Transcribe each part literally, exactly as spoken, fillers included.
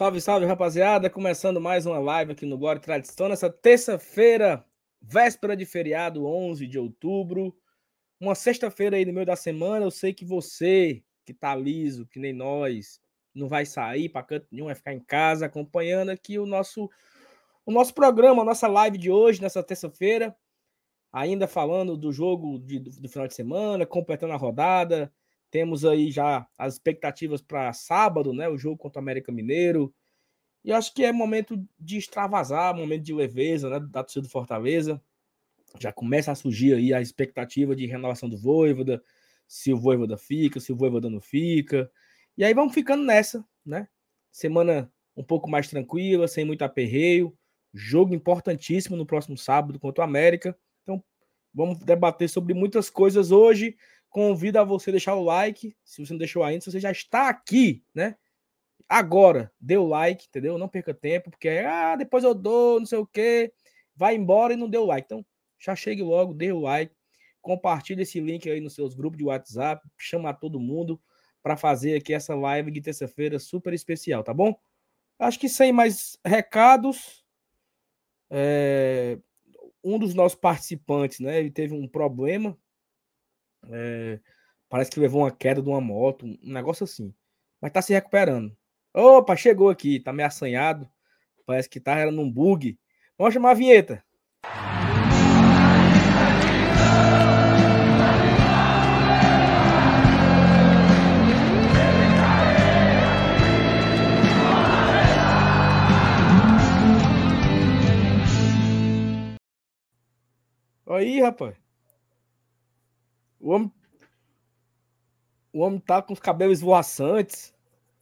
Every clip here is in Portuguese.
Salve, salve, rapaziada. Começando mais uma live aqui no Glória e Tradição. Nessa terça-feira, véspera de feriado, onze de outubro. Uma sexta-feira aí no meio da semana. Eu sei que você, que tá liso, que nem nós, não vai sair para canto nenhum, vai ficar em casa acompanhando aqui o nosso, o nosso programa, a nossa live de hoje, nessa terça-feira. Ainda falando do jogo de, do, do final de semana, completando a rodada. Temos aí já as expectativas para sábado, né? O jogo contra o América Mineiro. E acho que é momento de extravasar, momento de leveza, né? Da torcida do Fortaleza. Já começa a surgir aí a expectativa de renovação do Vojvoda, se o Vojvoda fica, se o Vojvoda não fica. E aí vamos ficando nessa, né? Semana um pouco mais tranquila, sem muito aperreio. Jogo importantíssimo no próximo sábado contra o América. Então, vamos debater sobre muitas coisas hoje. Convido a você a deixar o like, se você não deixou ainda, se você já está aqui, né? Agora, dê o like, entendeu? Não perca tempo, porque ah, depois eu dou, não sei o quê. Vai embora e não deu like. Então, já chegue logo, dê o like. Compartilhe esse link aí nos seus grupos de WhatsApp. Chama todo mundo para fazer aqui essa live de terça-feira super especial, tá bom? Acho que sem mais recados, é... um dos nossos participantes, né? Ele teve um problema. É... Parece que levou uma queda de uma moto, um negócio assim. Mas tá se recuperando. Opa, chegou aqui, tá meio assanhado. Parece que tá era num bug. Vamos chamar a vinheta. Aí, rapaz. O homem, o homem tá com os cabelos esvoaçantes.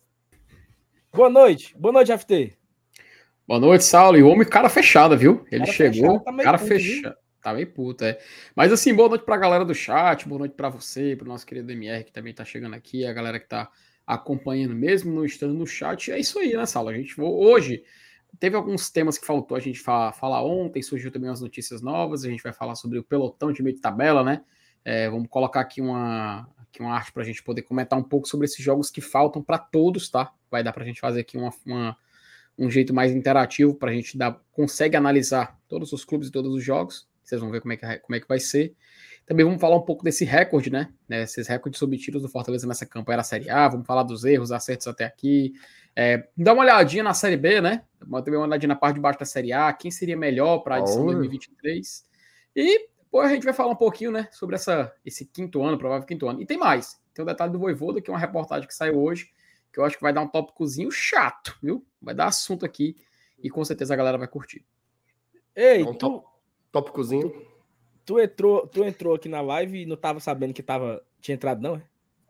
Boa noite. Boa noite, F T. Boa noite, Saulo. E o homem, cara fechada, viu? Ele cara chegou, fechado, tá cara puto, fechado. Tá meio puto, é. Mas assim, boa noite pra galera do chat, boa noite pra você, pro nosso querido M R, que também tá chegando aqui, a galera que tá acompanhando mesmo, não estando no chat. É isso aí, né, Saulo? A gente hoje teve alguns temas que faltou a gente falar, falar ontem, surgiu também umas notícias novas, a gente vai falar sobre o pelotão de meio de tabela, né? É, vamos colocar aqui uma, aqui uma arte pra gente poder comentar um pouco sobre esses jogos que faltam pra todos, tá? Vai dar pra gente fazer aqui uma, uma um jeito mais interativo para a gente dar, consegue analisar todos os clubes e todos os jogos. Vocês vão ver como é que, como é que vai ser. Também vamos falar um pouco desse recorde, né? né esses recordes obtidos do Fortaleza nessa campanha da Série A. Vamos falar dos erros, acertos até aqui. É, dá uma olhadinha na Série B, né? Também uma olhadinha na parte de baixo da Série A. Quem seria melhor para a edição dois mil e vinte e três. E depois a gente vai falar um pouquinho, né? Sobre essa, esse quinto ano, provável quinto ano. E tem mais. Tem o detalhe do Vojvoda, que é uma reportagem que saiu hoje, que eu acho que vai dar um tópicozinho chato, viu? Vai dar assunto aqui e com certeza a galera vai curtir. Ei, é um tu... Tópicozinho. Tu, tu, entrou, tu entrou aqui na live e não tava sabendo que tava, tinha entrado, não, é?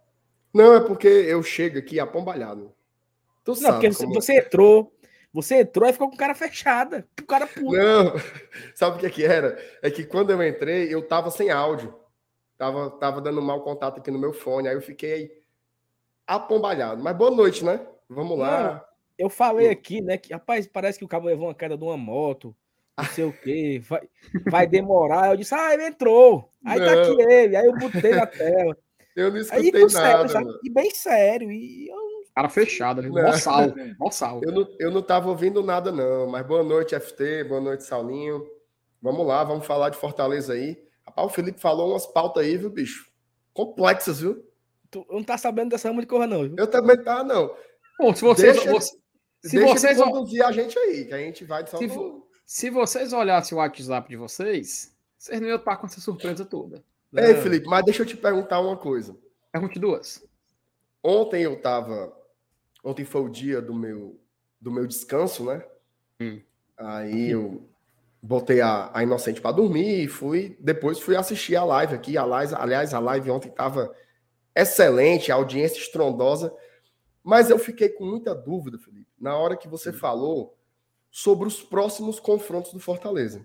Não, é porque eu chego aqui apombalhado. Tu não, sabe porque como... você entrou, você entrou e ficou com o cara fechada, o cara puto. Não, sabe o que é que era? É que quando eu entrei, eu tava sem áudio. Tava, tava dando mau contato aqui no meu fone, aí eu fiquei apombalhado. Mas boa noite, né? Vamos lá. Não, eu falei aqui, né, que, rapaz, parece que o cabo levou uma queda de uma moto, não sei o quê, vai, vai demorar. Eu disse, ah, ele entrou. Aí não, tá aqui ele, aí eu botei na tela. eu não Aí escutei foi nada. sério, sabe? E bem sério. E eu... Cara fechado, viu? Mó sal, mó sal. Eu não, eu não tava ouvindo nada, não. Mas boa noite, F T, boa noite, Saulinho. Vamos lá, vamos falar de Fortaleza aí. Rapaz, o Felipe falou umas pautas aí, viu, bicho? Complexas, viu? Tu não tá sabendo dessa rama de corra, não, viu? Eu também tá, não. Bom, se vocês... Deixa, você, se deixa vocês ele conduzir a gente aí, que a gente vai só se, no... se vocês olhassem o WhatsApp de vocês, vocês não iam estar com essa surpresa toda. Não. Ei, Felipe, mas deixa eu te perguntar uma coisa. Pergunte duas. Ontem eu tava... Ontem foi o dia do meu, do meu descanso, né? Hum. Aí eu botei a, a Inocente para dormir e fui... Depois fui assistir a live aqui. A live, aliás, a live ontem tava excelente, a audiência estrondosa. Mas eu fiquei com muita dúvida, Felipe, na hora que você hum. falou sobre os próximos confrontos do Fortaleza.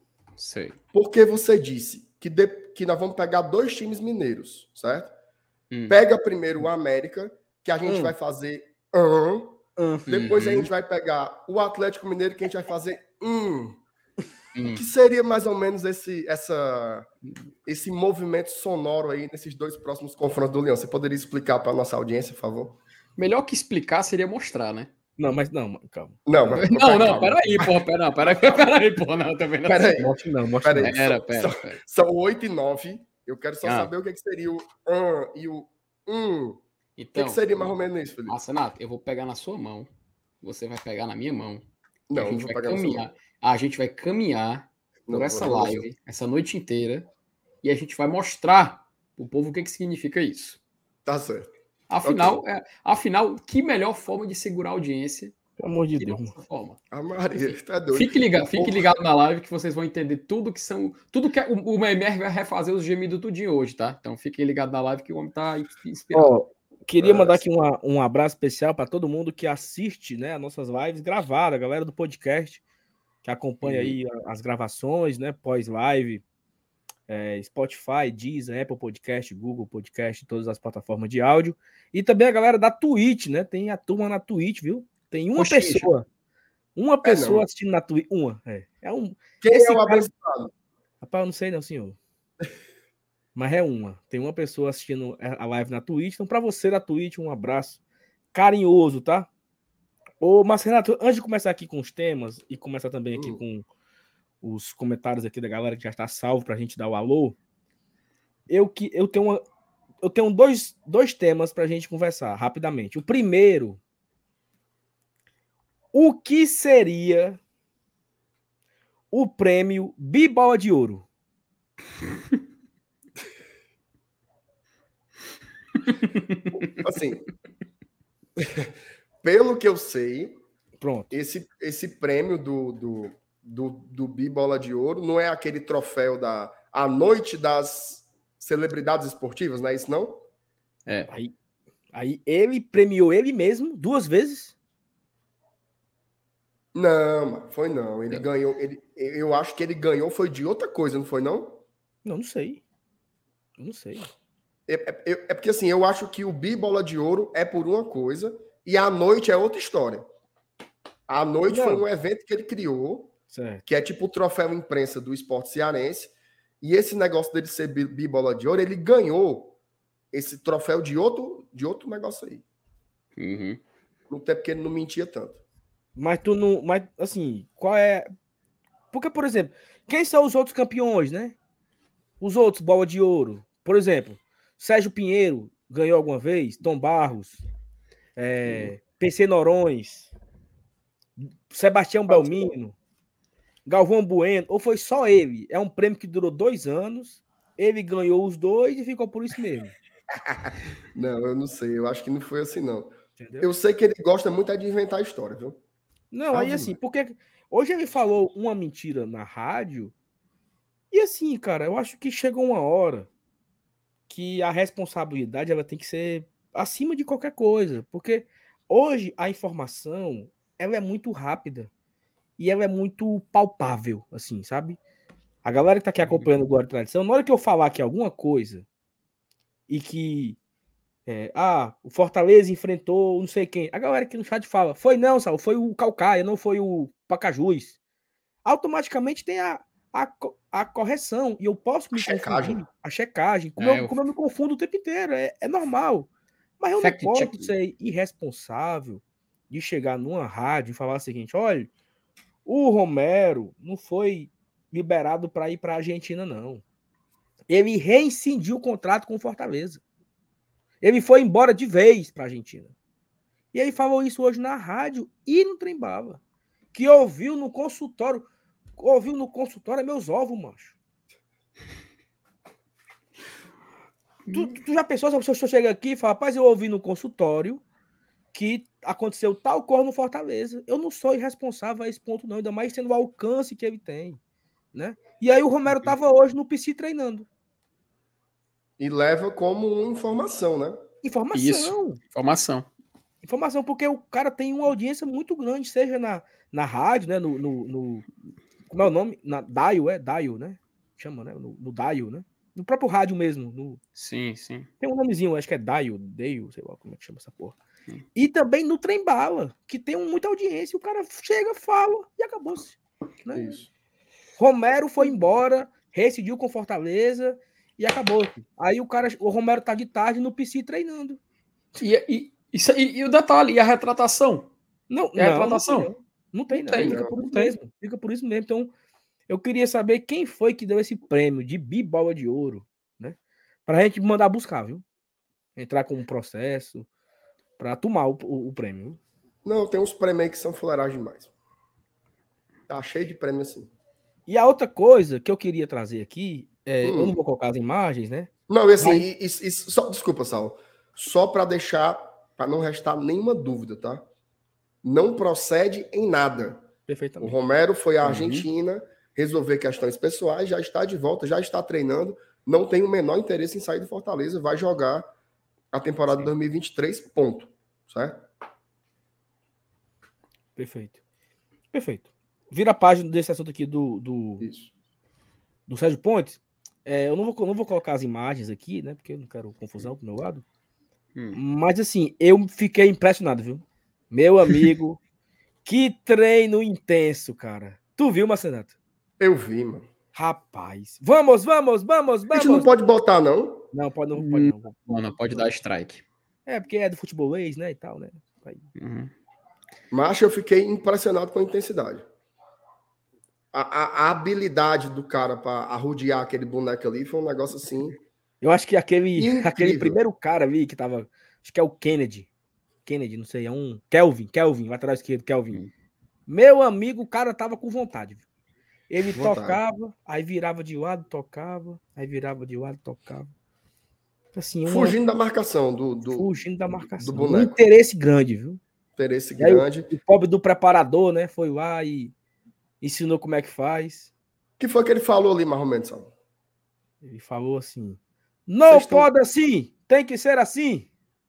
Sei. Porque você disse que, de, que nós vamos pegar dois times mineiros, certo? Hum. Pega primeiro o América, que a gente hum. vai fazer um. Hum. Depois uhum. a gente vai pegar o Atlético Mineiro, que a gente vai fazer um. Hum. O que seria mais ou menos esse, essa, esse movimento sonoro aí nesses dois próximos confrontos do Leão? Você poderia explicar para a nossa audiência, por favor? Melhor que explicar seria mostrar, né? Não, mas não, calma. Não, mas, Não, não, peraí, porra, pera, pera, peraí, porra, não, também não. Peraí. Mostre não, mostre Peraí. não. Pera, pera, São, pera. são oito e nove. Eu quero só Ah. saber o que, que seria o um e o um. O que, Então, que seria mais ou menos isso, Felipe? ah, Senato, eu vou pegar na sua mão, você vai pegar na minha mão. Não, a não gente vou vai pegar na sua caminhar. mão. A gente vai caminhar por Não, essa vou- vou- live, essa noite inteira, e a gente vai mostrar pro povo o que, que significa isso. Tá certo. Afinal, é, afinal, que melhor forma de segurar a audiência Pelo amor de que Deus. dessa forma? A Maria, Enfim, tá doido. Fique ligado, O fique povo- ligado na live que vocês vão entender tudo que são. Tudo que é, o, o M R vai refazer os gemidos tudinho hoje, tá? Então fiquem ligados na live que o homem tá inspirado. Ó, queria É, mandar aqui uma- um abraço especial para todo mundo que assiste, né, as nossas lives gravadas, a galera do podcast que acompanha Uhum. aí a- as gravações, né, pós-live, é, Spotify, Deezer, Apple Podcast, Google Podcast, todas as plataformas de áudio. E também a galera da Twitch, né? Tem a turma na Twitch, viu? Tem uma Coxinha. pessoa, uma pessoa não. assistindo na Twitch, uma, é. É um, Quem esse é o cara- abençoado? rapaz, eu não sei não, senhor. Mas é uma. Tem uma pessoa assistindo a live na Twitch. Então, para você da Twitch, um abraço carinhoso, tá? Ô, mas, Renato, antes de começar aqui com os temas e começar também aqui Hum. com os comentários aqui da galera que já está salvo pra gente dar o alô, eu, que, eu tenho, uma, eu tenho dois, dois temas pra gente conversar rapidamente. O primeiro, o que seria o prêmio Bibola de Ouro? Assim, pelo que eu sei, Pronto. esse, esse prêmio do, do, do, do Bibola de Ouro não é aquele troféu da a noite das celebridades esportivas, não é isso não? É. Aí, aí ele premiou ele mesmo duas vezes. Não, mano, foi não. Ele É. ganhou. Ele, eu acho que ele ganhou foi de outra coisa, não foi não? Não, não sei. Eu não sei. É, é, é porque assim, eu acho que o Bibola de Ouro é por uma coisa e a noite é outra história. A noite Não. foi um evento que ele criou, Certo. que é tipo o troféu imprensa do esporte cearense. E esse negócio dele ser bi- Bibola de Ouro, ele ganhou esse troféu de outro, de outro negócio aí. Uhum. No tempo que ele não mentia tanto. Mas tu não. Mas, assim, qual é. Porque, por exemplo, quem são os outros campeões, né? Os outros, bola de ouro. Por exemplo, Sérgio Pinheiro ganhou alguma vez, Tom Barros, é, P C Norões, Sebastião Belmino, Galvão Bueno, ou foi só ele? É um prêmio que durou dois anos, ele ganhou os dois e ficou por isso mesmo. Não, eu não sei. Eu acho que não foi assim, não. Entendeu? Eu sei que ele gosta muito é de inventar história, viu? Não, aí Ave assim, porque hoje ele falou uma mentira na rádio, e assim, cara, eu acho que chegou uma hora que a responsabilidade ela tem que ser acima de qualquer coisa, porque hoje a informação ela é muito rápida e ela é muito palpável, assim, sabe? A galera que tá aqui acompanhando o Glória e Tradição, na hora que eu falar aqui alguma coisa e que é, ah, o Fortaleza enfrentou não sei quem, a galera aqui no chat fala, foi não, Sal, foi o Calcaia, não foi o Pacajus. Automaticamente tem a, a, co- a correção e eu posso me Checagem. confundir, a checagem, como, É, eu, eu- como eu me confundo o tempo inteiro, é, é normal. Mas eu não Fact posso check. ser irresponsável de chegar numa rádio e falar o seguinte, olha, o Romero não foi liberado para ir para a Argentina, não. Ele reincidiu o contrato com o Fortaleza. Ele foi embora de vez para a Argentina. E ele falou isso hoje na rádio e no Trembala. Que ouviu no consultório. Ouviu no consultório é meus ovos, macho. Tu, tu- tu já pensou se a pessoa chega aqui e fala, rapaz, eu ouvi no consultório que aconteceu tal coisa no Fortaleza. Eu não sou irresponsável a esse ponto, não, ainda mais sendo o alcance que ele tem. Né? E aí o Romero estava hoje no P C treinando. E leva como uma informação, né? Informação. Isso. Informação. Informação, porque o cara tem uma audiência muito grande, seja na, na rádio, né? No, no, no- como é o nome? Na Dial, é? Dial, né? Chama, né? No, no Dial, né? No próprio rádio mesmo. No, Sim, sim. tem um nomezinho, acho que é Dial, Dial, sei lá como é que chama essa porra. Sim. E também no Trem Bala, que tem muita audiência. O cara chega, fala e acabou-se. Né? Isso. Romero foi embora, rescindiu com Fortaleza e acabou-se. Aí o cara, o Romero tá de tarde no P C treinando. E, e, isso, e, e o detalhe, e a retratação? Não, É não, retratação. não, não tem, não. Não tem, Fica não. por isso mesmo. Fica por isso mesmo. Então, eu queria saber quem foi que deu esse prêmio de bibola de ouro, né? Pra gente mandar buscar, viu? Entrar com um processo pra tomar o, o, o prêmio. Não, tem uns prêmios aí que são fuleiragem demais. Tá cheio de prêmio assim. E a outra coisa que eu queria trazer aqui, é, Hum. eu não vou colocar as imagens, né? Não, e assim, Mas- e- e- e só, desculpa, Sal. Só para deixar, para não restar nenhuma dúvida, tá? Não procede em nada. O Perfeitamente. Romero foi à Uhum. Argentina resolver questões pessoais, já está de volta, já está treinando, não tem o menor interesse em sair do Fortaleza, vai jogar a temporada de Sim. dois mil e vinte e três, ponto. Certo? Perfeito. Perfeito. Vira a página desse assunto aqui do, do, Isso. do Sérgio Pontes. É, eu não vou, não vou colocar as imagens aqui, né? Porque eu não quero confusão pro meu lado. Hum. Mas assim, eu fiquei impressionado, viu? Meu amigo, que treino intenso, cara. Tu viu, Marcenato? Eu vi, mano. Rapaz. Vamos, vamos, vamos, A gente não vamos. pode botar, não. Não, pode não, pode não. Não, não pode dar strike. É, porque é do futebolês, né, e tal, né? Aí. Uhum. Mas eu fiquei impressionado com a intensidade. A, a, a habilidade do cara para arrodear aquele boneco ali foi um negócio assim. Eu acho que aquele, Incrível. aquele primeiro cara ali que tava. Acho que é o Kennedy. Kennedy, não sei, é um. Kelvin, Kelvin, lateral esquerdo, Kelvin. Hum. Meu amigo, o cara tava com vontade. Viu? Ele Vontade. tocava, aí virava de lado, tocava, aí virava de lado, tocava. Assim, uma... Fugindo da marcação do, do, fugindo da marcação. do Um boneco. interesse grande, viu? Interesse E aí, grande. o, o pobre do preparador, né? Foi lá e ensinou como é que faz. O que foi que ele falou ali, mais ou menos, Sal? Ele falou assim: não Vocês tão- pode assim, tem que ser assim.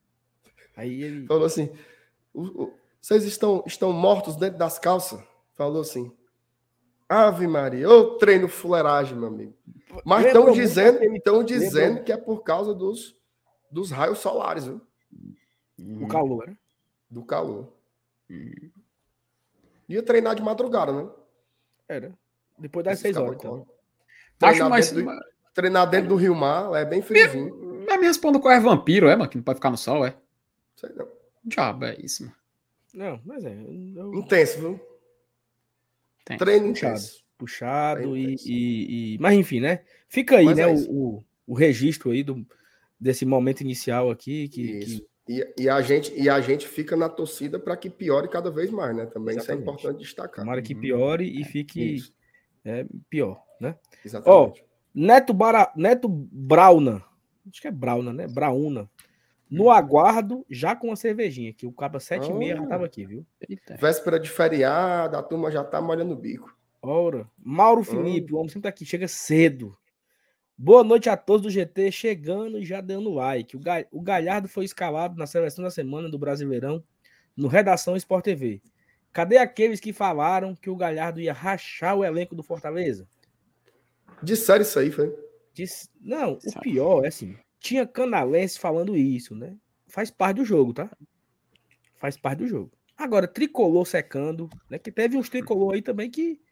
Aí ele. Falou assim: "O- o- vocês estão, estão mortos dentro das calças? Falou assim. Ave Maria, ô treino fuleiragem, meu amigo. Mas estão Lembrou muito dizendo, daquele- estão dizendo lembrou- que é por causa dos, dos raios solares, viu? O calor, né? Do calor. Uhum. Ia treinar de madrugada, né? Era. Depois das seis horas, então. Acho Treinar, mais. dentro do, treinar dentro do Rio Mar é bem friozinho. Mas me responda qual é vampiro, é, mano? Que não pode ficar no sol, é? Sei não. Diabo, é isso, mano. Não, mas é. Eu... Intenso, viu? Tem. Treino Puxado. intenso. Puxado Bem e, intenso. e, e- Mas enfim, né? Fica aí, Mas né? é o, isso. o, o registro aí do, desse momento inicial aqui. Que, Isso. que... E, e, a gente, e a gente fica na torcida para que piore cada vez mais, né? Também Exatamente. isso é importante destacar. Tomara que Uhum. piore e fique Isso, é, pior, né? exatamente. Neto, Bara... Neto Brauna. Acho que é Brauna, né? Brauna. No aguardo, já com uma cervejinha, que o cabo sete e meia já Ah. tava aqui, viu? Eita. Véspera de feriado, a turma já tá molhando o bico. Ora, Mauro Felipe, o homem sempre tá aqui, chega cedo. Boa noite a todos do G T, chegando e já dando like. O, Ga... o Galhardo foi escalado na seleção da semana do Brasileirão, no Redação Sport T V. Cadê aqueles que falaram que o Galhardo ia rachar o elenco do Fortaleza? Disseram isso aí, foi? Disse... Não, o pior é assim, tinha canalense falando isso, né? Faz parte do jogo, tá? Faz parte do jogo. Agora, tricolor secando, né? Que teve uns tricolor aí também que...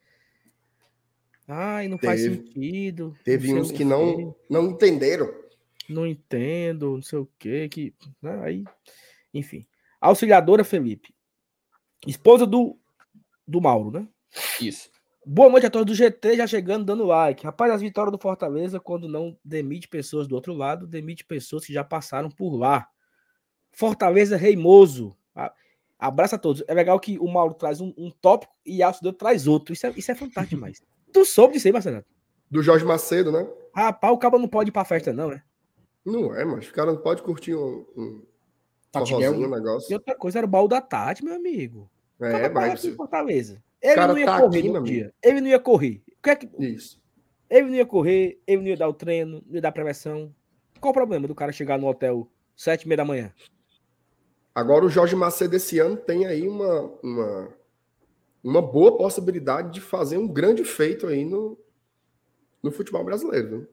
Ai, não faz Teve. sentido. Teve não uns sei que o quê, não, não entenderam. não entendo, não sei o quê, que... né, aí, enfim. Auxiliadora Felipe. Esposa do, do Mauro, né? Isso. Boa noite a todos do G T, já chegando, dando like. Rapaz, as vitórias do Fortaleza, quando não demite pessoas do outro lado, demite pessoas que já passaram por lá. Fortaleza Reimoso. A- Abraço a todos. É legal que o Mauro traz um, um tópico e a Auxiliadora traz outro. Isso é, isso é fantástico demais. Tu soube disso aí, Marcelo? Do Jorge Macedo, né? Rapaz, o cabo não pode ir pra festa, não, né? Não é, mas o cara não pode curtir um, um Tatiel, forrozinho, um E negócio. outra coisa era o baú da Tati, meu amigo. O É, cara tá mas aqui em Fortaleza. Ele cara não ia tá correr aqui, no meu dia. Ele não ia correr. O que é que... isso. Ele não ia correr, ele não ia dar o treino, não ia dar prevenção. Qual o problema do cara chegar no hotel sete e meia da manhã? Agora o Jorge Macedo esse ano tem aí uma, uma, uma boa possibilidade de fazer um grande feito aí no, no futebol brasileiro. Viu?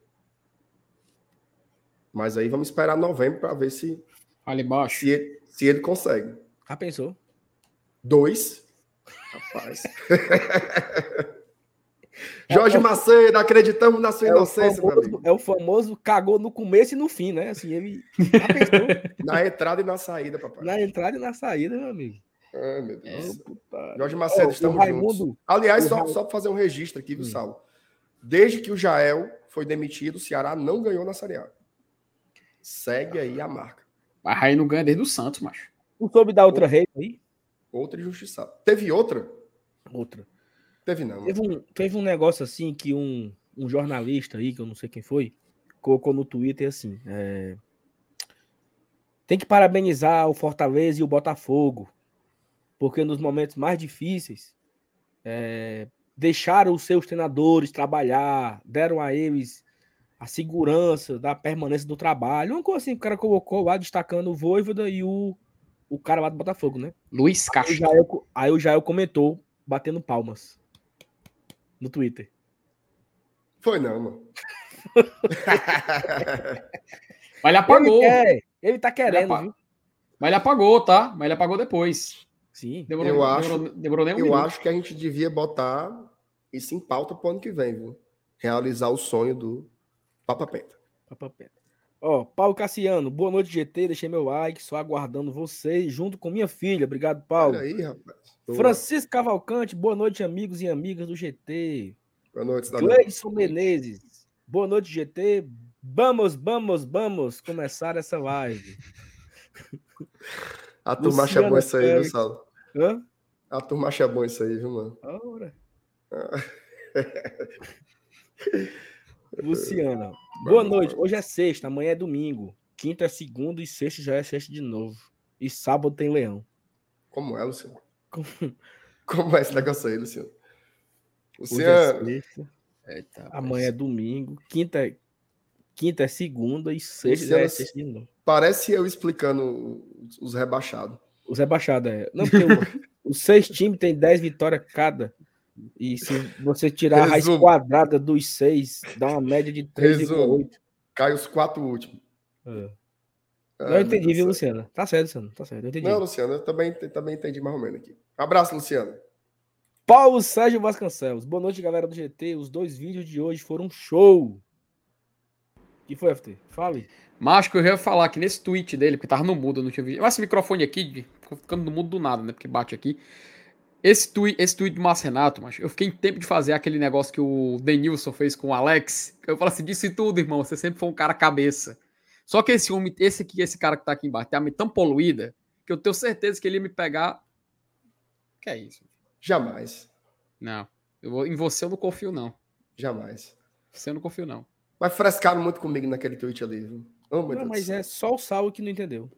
Mas aí vamos esperar novembro para ver se, Ali embaixo. se, ele, se ele consegue. Já pensou? Dois. Rapaz. Jorge Macedo, acreditamos na sua É o, inocência, meu famoso, amigo. é o famoso cagou no começo e no fim, né? Assim, ele já pensou Na entrada e na saída, papai. na entrada e na saída, meu amigo. Ai, meu Deus. É, Jorge Macedo, oh, estamos Raimundo, juntos. Aliás, só, Ra... só para fazer um registro aqui, viu, hum. Saulo? Desde que o Jael foi demitido, o Ceará não ganhou na Série A. Segue aí a marca. Mas aí não ganha desde o Santos, macho. Não soube dar outra rede aí? Outra injustiçada. Teve outra? Outra. Teve não. Teve um, teve um negócio assim que um, um jornalista aí, que eu não sei quem foi, colocou no Twitter assim, é... tem que parabenizar o Fortaleza e o Botafogo, porque nos momentos mais difíceis é... deixaram os seus treinadores trabalhar, deram a eles a segurança da permanência do trabalho. Uma coisa assim, o cara colocou lá, destacando o Vojvoda e o, o cara lá do Botafogo, né? Luiz Aí o Castro. Jael, aí o Jael comentou, batendo palmas no Twitter. Foi não, mano. Mas ele apagou. Ele, quer, ele tá querendo, ele apa... viu? Mas ele apagou, tá? Mas ele apagou depois. Sim. Demorou, eu acho, demorou, demorou nem um eu minuto. acho que a gente devia botar isso em pauta pro ano que vem, viu? Realizar o sonho do Papa Penta. Papa Penta. Ó, Paulo Cassiano, boa noite, G T. Deixei meu like, só aguardando vocês, junto com minha filha. Obrigado, Paulo. Olha aí, rapaz. Boa. Francisco Cavalcante, boa noite, amigos e amigas do G T. Boa noite, cidadão. Gleison Menezes, boa noite, G T. Vamos, vamos, vamos começar essa live. A turma acha bom isso aí, viu, Saulo? Hã? A turma acha bom isso aí, viu, mano? Ora. Luciana, boa noite. Hoje é sexta, amanhã é domingo. Quinta é segunda e sexta já é sexta de novo. E sábado tem leão. Como é, Luciano? Como, Como é esse negócio aí, Luciano? Luciano. Luciano. É sexta, Eita, amanhã é domingo. Quinta é, quinta é segunda e sexta Luciano, já é sexta de novo. Parece eu explicando os rebaixados. Os rebaixados, é. Não, porque o, os seis times tem dez vitórias cada. E se você tirar a raiz quadrada dos seis, dá uma média de três vírgula oito. Cai os quatro últimos. É. Não, eu entendi, viu, Luciano? Tá certo, Luciano. Tá certo, eu entendi. Não, Luciano, eu também, também entendi mais ou menos aqui. Abraço, Luciano. Paulo Sérgio Vasconcelos. Boa noite, galera do G T. Os dois vídeos de hoje foram show. O que foi, F T? Fale. Mas que eu ia falar que nesse tweet dele, porque tava no mudo, eu não tinha visto. Esse microfone aqui, ficando no mudo do nada, né? Porque bate aqui. Esse tweet, esse tweet do Márcio Renato, mas eu fiquei em tempo de fazer aquele negócio que o Denilson fez com o Alex. Eu falo assim, disse tudo, irmão. Você sempre foi um cara cabeça. Só que esse homem, esse aqui, esse cara que tá aqui embaixo, tem a mente tão poluída que eu tenho certeza que ele ia me pegar. Que é isso? Jamais. Não. Eu vou, em você eu não confio, não. Jamais. Você eu não confio, não. Mas frescaram muito comigo naquele tweet ali, viu? Oh, meu não, Deus mas é só o Saulo que não entendeu.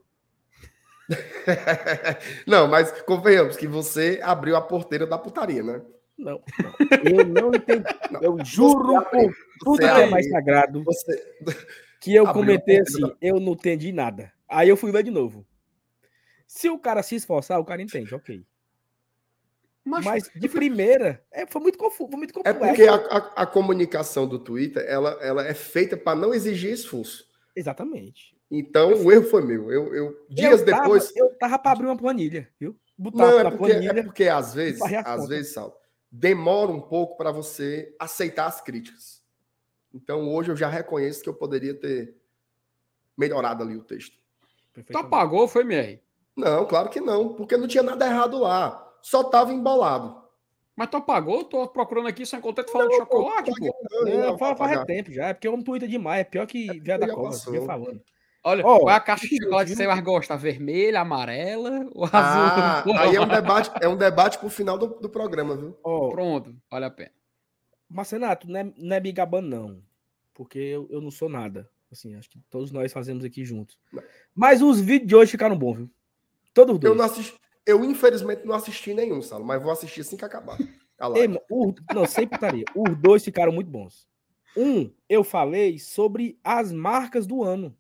Não, mas convenhamos que você abriu a porteira da putaria, né? Não, não. Eu não entendi. Não, eu juro por tudo que é mais sagrado você... que eu comentei assim, da... eu não entendi nada. Aí eu fui ver de novo. Se o cara se esforçar, o cara entende, ok. Mas, mas de primeira, é, foi muito confuso, foi muito complexo. É porque a, a, a comunicação do Twitter, ela, ela é feita para não exigir esforço. Exatamente. Então, eu o erro foi meu. Eu, eu dias eu tava, depois... Eu tava para abrir uma planilha, viu? Botar não, é porque, planilha, é porque às vezes, às vezes, Sal, demora um pouco para você aceitar as críticas. Então, hoje eu já reconheço que eu poderia ter melhorado ali o texto. Tu apagou, foi, M R? Não, claro que não, porque não tinha nada errado lá. Só tava embolado. Mas tu apagou? Tô procurando aqui, só encontrei tu falando de chocolate, pô. Não, não, faz, faz tempo já, é porque eu não Twitter demais, é pior que é viado da cobra, você falando. Olha, oh, qual é a caixa de chocolate que você mais gosta? A vermelha, a amarela ou a ah, azul? Aí é um debate, é um debate pro final do, do programa, viu? Oh, pronto, vale a pena. Mas, Renato, não é, não é me gabando, não. Porque eu, eu não sou nada. Assim, acho que todos nós fazemos aqui juntos. Não. Mas os vídeos de hoje ficaram bons, viu? Todos dois. Eu, não assisti, eu infelizmente, não assisti nenhum, Salo, mas vou assistir assim que acabar. Ei, o, não, sem putaria. Os dois ficaram muito bons. Um, eu falei sobre as marcas do ano.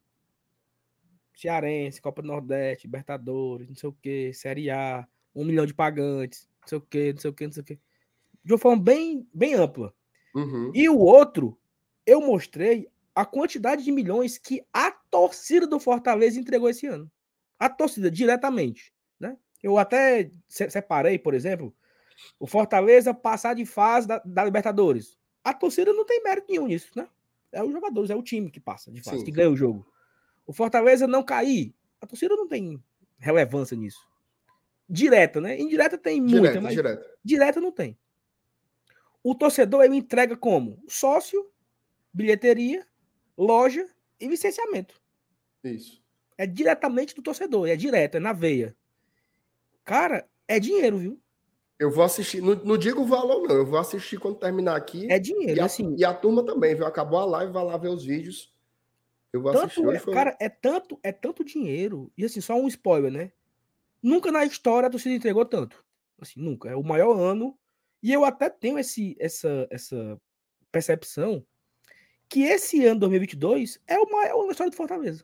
Cearense, Copa do Nordeste, Libertadores, não sei o que, Série A, um milhão de pagantes, não sei o que, não sei o que, não sei o que. De uma forma bem, bem ampla. Uhum. E o outro, eu mostrei a quantidade de milhões que a torcida do Fortaleza entregou esse ano. A torcida, diretamente. Né? Eu até separei, por exemplo, o Fortaleza passar de fase da, da Libertadores. A torcida não tem mérito nenhum nisso, né? É os jogadores, é o time que passa de fase, Sim. que ganha o jogo. O Fortaleza não cair, a torcida não tem relevância nisso. direta, né? Indireta tem muita, Direto, mas direto. direta não tem. O torcedor, ele entrega como? Sócio, bilheteria, loja e licenciamento. Isso. É diretamente do torcedor, é direto, é na veia. Cara, é dinheiro, viu? Eu vou assistir, não, não digo o valor, não. Eu vou assistir quando terminar aqui. É dinheiro, e a, assim. E a turma também, viu? Acabou a live, vai lá ver os vídeos. Eu vou assistir. Tanto, Hoje é, foi... cara, é tanto, é tanto dinheiro. E assim, só um spoiler, né? Nunca na história a torcida entregou tanto. Assim, nunca. É o maior ano. E eu até tenho esse, essa, essa percepção que esse ano dois mil e vinte e dois é o maior ano da história do Fortaleza.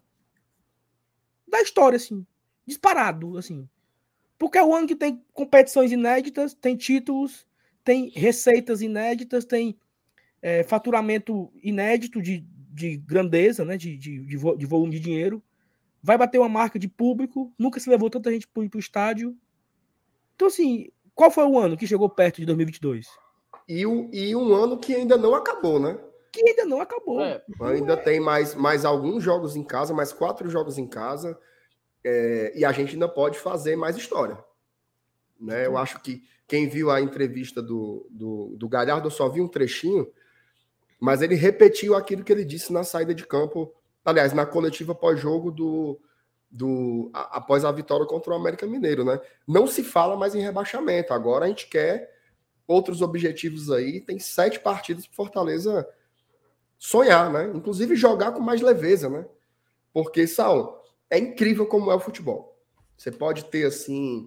Da história, assim. Disparado, assim. Porque é o ano que tem competições inéditas, tem títulos, tem receitas inéditas, tem é, faturamento inédito de, de grandeza, né? De, de, de, vo, de volume de dinheiro. Vai bater uma marca de público. Nunca se levou tanta gente para o estádio. Então, assim, qual foi o ano que chegou perto de dois mil e vinte e dois? E, o, e um ano que ainda não acabou, né? Que ainda não acabou. É. Ainda tem mais, mais alguns jogos em casa, mais quatro jogos em casa. É, e a gente ainda pode fazer mais história. Né? Eu acho que quem viu a entrevista do, do, do Galhardo, eu só vi um trechinho, mas ele repetiu aquilo que ele disse na saída de campo, aliás, na coletiva pós-jogo do, do a, após a vitória contra o América Mineiro, né? Não se fala mais em rebaixamento. Agora a gente quer outros objetivos aí. Tem sete partidas para Fortaleza sonhar, né? Inclusive jogar com mais leveza, né? Porque, Saulo, é incrível como é o futebol. Você pode ter, assim,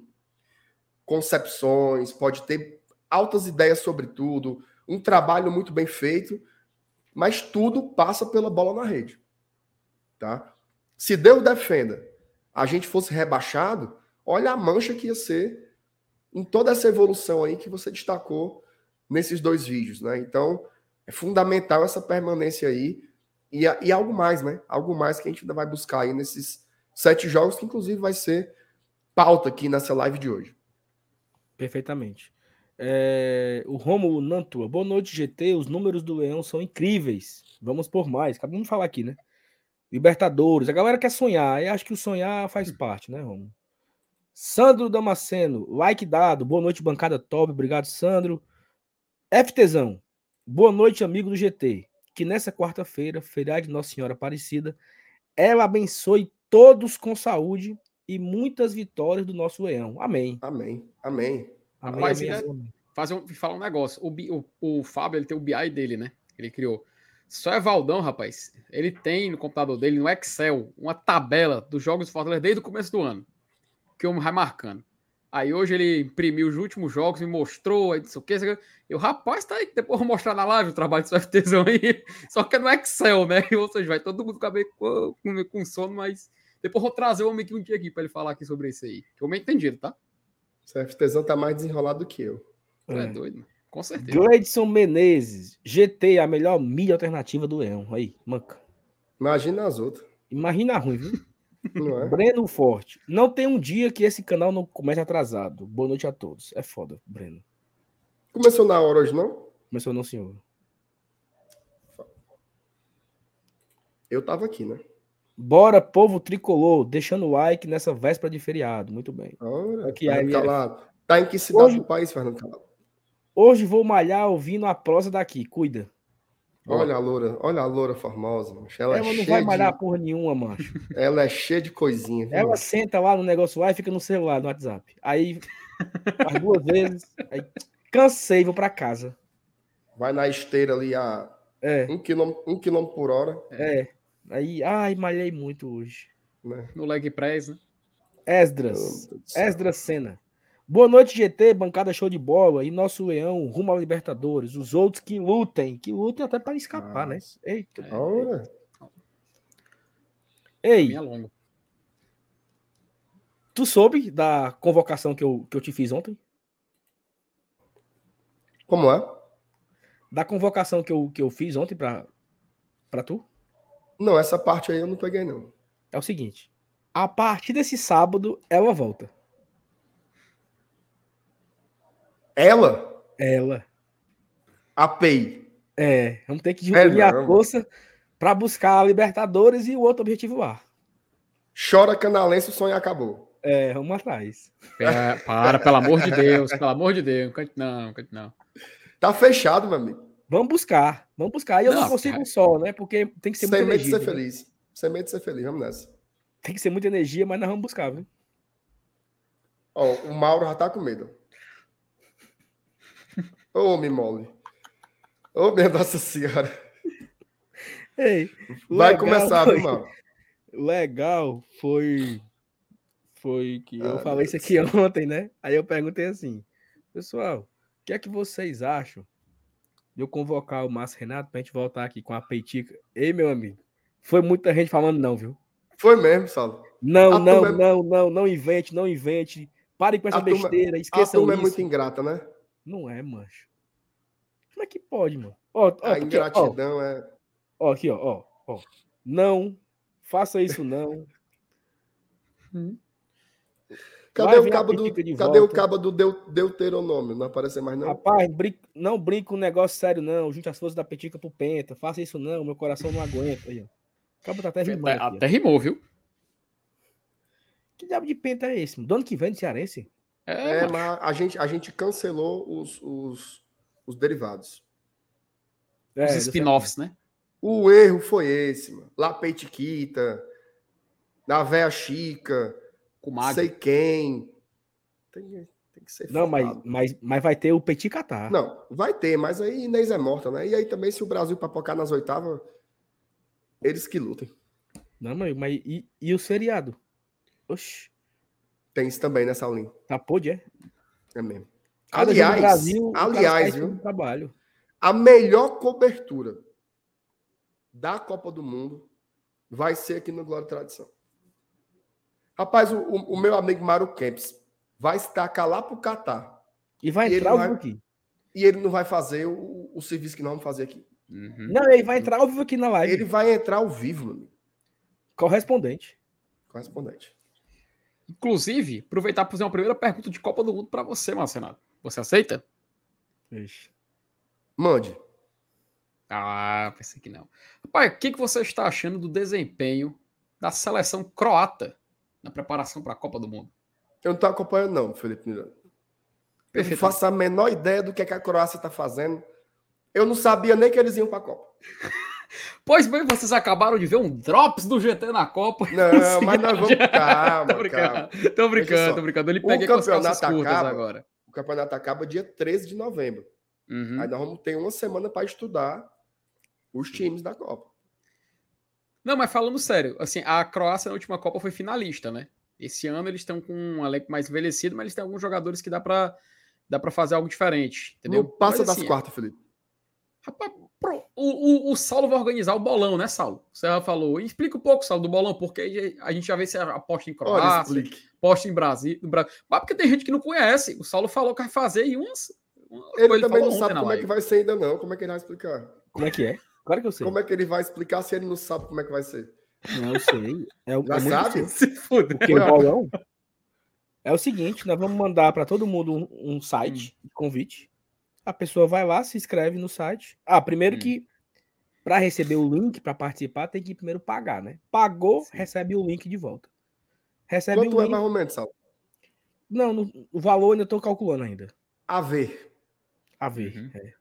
concepções, pode ter altas ideias sobre tudo, um trabalho muito bem feito, mas tudo passa pela bola na rede. Tá? Se Deus defenda, a gente fosse rebaixado, olha a mancha que ia ser em toda essa evolução aí que você destacou nesses dois vídeos, né? Então, é fundamental essa permanência aí e, e algo mais, né? Algo mais que a gente ainda vai buscar aí nesses sete jogos, que inclusive vai ser pauta aqui nessa live de hoje. Perfeitamente. É, o Rômulo Nantua. Boa noite, G T. Os números do Leão são incríveis. Vamos por mais. Acabamos de falar aqui, né? Libertadores. A galera quer sonhar. Eu acho que o sonhar faz parte, né, Rômulo? Sandro Damasceno. Like dado. Boa noite, bancada top. Obrigado, Sandro. FTzão. Boa noite, amigo do G T. Que nessa quarta-feira, feriado de Nossa Senhora Aparecida, ela abençoe todos com saúde e muitas vitórias do nosso Leão. Amém. Amém. Amém. Amém, Rapaz, amém, é, amém. fazer um, falar um negócio. O, o, o Fábio, ele tem o B I dele, né? Ele criou. Só é Valdão, rapaz. Ele tem no computador dele, no Excel, uma tabela dos jogos do Fortaleza desde o começo do ano. Que eu vai marcando. Aí hoje ele imprimiu os últimos jogos, me mostrou, aí disse o quê? Eu, rapaz, tá aí, depois eu vou mostrar na live o trabalho do FTzão aí. Só que é no Excel, né? Ou seja, vai todo mundo ficar meio com, com, com sono, mas depois eu vou trazer o homem aqui um dia aqui pra ele falar aqui sobre isso aí. Que o homem entendido, tá? O FTzão tá mais desenrolado do que eu. Tu é, é doido, mano. Com certeza. Gleidson Menezes, G T, a melhor mídia alternativa do Leão. Aí, manca. Imagina as outras. Imagina ruim, viu? Não é? Breno Forte. Não tem um dia que esse canal não comece atrasado. Boa noite a todos. É foda, Breno. Começou na hora hoje, não? Começou não, senhor. Eu tava aqui, né? Bora, povo tricolor, deixando o like nessa véspera de feriado. Muito bem. Ora, Aqui, Fernando aí, Calado. Tá em que cidade Hoje- do país, Fernando Calado? Hoje vou malhar ouvindo a prosa daqui. Cuida. Boa. Olha a loura, olha a loura formosa. Macho. Ela, Ela é não vai cheia malhar de, porra nenhuma, macho. ela é cheia de coisinha, viu? Ela macho? senta lá no negócio lá e fica no celular, no WhatsApp. Aí, as duas vezes, aí cansei, vou pra casa. Vai na esteira ali a É, um quilômetro, um quilômetro por hora. é. Aí, ai, malhei muito hoje. Né? No leg press, né? Esdras. Oh, meu Deus do céu. Esdras Senna. Boa noite, G T, bancada show de bola. E nosso Leão rumo à Libertadores. Os outros que lutem. Que lutem até para escapar, né? Eita. É, Ora, Ei, Minha longa. tu soube da convocação que eu, que eu te fiz ontem? como é? Da convocação que eu, que eu fiz ontem pra, pra tu? Não, essa parte aí eu não peguei, não. É o seguinte. A partir desse sábado, ela volta. Ela? Ela. A P I. É, vamos ter que É, unir a não. força pra buscar a Libertadores e o outro objetivo lá. Chora canalense, o sonho acabou. É, vamos atrás. É, para, pelo amor de Deus, pelo amor de Deus. Não, não. Tá fechado, meu amigo. Vamos buscar, vamos buscar. E eu não, não consigo cara. só, né? Porque tem que ser muita energia. Sem medo de ser né? feliz. Sem medo de ser feliz, vamos nessa. Tem que ser muita energia, mas nós vamos buscar, viu? Ó, o Mauro já tá com medo. Ô, oh, me mole. Ô, oh, minha Nossa Senhora. Ei, vai começar, foi... viu, Mauro? Legal foi... Foi que eu ah, falei isso aqui ontem, né? Aí eu perguntei assim, pessoal, o que é que vocês acham de eu convocar o Márcio Renato pra gente voltar aqui com a Peitica? Ei, meu amigo, foi muita gente falando não, viu? Foi mesmo, Saulo. Não, a não, não, é... não, não invente, não invente. Pare com essa a besteira, turma... esqueçam isso. A turma é muito ingrata, né? Não é, mancho. Como é que pode, mano? Ó, ó, a porque, ingratidão ó, é... Ó, aqui, ó, ó, ó. Não, faça isso não. hum. Cadê o cabo do, cadê o cabo do Deu, Deuteronômio? Não aparece mais, não? Rapaz, brin... não brinca um negócio sério, não. Junte as forças da Petica pro Penta. Faça isso, não. Meu coração não aguenta. Aí, ó. O cabo tá até rimando. Até, aqui, até rimou, viu? Que diabo de Penta é esse? Do ano que vem de Cearense? É, é mas a gente, a gente cancelou os, os, os derivados. É, os spin-offs, né? O erro foi esse, mano. La Peitiquita, na Véia Chica. Sei quem. Tem, tem que ser Não, mas, mas, mas vai ter o Petit Catar. Não, vai ter, mas aí Inês é morta, né? E aí também, se o Brasil papocar nas oitavas, eles que lutem. Não, mas, mas e, e o seriado? Oxi. Tem isso também, né, Saulinho? Tá, pode, é? É mesmo. Cada aliás, Brasil, aliás, viu? Trabalho. A melhor cobertura da Copa do Mundo vai ser aqui no Glória e Tradição. Rapaz, o, o meu amigo Mário Kempis vai estacar lá pro Catar. E vai entrar ao vivo aqui. E ele não vai fazer o, o serviço que nós vamos fazer aqui. Uhum. Não, ele vai entrar ao vivo aqui na live. Ele vai entrar ao vivo, meu amigo. Correspondente. Correspondente. Inclusive, aproveitar para fazer uma primeira pergunta de Copa do Mundo para você, Marcelo. Você aceita? Ixi. Mande. Ah, pensei que não. Rapaz, o que, que você está achando do desempenho da seleção croata na preparação para a Copa do Mundo? Eu não estou acompanhando, não, Felipe Miranda. Eu não faço a menor ideia do que, é que a Croácia está fazendo. Eu não sabia nem que eles iam para a Copa. Pois bem, vocês acabaram de ver um Drops do G T na Copa. Não, mas nós vamos... Calma, tô brincando, calma. Tô brincando, tô brincando. Ele pega com as calças curtas acaba, agora. O campeonato acaba dia treze de novembro. Uhum. Aí nós vamos ter uma semana para estudar os times da Copa. Não, mas falando sério, assim, a Croácia na última Copa foi finalista, né? Esse ano eles estão com um elenco mais envelhecido, mas eles têm alguns jogadores que dá pra, dá pra fazer algo diferente, entendeu? Não passa mas, das assim, quartas, Felipe. Rapaz, pro, o, o, o Saulo vai organizar o bolão, né, Saulo? Você já falou. Explica um pouco, Saulo, do bolão, porque a gente já vê se aposta em Croácia, aposta em Brasil, no Brasil. Mas porque tem gente que não conhece. O Saulo falou que vai fazer e umas... umas ele ele também não sabe como live. É que vai ser ainda não. Como é que ele vai explicar? Como é que é? Claro que eu sei. Como é que ele vai explicar se ele não sabe como é que vai ser? Não, eu sei. É, Já é sabe? Se fuder. Porque o bolão é o seguinte, nós vamos mandar para todo mundo um, um site de convite. A pessoa vai lá, se inscreve no site. Ah, primeiro hum. que para receber o link para participar tem que primeiro pagar, né? Pagou, Sim. recebe o link de volta. Recebe Quanto o link... é mais ou menos, Sal? Não, no, o valor ainda estou calculando ainda. A ver. A ver, uhum. é.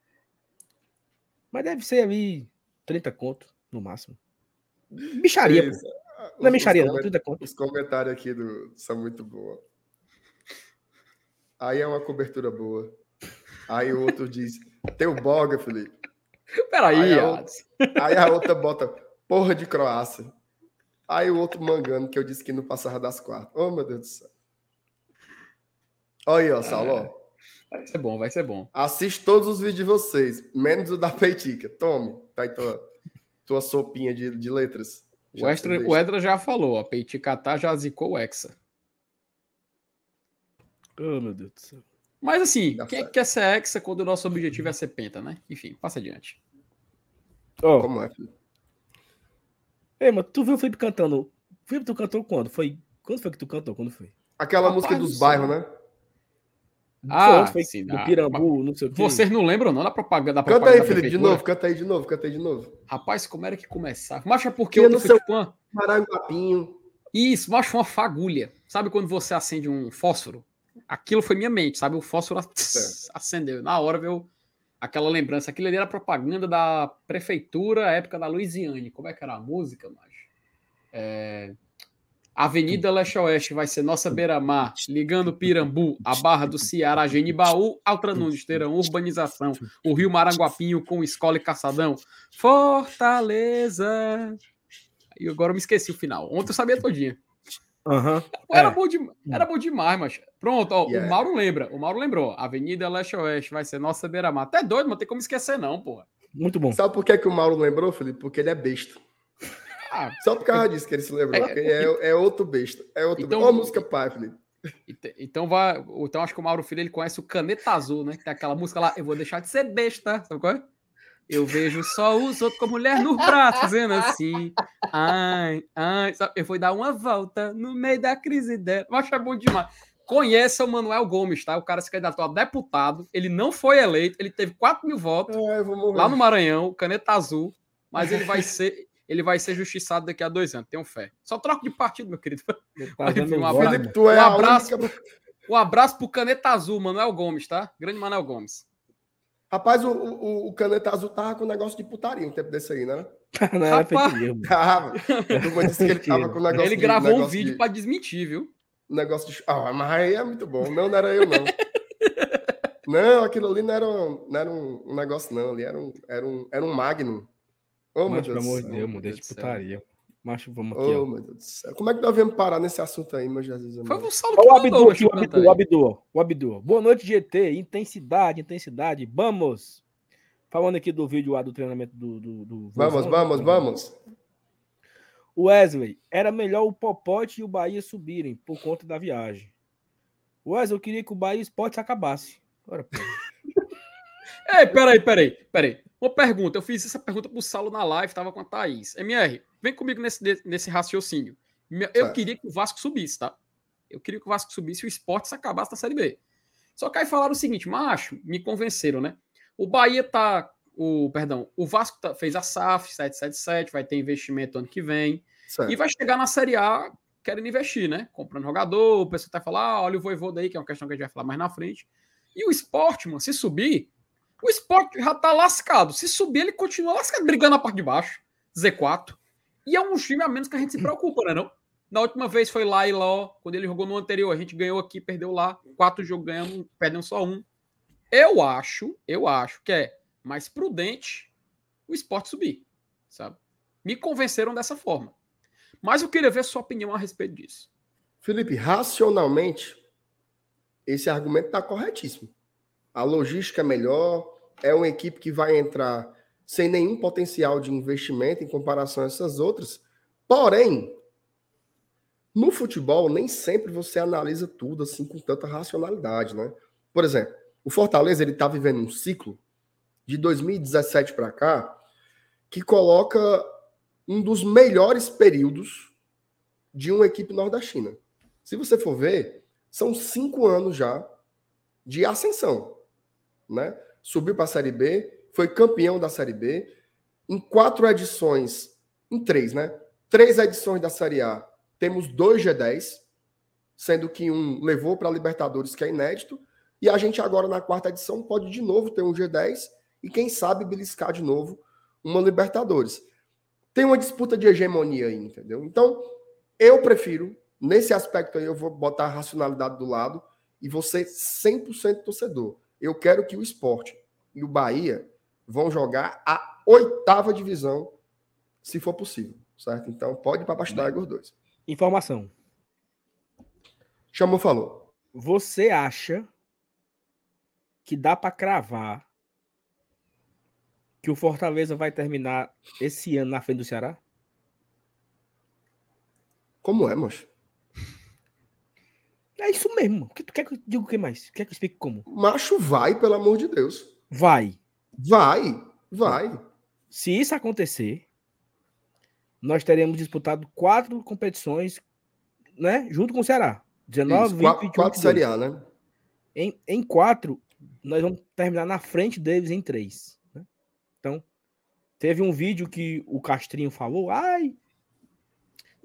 Mas deve ser ali trinta conto, no máximo. Bicharia, Isso. pô. Não é bicharia, não, trinta conto. Os comentários aqui do... são muito bons. Aí é uma cobertura boa. Aí o outro diz, teu boga, Felipe. Peraí, aí a, outra, aí a outra bota, porra de Croácia. Aí o outro mangando, que eu disse que não passava das quartas. Oh, meu Deus do céu. Olha aí, ó, Saulo. Ah, vai ser bom, vai ser bom. Assiste todos os vídeos de vocês, menos o da Peitica. Tome, tá aí tua, tua sopinha de, de letras. O Edra, o Edra já falou, a Peitica tá, já zicou o Hexa. Oh, meu Deus do céu. Mas assim, Dá quem é que quer ser Hexa quando o nosso objetivo é ser Penta, né? Enfim, passa adiante. Oh. Como é, Felipe? Ei, mas tu viu o Felipe cantando? Felipe, tu cantou quando? Foi... Quando foi que tu cantou? Quando foi? Aquela Rapaz, música dos bairros, né? Ah, foi sim. Do Pirambu, não sei o que. Vocês não lembram não da propaganda da Canta propaganda aí, Felipe, de novo, canta aí de novo, canta aí de novo. Rapaz, como era que começava? Mas é porque eu no seu Maranguapinho. Isso, mas foi uma fagulha. Sabe quando você acende um fósforo? Aquilo foi minha mente, sabe? O fósforo tss, acendeu. Na hora veio aquela lembrança. Aquilo ali era propaganda da prefeitura, época da Luiziane. Como é que era a música, macho? É... Avenida Leste-Oeste vai ser nossa beira-mar, ligando Pirambu, a Barra do Ceará, Genibaú, Altra Nunes, terão urbanização, o Rio Maranguapinho com escola e caçadão. Fortaleza. E agora eu me esqueci o final. Ontem eu sabia todinha. Uhum, Era, é. bom de... Era bom demais, mas. Pronto, ó, Yeah. o Mauro lembra. O Mauro lembrou. Avenida Leste-Oeste vai ser nossa beira-mar. Até doido, não tem como esquecer, não, porra. Muito bom. Sabe por que, que o Mauro lembrou, Felipe? Porque ele é besta. Ah, Só por causa disso que ele se lembrou. É, porque é, é outro besta. É outro Então- Ó a música pai, Felipe. ent- então, vai... então acho que o Mauro Filho ele conhece o Caneta Azul, né? Que tem aquela música lá, eu vou deixar de ser besta. Sabe qual é? Eu vejo só os outros com a mulher no braço, fazendo assim. Ai, ai. Sabe? Eu vou dar uma volta no meio da crise dela. Eu acho é bom demais. Conheça o Manuel Gomes, tá? O cara se candidatou a deputado. Ele não foi eleito. Ele teve quatro mil votos Ai, eu vou morrer. lá no Maranhão, Caneta Azul. Mas ele vai ser, ele vai ser justiçado daqui a dois anos. Tenho fé. Só troca de partido, meu querido. Tá Mas, enfim, dando um voz, abraço. Felipe, tu é Um a abraço, única... pro, um abraço pro Caneta Azul, Manuel Gomes, tá? Grande Manuel Gomes. Rapaz, o, o, o Caneta Azul tava com um negócio de putaria um tempo desse aí, né? Não era Rapaz. feito mesmo. Tava. A turma disse que ele tava com um negócio Ele de... gravou um negócio vídeo de, pra desmentir, viu? negócio de... Ah, mas aí é muito bom. Não, não era eu, não. Não, aquilo ali não era um, não era um, um negócio, não. Ali era um, era um, era um Magnum. Oh, meu Mas, pelo Deus amor do de céu. Deus, meu mudei Deus de do céu. putaria. Macho, vamos aqui, Oh, ó. meu Deus do céu. Como é que nós viemos parar nesse assunto aí, meu Jesus Foi amado? o Saulo Olha que o mandou, Abdu meu aqui, o chutando Abdu, aí. o Abdu, o Abdu. Boa noite, G T. Intensidade, intensidade. Vamos. Falando aqui do vídeo lá do treinamento do... do, do Vamos, Vozão, vamos, né? vamos. O Wesley, era melhor o Popote e o Bahia subirem por conta da viagem. Wesley, eu queria que o Bahia Esporte acabasse. Ora, pô. Ei, peraí, peraí, peraí. Uma pergunta. Eu fiz essa pergunta pro Saulo na live, tava com a Thaís. M R, vem comigo nesse, nesse raciocínio. Eu Certo. queria que o Vasco subisse, tá? Eu queria que o Vasco subisse e o Sport se acabasse na Série B. Só que aí falaram o seguinte, macho, me convenceram, né? O Bahia tá... O, perdão, o Vasco tá, fez a S A F sete sete sete, vai ter investimento ano que vem. Certo. E vai chegar na Série A querendo investir, né? Comprando jogador, o pessoal vai falar, ah, olha o Voivoda aí, que é uma questão que a gente vai falar mais na frente. E o Sport, mano, se subir, o Sport já tá lascado. Se subir, ele continua lascado, brigando na parte de baixo, Z quatro. E é um time a menos que a gente se preocupa, né, não? Na última vez foi lá e lá, quando ele jogou no anterior, a gente ganhou aqui, perdeu lá, quatro jogos ganhamos, perdemos só um. Eu acho, eu acho que é mais prudente o Sport subir, sabe? Me convenceram dessa forma. Mas eu queria ver sua opinião a respeito disso. Felipe, racionalmente, esse argumento está corretíssimo. A logística é melhor, é uma equipe que vai entrar sem nenhum potencial de investimento em comparação a essas outras. Porém, no futebol, nem sempre você analisa tudo assim com tanta racionalidade, né? Por exemplo, o Fortaleza ele está vivendo um ciclo de dois mil e dezessete para cá que coloca um dos melhores períodos de uma equipe nordestina. Se você for ver, são cinco anos já de ascensão, né? Subiu para a Série B, foi campeão da Série B, em quatro edições, em três, né? Três edições da Série A, temos dois G dez, sendo que um levou para a Libertadores, que é inédito, e a gente agora na quarta edição pode de novo ter um G dez e quem sabe beliscar de novo uma Libertadores. Tem uma disputa de hegemonia aí, entendeu? Então, eu prefiro, nesse aspecto aí, eu vou botar a racionalidade do lado e vou ser cem por cento torcedor. Eu quero que o Sport e o Bahia vão jogar a oitava divisão, se for possível, certo? Então, pode ir para baixo da água os dois. Informação. Chamou, falou. Você acha que dá para cravar que o Fortaleza vai terminar esse ano na frente do Ceará? Como é, moço? É isso mesmo. Tu quer que eu diga o que mais? Quer que eu explique como? Macho vai, pelo amor de Deus. Vai. Vai, vai. Se isso acontecer, nós teremos disputado quatro competições, né? Junto com o Ceará. dezenove, Isso, vinte, quatro, vinte e um, quatro vinte e dois. Série A, né? Em, em quatro, nós vamos terminar na frente deles em três. Né? Então, teve um vídeo que o Castrinho falou, ai,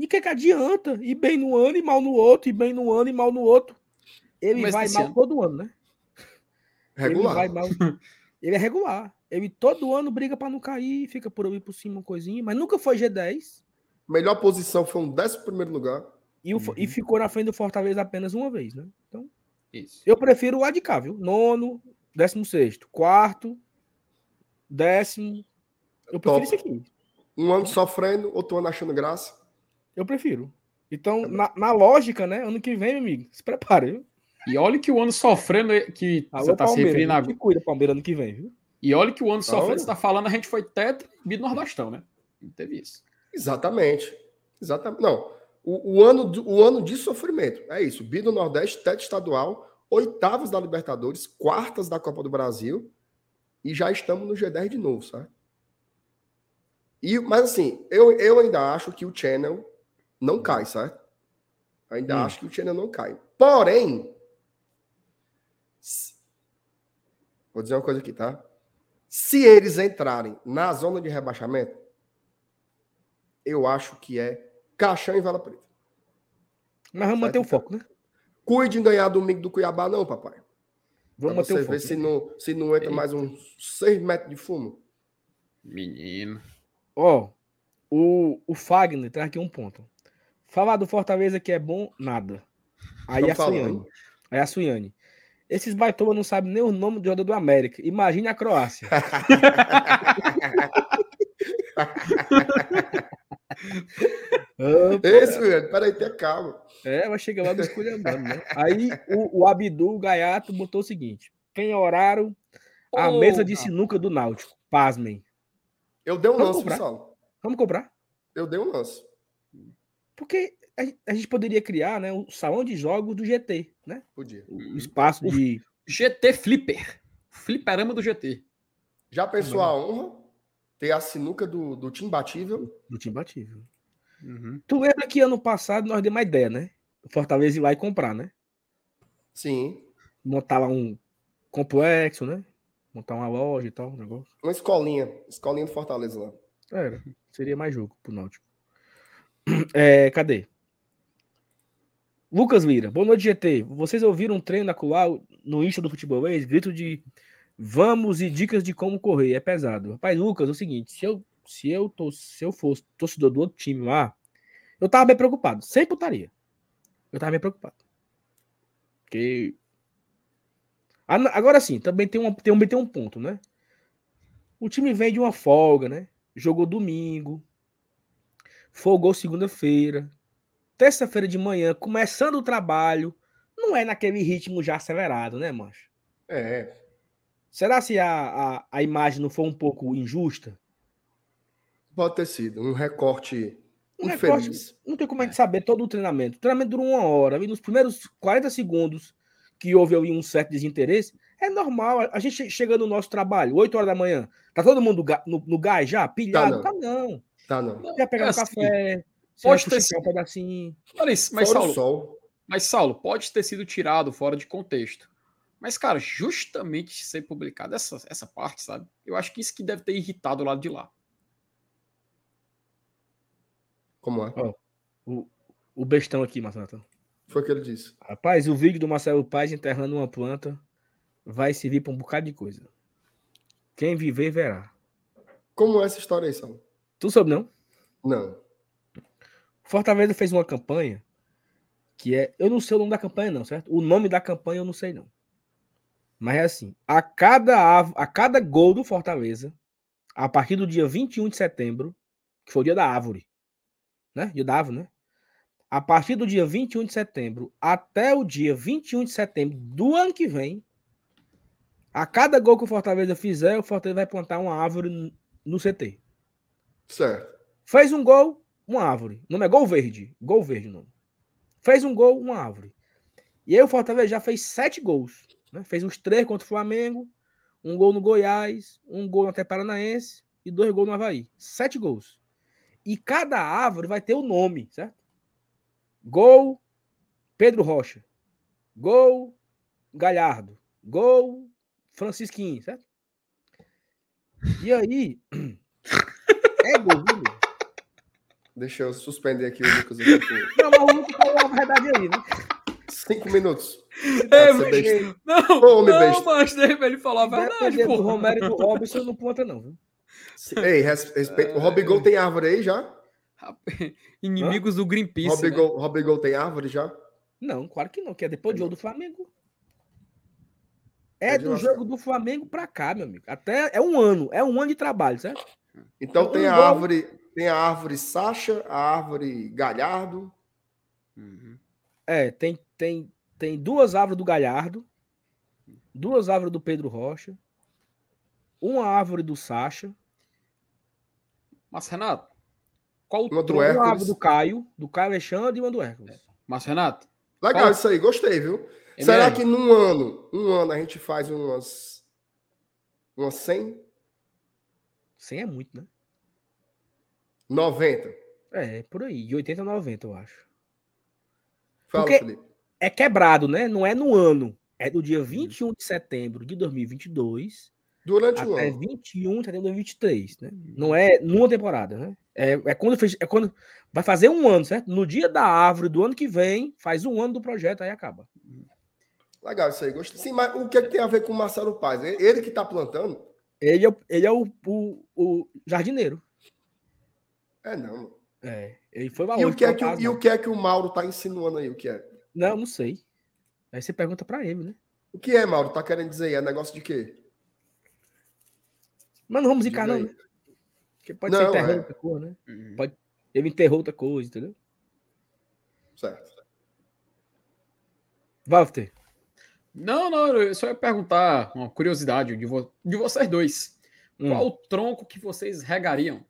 E que que adianta? Ir bem no ano e mal no outro, ir bem no ano e mal no outro. Ele Mas vai esse mal ano- todo ano, né? Regular. Ele vai mal. Ele é regular. Ele todo ano briga pra não cair, fica por ali por cima, uma coisinha, mas nunca foi G dez. Melhor posição foi um décimo primeiro lugar. E, o, Uhum. e ficou na frente do Fortaleza apenas uma vez, né? Então, Isso. eu prefiro o lá de cá, viu? Nono, décimo sexto, quarto, décimo. Eu prefiro Top. isso aqui. Um ano sofrendo, outro ano achando graça. Eu prefiro. Então, na, na lógica, né? Ano que vem, meu amigo, se prepare, viu? E olha que o ano sofrendo que Alô, você está se Palmeiras, referindo viu? agora. Se cuida, Palmeiras, ano que vem, viu? E olha que o ano sofrendo Olha. você está falando, a gente foi tetra e bi do Nordestão, né? Não teve isso. Exatamente. Exatamente. Não. O, o, ano, do- o ano de sofrimento. É isso. Bi do Nordeste, teto estadual, oitavos da Libertadores, quartas da Copa do Brasil. E já estamos no G dez de novo, sabe? E, mas assim, eu, eu ainda acho que o Channel não cai, certo? Ainda Hum. acho que o Channel não cai. Porém, se- vou dizer uma coisa aqui, tá? Se eles entrarem na zona de rebaixamento, eu acho que é caixão e vela preta. Mas vamos manter o Certo? foco, né? Cuide em ganhar domingo do Cuiabá, não, papai. Pra Vamos manter você o foco. ver se né? não, se não entra mais uns seis metros de fumo. Menino. Ó, o, o Fagner traz aqui um ponto. Falar do Fortaleza que é bom, nada. Aí Tão a Suiane. falando. Aí a Suiane. Esses baitolas não sabem nem o nome do jogador do América. Imagine a Croácia. Opa, Esse, velho, peraí, tenha calma. é, vai chegar lá do esculhambando, né? Aí o, o Abdul Gaiato botou o seguinte: penhoraram a mesa de sinuca do Náutico. Pasmem. Eu dei um Vamos lance, comprar. pessoal. Vamos comprar? Eu dei um lance. Porque a, a gente poderia criar, né, o salão de jogos do G T, né? Podia. O, o espaço O- de. G T Flipper. Fliperama do G T. Já pensou a honra? Ter a sinuca do, do time batível? Do time batível. Uhum. Tu lembra que ano passado nós demos uma ideia, né? O Fortaleza ir lá e comprar, né? Sim. Montar lá um complexo, né? Montar uma loja e tal, um negócio. Uma escolinha. Escolinha do Fortaleza lá. Era. Seria mais jogo pro Náutico. É, cadê? Lucas Lira, boa noite, G T. Vocês ouviram um treino na Culau no Insta do Futebolês? Grito de vamos e dicas de como correr. É pesado. Rapaz, Lucas, é o seguinte: se eu, se eu, tô, se eu fosse torcedor do outro time lá, eu tava bem preocupado. Sem putaria. Eu tava bem preocupado. Porque. Agora sim, também tem, uma, tem, um, tem um ponto, né? O time vem de uma folga, né? Jogou domingo. Folgou segunda-feira. Terça-feira de manhã, começando o trabalho. Não é naquele ritmo já acelerado, né, mancho? É. Será se a, a, a imagem não foi um pouco injusta? Pode ter sido. Um recorte Um recorte, infeliz. não tem como a gente saber todo o treinamento. O treinamento durou uma hora. E nos primeiros quarenta segundos que houve ali um certo desinteresse, é normal. A gente chega no nosso trabalho, oito horas da manhã. Tá todo mundo no, no gás já? Pilhado? Tá, Tá não. Tá, não. Não, Já pegar é um assim, café, você vai pode ter fuxicar um sido. pedacinho. Olha isso, mas Fora o Saulo, sol. mas Saulo, pode ter sido tirado fora de contexto. Mas, cara, justamente ser publicado essa, essa parte, sabe? Eu acho que isso que deve ter irritado o lado de lá. Como é? Ó, o, o bestão aqui, Marcelo. Foi o que ele disse. Rapaz, o vídeo do Marcelo Paz enterrando uma planta vai servir para um bocado de coisa. Quem viver, verá. Como é essa história aí, Saulo? Tu soube, não? Não. Fortaleza fez uma campanha que é... Eu não sei o nome da campanha, não, certo? O nome da campanha eu não sei, não. Mas é assim, a cada, a cada gol do Fortaleza, a partir do dia vinte e um de setembro, que foi o dia da árvore, né? Dia da árvore, né? A partir do dia vinte e um de setembro até o dia vinte e um de setembro do ano que vem, a cada gol que o Fortaleza fizer, o Fortaleza vai plantar uma árvore no C T. Certo. Fez um gol, uma árvore. O nome é Gol Verde. Gol Verde o nome. Fez um gol, uma árvore. E aí o Fortaleza já fez sete gols. Né? Fez uns três contra o Flamengo, um gol no Goiás, um gol no Atlético Paranaense e dois gols no Avaí. Sete gols. E cada árvore vai ter o nome, certo? Gol Pedro Rocha. Gol Galhardo. Gol Francisquinho, certo? E aí... É gol, viu? Deixa eu suspender aqui o Lucas. Aqui por... Não, mas o Lucas falou a verdade aí, né? Cinco minutos. É, Você besta. não, Ô, homem não, besta. mas deixa ele falar a verdade, Dependendo pô. do Romero e do Robson, não ponta, não. Viu? Ei, res- respeito. O Robigol tem árvore aí já? Inimigos do Greenpeace, né? Robigol, Robigol tem árvore já? Não, claro que não, que é depois do jogo do Flamengo. É, É de do lascar. jogo do Flamengo pra cá, meu amigo. Até é um ano, é um ano de trabalho, certo? Então Um tem a gol. árvore, tem a árvore Sacha, a árvore Galhardo. Uhum. É, tem, tem, tem duas árvores do Galhardo, duas árvores do Pedro Rocha, uma árvore do Sacha, Mas, Renato, qual o Uma do tronco? uma árvore Hércules. do Caio, do Caio Alexandre e uma do Hércules. Mas, Renato, Legal Qual- isso aí, gostei, viu? É Será mesmo? que num ano, um ano a gente faz umas umas cem, cem é muito, né? noventa? É, por aí, de oitenta a noventa, eu acho. Fala, Porque- Felipe. É quebrado, né? Não é no ano. É do dia vinte e um de setembro de dois mil e vinte e dois Durante o até ano. vinte e um de setembro de dois mil e vinte e três, né? Não é numa temporada, né? É, é, quando fez, é quando vai fazer um ano, certo? No dia da árvore do ano que vem, faz um ano do projeto, aí acaba. Legal isso aí, gostei. Sim, mas o que, é que tem a ver com o Marcelo Paz? Ele que tá plantando? Ele é, o- ele é o, o, o jardineiro. É, não. Mano. É, ele foi E o, aonde que é que, plantar o- as e o árvores. que é que o Mauro tá insinuando aí? O que é? Não, não sei. Aí você pergunta pra ele, né? O que é, Mauro? Tá querendo dizer aí? É negócio de quê? Mas não vamos Diga zicar, não, aí. né? Porque pode ser Não, enterrou é. outra coisa, né? Uhum. Pode, ele enterrou outra coisa, entendeu? Certo. Walter, Não, não, eu só ia perguntar uma curiosidade de, vo- de vocês dois. hum, Qual o tronco que vocês regariam?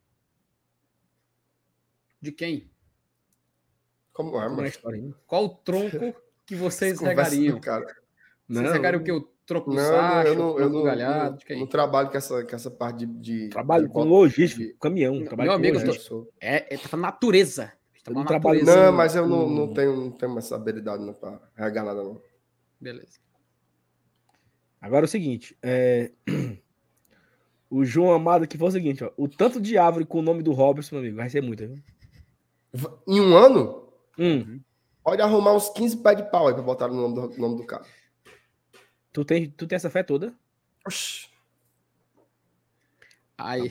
De quem? Como é, como é a mano? história, né? Qual o tronco que vocês Essa conversa do regariam? cara. Vocês Não, regariam o quê? O tronco do Não, eu não, Sacha, eu o não, eu tronco do não, Galhardo? não, De quem? não trabalho com essa, com essa parte de. de trabalho de com bota- logística, de- caminhão. Meu Trabalho com amigo, eu tô- logística. sou- É, é tá falando natureza. Tá Eu falando não trabalho natureza. Não, com- mas eu não, com- não, tenho, não tenho essa habilidade não para regar nada, não. Beleza. Agora é o seguinte, é... o João Amado aqui foi o seguinte, ó, o tanto de árvore com o nome do Robson, meu amigo, vai ser muito, viu? V- Em um ano, Hum, pode arrumar uns quinze pés de pau aí para botar no nome do, nome do cara. tu, tem, tu tem essa fé toda? Oxi. Aí.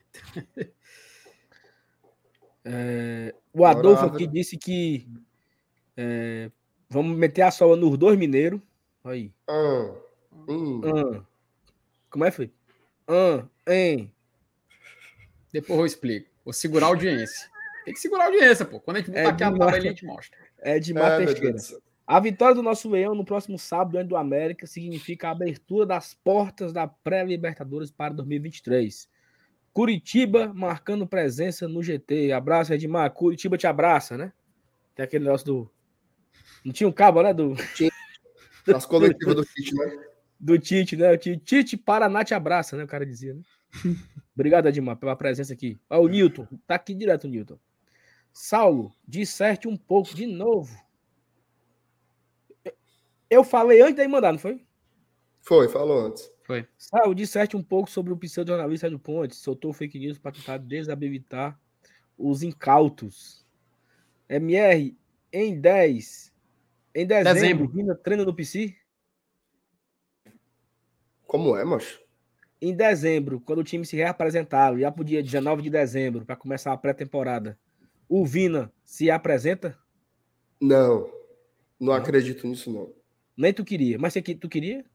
É, o Agora Adolfo a árvore- aqui disse que é, vamos meter a sola nos dois mineiros. Aí. Ah, hum. Ah. Como é, Felipe? Ah, hein? Depois eu explico. Vou segurar a audiência. Tem que segurar a audiência, pô. Quando a gente botar É aqui a demais. tabelinha, a gente mostra. É de É, Mar meu Teixeira. Deus do céu. A vitória do nosso Leão no próximo sábado diante do América significa a abertura das portas da pré-Libertadores para dois mil e vinte e três. Curitiba marcando presença no G T. Abraço, Edmar. Curitiba te abraça, né? Tem aquele negócio do... Não tinha um cabo, né? Do, As coletivas do Tite, né? do Tite, né? O Tite, Tite Paraná te abraça, né? O cara dizia, né? Obrigado, Edmar, pela presença aqui. Ó, o Newton. Tá aqui direto, o Newton. Saulo, disserte um pouco de novo. Eu falei antes daí mandar, não foi? Foi, falou antes. Foi. Saulo, disserte um pouco sobre o pseudo-jornalista do Ponte. Soltou fake news para tentar desabilitar os incautos. M R, em dez. Em dezembro, Dezembro. Vina treina no P C? Como é, macho? Em dezembro, quando o time se reapresentar, já pro dia dezenove de dezembro, para começar a pré-temporada, o Vina se apresenta? Não, não, Não? acredito nisso, não. Nem tu queria. Mas você que tu queria?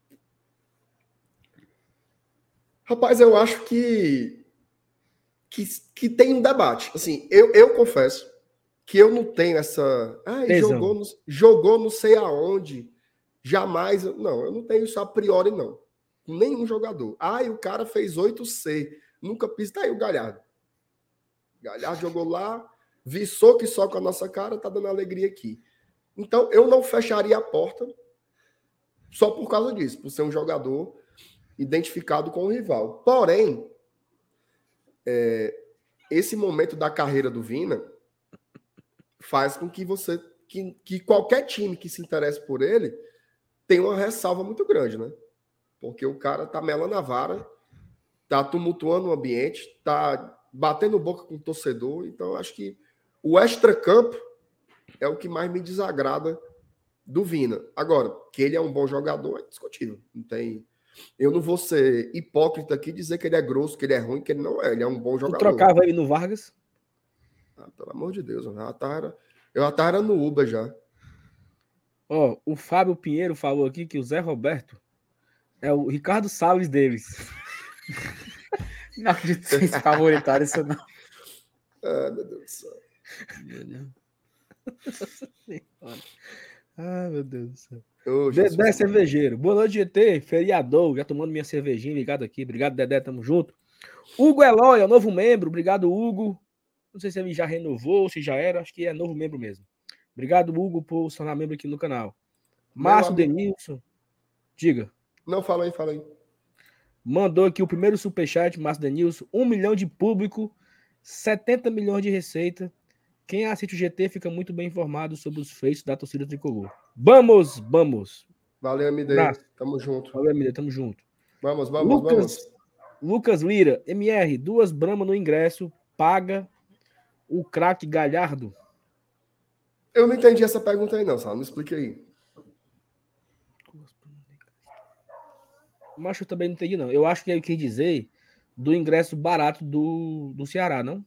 Rapaz, eu acho que, que, que tem um debate. Assim, eu, eu confesso que eu não tenho essa. Ah, Tesão. jogou, no, jogou não sei aonde. Jamais. eu- Não, eu não tenho isso a priori, não. Com nenhum jogador. Ah, e o cara fez oito C. Nunca pisa. Tá aí o Galhardo. Galhardo jogou lá, viçou que só com a nossa cara, tá dando alegria aqui. Então, eu não fecharia a porta só por causa disso, por ser um jogador identificado com o rival. Porém, é, esse momento da carreira do Vina faz com que você, que, que qualquer time que se interesse por ele tenha uma ressalva muito grande, né? Porque o cara tá melando a vara, tá tumultuando o ambiente, tá batendo boca com o torcedor. Então, acho que o extracampo é o que mais me desagrada do Vina. Agora, que ele é um bom jogador, é discutível. Não tem... Eu não vou ser hipócrita aqui e dizer que ele é grosso, que ele é ruim, que ele não é. Ele é um bom jogador. Tu trocava ele no Vargas? Ah, pelo amor de Deus, eu já tava, eu já tava no Uber já. Ó, o Fábio Pinheiro falou aqui que o Zé Roberto é o Ricardo Salles deles. Não acredito que vocês favoritaram isso, não. Ah, meu Deus do céu. Meu Deus. Ah, meu Deus do céu. Ô, Dedé Jesus. Cervejeiro. Boa noite, G T. Feriador. Já tomando minha cervejinha, ligado aqui. Obrigado, Dedé. Tamo junto. Hugo Eloy, é o novo membro. Obrigado, Hugo. Não sei se ele já renovou, se já era. Acho que é novo membro mesmo. Obrigado, Hugo, por se tornar membro aqui no canal. Márcio amigo. Denilson. Diga. Não, fala aí, fala aí. Mandou aqui o primeiro superchat, Márcio Denilson. Um milhão de público, setenta milhões de receita. Quem assiste o G T fica muito bem informado sobre os feitos da torcida tricolor. Vamos, vamos. Valeu, M D. Abraço. Tamo junto. Valeu, amigo. Tamo junto. Vamos, vamos, Lucas, vamos. Lucas Lira. M R, duas Brahma no ingresso. Paga o craque Galhardo. Eu não entendi essa pergunta aí, não, Sal. Me explique aí. Mas eu também não entendi, não. Eu acho que ele quer dizer do ingresso barato do, do Ceará, não?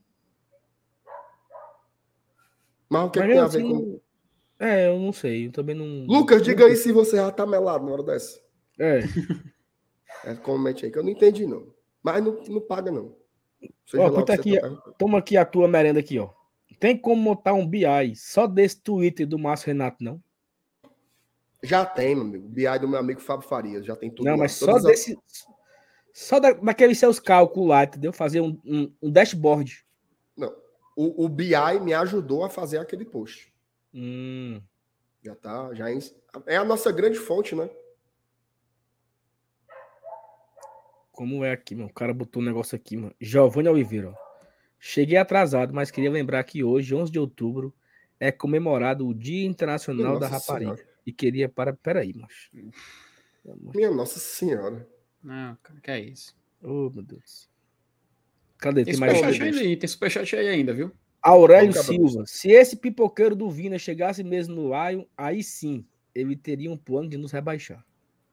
Mas o que, é que Mas tem a assim, ver com. não... É, eu não sei. Eu também não. Lucas, diga aí se você já tá melado na hora dessa. É. É, comente aí, que eu não entendi, não. Mas não, não paga, não. Seja Ó, lá o puta que aqui, você tá perguntando. toma aqui a tua merenda aqui, ó. Tem como montar um B I só desse Twitter do Márcio Renato, não? Já tem, meu amigo. O B I do meu amigo Fábio Farias. Já tem tudo Não, lá. mas só Todas as- desse. Só da, daqueles seus cálculos lá, entendeu? Fazer um, um, um dashboard. Não. O, o B I me ajudou a fazer aquele post. Hum. Já tá. Já é... é a nossa grande fonte, né? Como é aqui, mano? O cara botou um negócio aqui, mano. Giovanni Oliveira, ó. Cheguei atrasado, mas queria lembrar que hoje, onze de outubro, é comemorado o Dia Internacional Nossa da Rapariga. Senhora. E queria para. Peraí, macho. Minha Nossa Senhora. Não, cara, que é isso. Oh, meu Deus. Cadê? Tem Tem mais superchat um? aí, tem superchat aí ainda, viu? Aurélio Vamos, Silva. Se esse pipoqueiro do Vina chegasse mesmo no Lion, aí sim, ele teria um plano de nos rebaixar.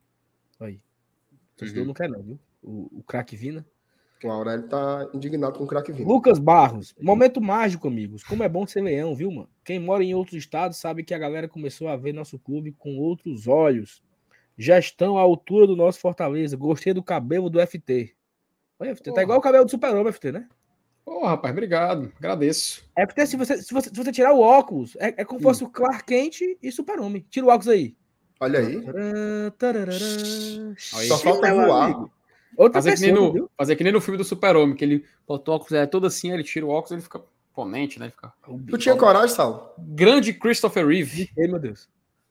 Aí. O torcedor Uhum. não quer, não, viu? O, o craque Vina. O Aurélio tá indignado com o craque vindo. Lucas Barros. Momento mágico, amigos. Como é bom ser leão, viu, mano? Quem mora em outros estados sabe que a galera começou a ver nosso clube com outros olhos. Já estão à altura do nosso Fortaleza. Gostei do cabelo do F T. Olha, F T, tá Porra. igual o cabelo do Super-Homem, F T, né? Ô, rapaz, obrigado. Agradeço. F T, se você, se você, se você tirar o óculos, é, é como se fosse o Clark Kent e Super-Homem. Tira o óculos aí. Olha aí. Tarará, tarará. Aí. Só falta Meu voar. amigo. Outra Fazer que, nem pessoa, no, viu? fazer que nem no filme do Super-Homem, que ele bota o óculos, é todo assim, ele tira o óculos, ele fica imponente, né? Ele fica... Tu tinha coragem, Sal? Grande Christopher Reeve. Ei, meu Deus.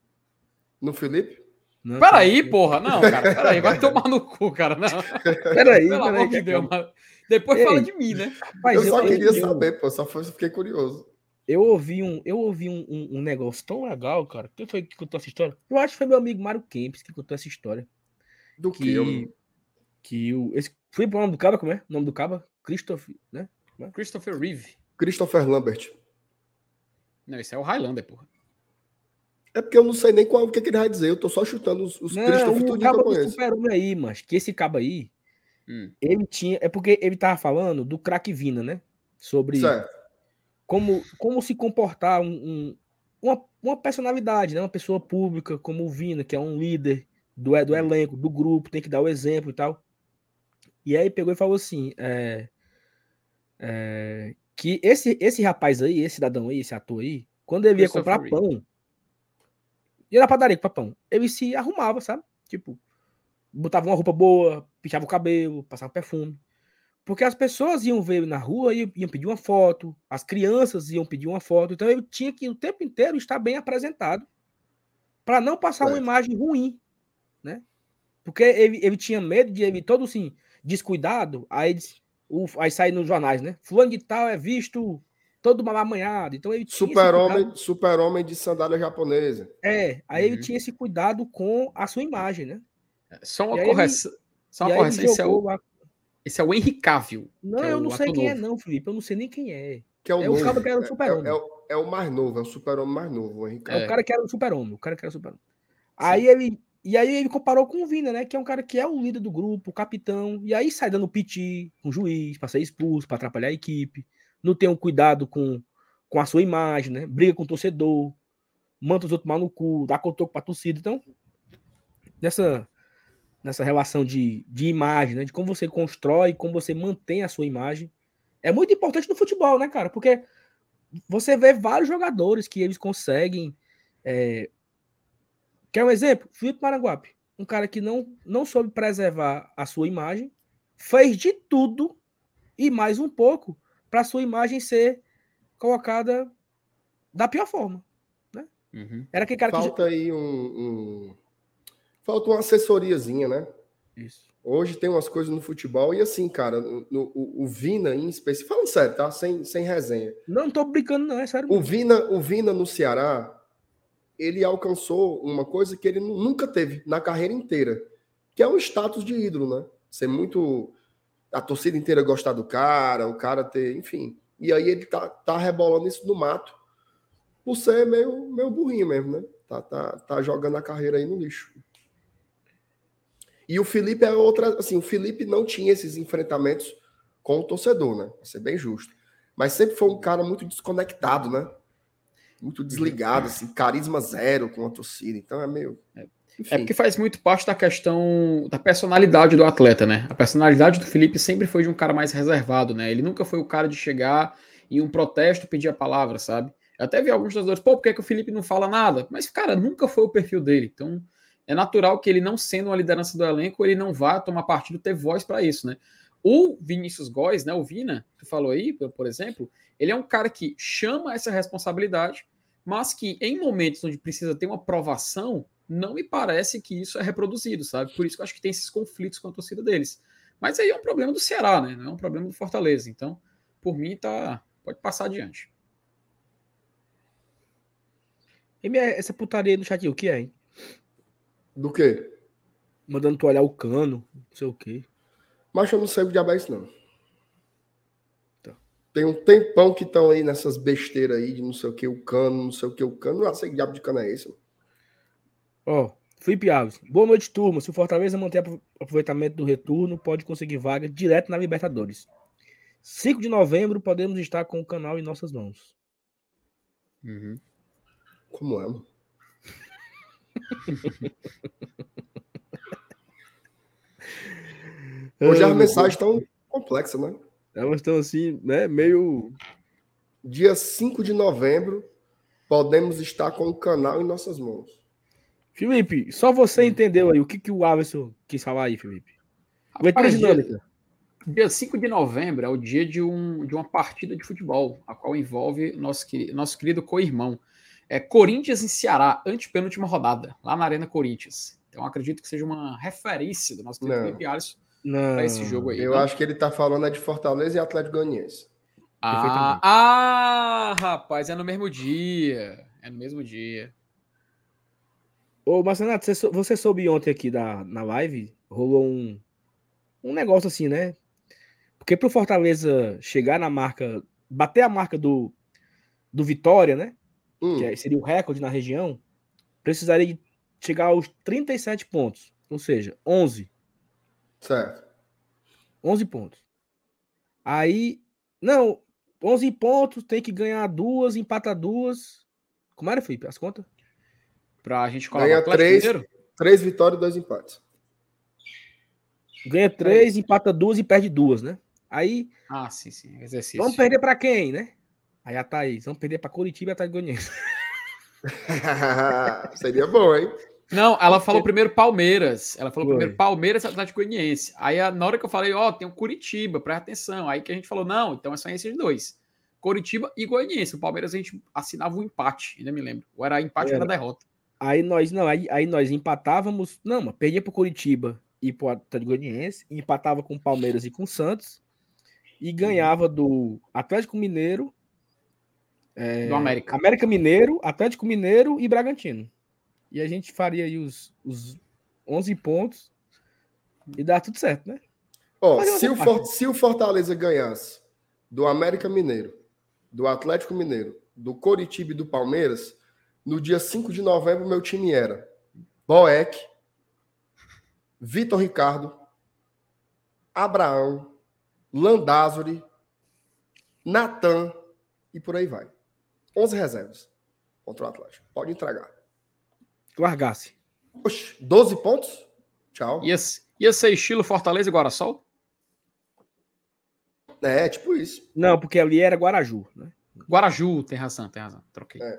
No Felipe? Não, Peraí, porra. Não, cara, peraí. Vai tomar no cu, cara. Não. Peraí, Pelo peraí. amor de Deus, mano. Depois Ei. fala de mim, né? Rapaz, eu só queria eu, saber, pô. Só foi, fiquei curioso. Eu ouvi, um, eu ouvi um, um, um negócio tão legal, cara. Quem foi que contou essa história? Eu acho que foi meu amigo Mário Kempis que contou essa história. Do Que, que? que o. Esse, foi pro nome do Caba, como é? O nome do Caba? Christopher, né? Christopher Reeve. Christopher Lambert. Não, esse é o Highlander, porra. É porque eu não sei nem qual, o que, que ele vai dizer. Eu tô só chutando os, os Não, Christopher o tudinho que Caba eu do conheço. Super-Homem aí, mas que esse Caba aí, Hum. ele tinha. É porque ele tava falando do craque Vina, né? Sobre Certo. como, como se comportar um, um, uma, uma personalidade, né? Uma pessoa pública como o Vina, que é um líder do, do elenco, do grupo, tem que dar o exemplo e tal. E aí pegou e falou assim, é, é, que esse, esse rapaz aí, esse cidadão aí, esse ator aí, quando ele ia comprar Christopher pão, ia na padaria comprar pão, ele se arrumava, sabe? Tipo, botava uma roupa boa, pintava o cabelo, passava perfume. Porque as pessoas iam ver ele na rua e iam pedir uma foto, as crianças iam pedir uma foto, então ele tinha que o tempo inteiro estar bem apresentado para não passar uma Certo. imagem ruim, né? Porque ele, ele tinha medo de ele todo assim, descuidado, aí, o, aí sai nos jornais, né? Fulano de tal é visto todo mal amanhado, então ele tinha esse Super-homem cuidado. super-homem de sandália japonesa. É, aí Uhum. ele tinha esse cuidado com a sua imagem, né? Só uma E aí ele- correção. Só E uma aí ele correção. Esse é, jogou o, lá. Esse é o Henry Cavill. Não, é eu não sei quem novo. é não, Felipe. Eu não sei nem quem é. Que é o, é novo, o cara que era o é, super-homem. É, é, é, o mais novo, é o super-homem mais novo. O Henrique. É. é o cara que era o super-homem. O cara que era o super-homem. Sim. Aí ele... E aí ele comparou com o Vina, né? Que é um cara que é o líder do grupo, o capitão. E aí sai dando piti com o juiz, pra ser expulso, pra atrapalhar a equipe. Não tem um cuidado com, com a sua imagem, né? Briga com o torcedor. Manda os outros mal no cu, dá cotoco pra torcida. Então, nessa, nessa relação de, de imagem, né? De como você constrói, como você mantém a sua imagem. É muito importante no futebol, né, cara? Porque você vê vários jogadores que eles conseguem... É... Quer um exemplo? Felipe Maranguape. Um cara que não, não soube preservar a sua imagem, fez de tudo e mais um pouco para a sua imagem ser colocada da pior forma. Né? Uhum. Era aquele cara Falta que... aí um, um... Falta uma assessoriazinha, né? Isso. Hoje tem umas coisas no futebol e assim, cara, no, no, o, o Vina em específico... Falando sério, tá? Sem, sem resenha. Não, não tô brincando não, é sério. O Vina, o Vina no Ceará, ele alcançou uma coisa que ele nunca teve na carreira inteira, que é um status de ídolo, né? Ser muito... A torcida inteira gostar do cara, o cara ter... Enfim. E aí ele tá, tá rebolando isso no mato por ser meio, meio burrinho mesmo, né? Tá, tá, tá jogando a carreira aí no lixo. E o Felipe é outra... Assim, o Felipe não tinha esses enfrentamentos com o torcedor, né? Pra ser bem justo. Mas sempre foi um cara muito desconectado, né? Muito desligado, assim, carisma zero com a torcida. Então é meio... Enfim. É porque faz muito parte da questão da personalidade do atleta, né? A personalidade do Felipe sempre foi de um cara mais reservado, né? Ele nunca foi o cara de chegar em um protesto e pedir a palavra, sabe? Eu até vi alguns torcedores, pô, por que, que o Felipe não fala nada? Mas, cara, nunca foi o perfil dele. Então, é natural que ele, não sendo uma liderança do elenco, ele não vá tomar partido, ter voz para isso, né? O Vinícius Góes, né? O Vina, que tu falou aí, por exemplo, ele é um cara que chama essa responsabilidade, mas que em momentos onde precisa ter uma aprovação, não me parece que isso é reproduzido, sabe? Por isso que eu acho que tem esses conflitos com a torcida deles. Mas aí é um problema do Ceará, né? Não é um problema do Fortaleza. Então, por mim, tá... pode passar adiante. E essa putaria aí no chat, o que é, hein? Do quê? Mandando tu olhar o cano, não sei o quê. Mas eu não sei o diabo é isso, não. Tá. Tem um tempão que estão aí nessas besteiras aí de não sei o que, o cano, não sei o que, o cano. Não sei que diabo de cano é esse. Ó, oh, Felipe Alves. Boa noite, turma. Se o Fortaleza manter aproveitamento do retorno, pode conseguir vaga direto na Libertadores. cinco de novembro, podemos estar com o canal em nossas mãos. Uhum. Como é, mano? Hoje as mensagens estão complexas, né? Elas estão assim, né? Meio. Dia cinco de novembro, podemos estar com o canal em nossas mãos. Felipe, só você hum. entendeu aí o que, que o Alisson quis falar aí, Felipe. Leitura dinâmica. Dia cinco de novembro é o dia de, um, de uma partida de futebol, a qual envolve nosso, nosso querido co-irmão. É Corinthians em Ceará, antepenúltima rodada, lá na Arena Corinthians. Então acredito que seja uma referência do nosso querido Felipe Alisson para esse jogo aí. Eu não? acho que ele tá falando é de Fortaleza e Atlético Goianiense. Ah, ah, rapaz, é no mesmo dia. É no mesmo dia. Ô, Marcenato, você, você soube ontem aqui da, na live, rolou um, um negócio assim, né? Porque pro Fortaleza chegar na marca, bater a marca do, do Vitória, né? Hum. Que seria o recorde na região, precisaria de chegar aos trinta e sete pontos. Ou seja, onze. Certo. onze pontos. Aí, não, onze pontos, tem que ganhar duas, empata duas. Como era, Felipe, as contas? Pra gente colar ganha três, três vitórias e dois empates. Ganha três, empata duas e perde duas, né? Aí. Ah, sim, sim. Exercício. Vamos perder pra quem, né? Aí a Thaís, vamos perder pra Curitiba e Atlético Goianiense. Seria bom, hein? Não, ela falou primeiro Palmeiras. Ela falou Foi. primeiro Palmeiras e Atlético Goianiense. Aí na hora que eu falei, ó, oh, tem o Curitiba, presta atenção. Aí que a gente falou, não, então é só esses dois. Curitiba e Goianiense. O Palmeiras a gente assinava um empate, ainda me lembro. Ou era empate ou era derrota. Aí nós, não, aí, aí nós empatávamos, não, mas perdia pro Curitiba e pro Atlético Goianiense, empatava com o Palmeiras e com o Santos, e ganhava do Atlético Mineiro, é, do América. América Mineiro, Atlético Mineiro e Bragantino. E a gente faria aí os, os onze pontos e dá tudo certo, né? Ó, Ó, se o, For, se o Fortaleza ganhasse do América Mineiro, do Atlético Mineiro, do Coritiba e do Palmeiras, no dia cinco de novembro, meu time era Boeck, Vitor Ricardo, Abraão, Landázuri, Natan e por aí vai. onze reservas contra o Atlético. Pode entregar. Largasse. Oxe, doze pontos? Tchau. Ia, ia ser estilo Fortaleza e Guarasol? É, tipo isso. Não, porque ali era Guaraju, né? Guaraju, tem razão, tem razão. Troquei. É.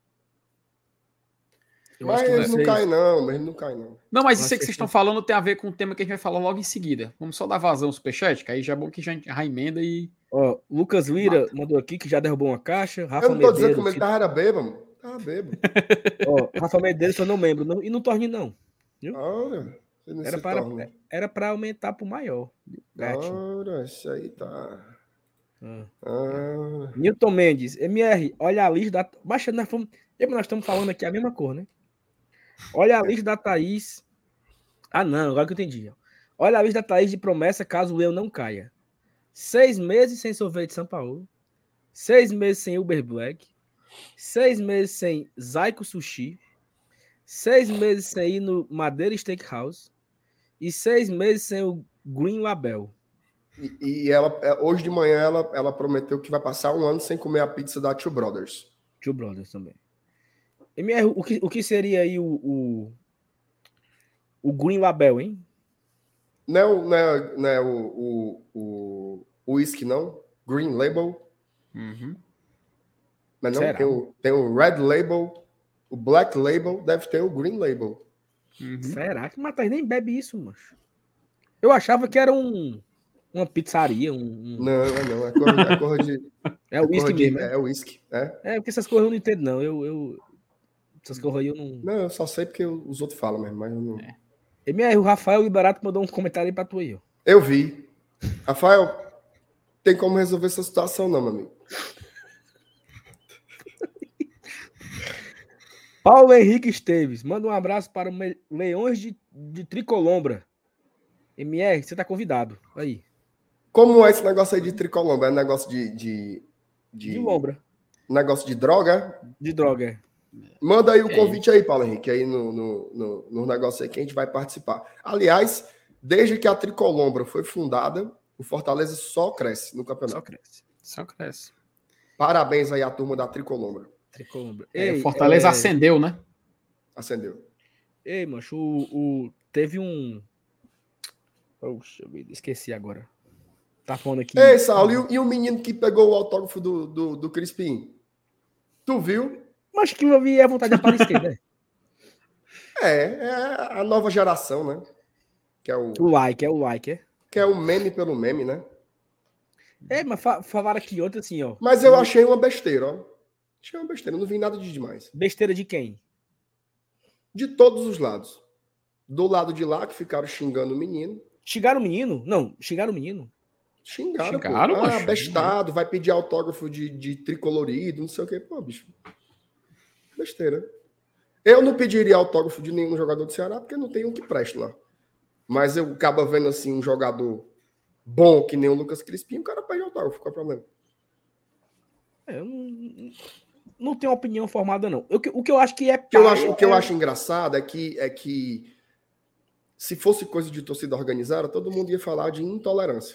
Eu mas acho que ele vocês... não cai, não, mas ele não cai, não. Não, mas Eu isso aí que vocês estão falando tem a ver com o tema que a gente vai falar logo em seguida. Vamos só dar vazão ao superchat, que aí já é bom que já, já emenda e. Ó, Lucas Lira Mata. mandou aqui que já derrubou uma caixa. Rafa Eu não tô Medeiros, dizendo como ele tava era bêbado, mano. Tava bêbado. Ó, Rafa Medeiros, eu não membro. Não, e não torne, não. Viu? Olha, não era, para, era para aumentar pro maior. Ora, isso aí tá. Ah. Ah. Nilton Mendes, M R, olha a lista da. Baixa, nós, fomos... nós estamos falando aqui a mesma cor, né? Olha a lista da Thaís. Ah, não, agora que eu entendi. Olha a lista da Thaís de promessa caso o Leão não caia. Seis meses sem sorvete de São Paulo. Seis meses sem Uber Black. Seis meses sem Zaiko Sushi. Seis meses sem ir no Madeira Steakhouse. E seis meses sem o Green Label. E, e ela, hoje de manhã ela, ela prometeu que vai passar um ano sem comer a pizza da Two Brothers. Two Brothers também. M R, o que, o que seria aí o, o, o Green Label, hein? Não é o, não é, não é o, o, o, o whisky, não? Green Label. Uhum. Mas não, tem o, tem o Red Label, o Black Label, deve ter o Green Label. Uhum. Será que o Matheus nem bebe isso, macho? Eu achava que era um, uma pizzaria. Um, um... Não, não, é cor, é cor de... É o whisky mesmo, É o whisky, é? É, porque essas coisas eu não entendo, não. Eu... eu... Essas coisas aí eu não... Não, eu só sei porque os outros falam mesmo, mas eu não... É. M R, o Rafael Liberato mandou um comentário aí pra tu aí, ó. Eu vi. Rafael, tem como resolver essa situação não, meu amigo. Paulo Henrique Esteves, manda um abraço para o Leões de, de Tricolombra. M R, você tá convidado. Aí. Como é esse negócio aí de Tricolombra? É negócio de... De, de... de lombra. Negócio de droga? De droga, é. Manda aí o convite aí, Paulo Henrique, aí no, no, no, no negócio aí que a gente vai participar. Aliás, desde que a Tricolombra foi fundada, o Fortaleza só cresce no campeonato. Só cresce. Só cresce. Parabéns aí à turma da Tricolombra. Tricolombra. Ei, é, Fortaleza é... acendeu, né? Acendeu. Ei, mancho, o, o... teve um... Poxa, esqueci agora. Tá falando aqui... Ei, Saulo, e o, e o menino que pegou o autógrafo do, do, do Crispim? Tu viu? Mas que eu vi a vontade de aparecer, né? É, é a nova geração, né? Que é o... o like, é o like, é? Que é o meme pelo meme, né? É, mas fa falaram aqui ontem assim, ó. Mas eu achei uma besteira, ó. Achei uma besteira, não vi nada de demais. Besteira de quem? De todos os lados. Do lado de lá, que ficaram xingando o menino. Xingaram o menino? Não, xingaram o menino. Xingaram, xingaram pô. Ah, macho, bestado, vai pedir autógrafo de, de tricolorido, não sei o que. Pô, bicho. Besteira. Eu não pediria autógrafo de nenhum jogador do Ceará, porque não tem um que preste lá. Mas eu acabo vendo assim um jogador bom que nem o Lucas Crispim, o cara pede autógrafo, qual é o problema? É, eu não, não tenho opinião formada, não. Eu, o que eu acho que é... O que eu acho, o que eu acho engraçado é que, é que se fosse coisa de torcida organizada, todo mundo ia falar de intolerância.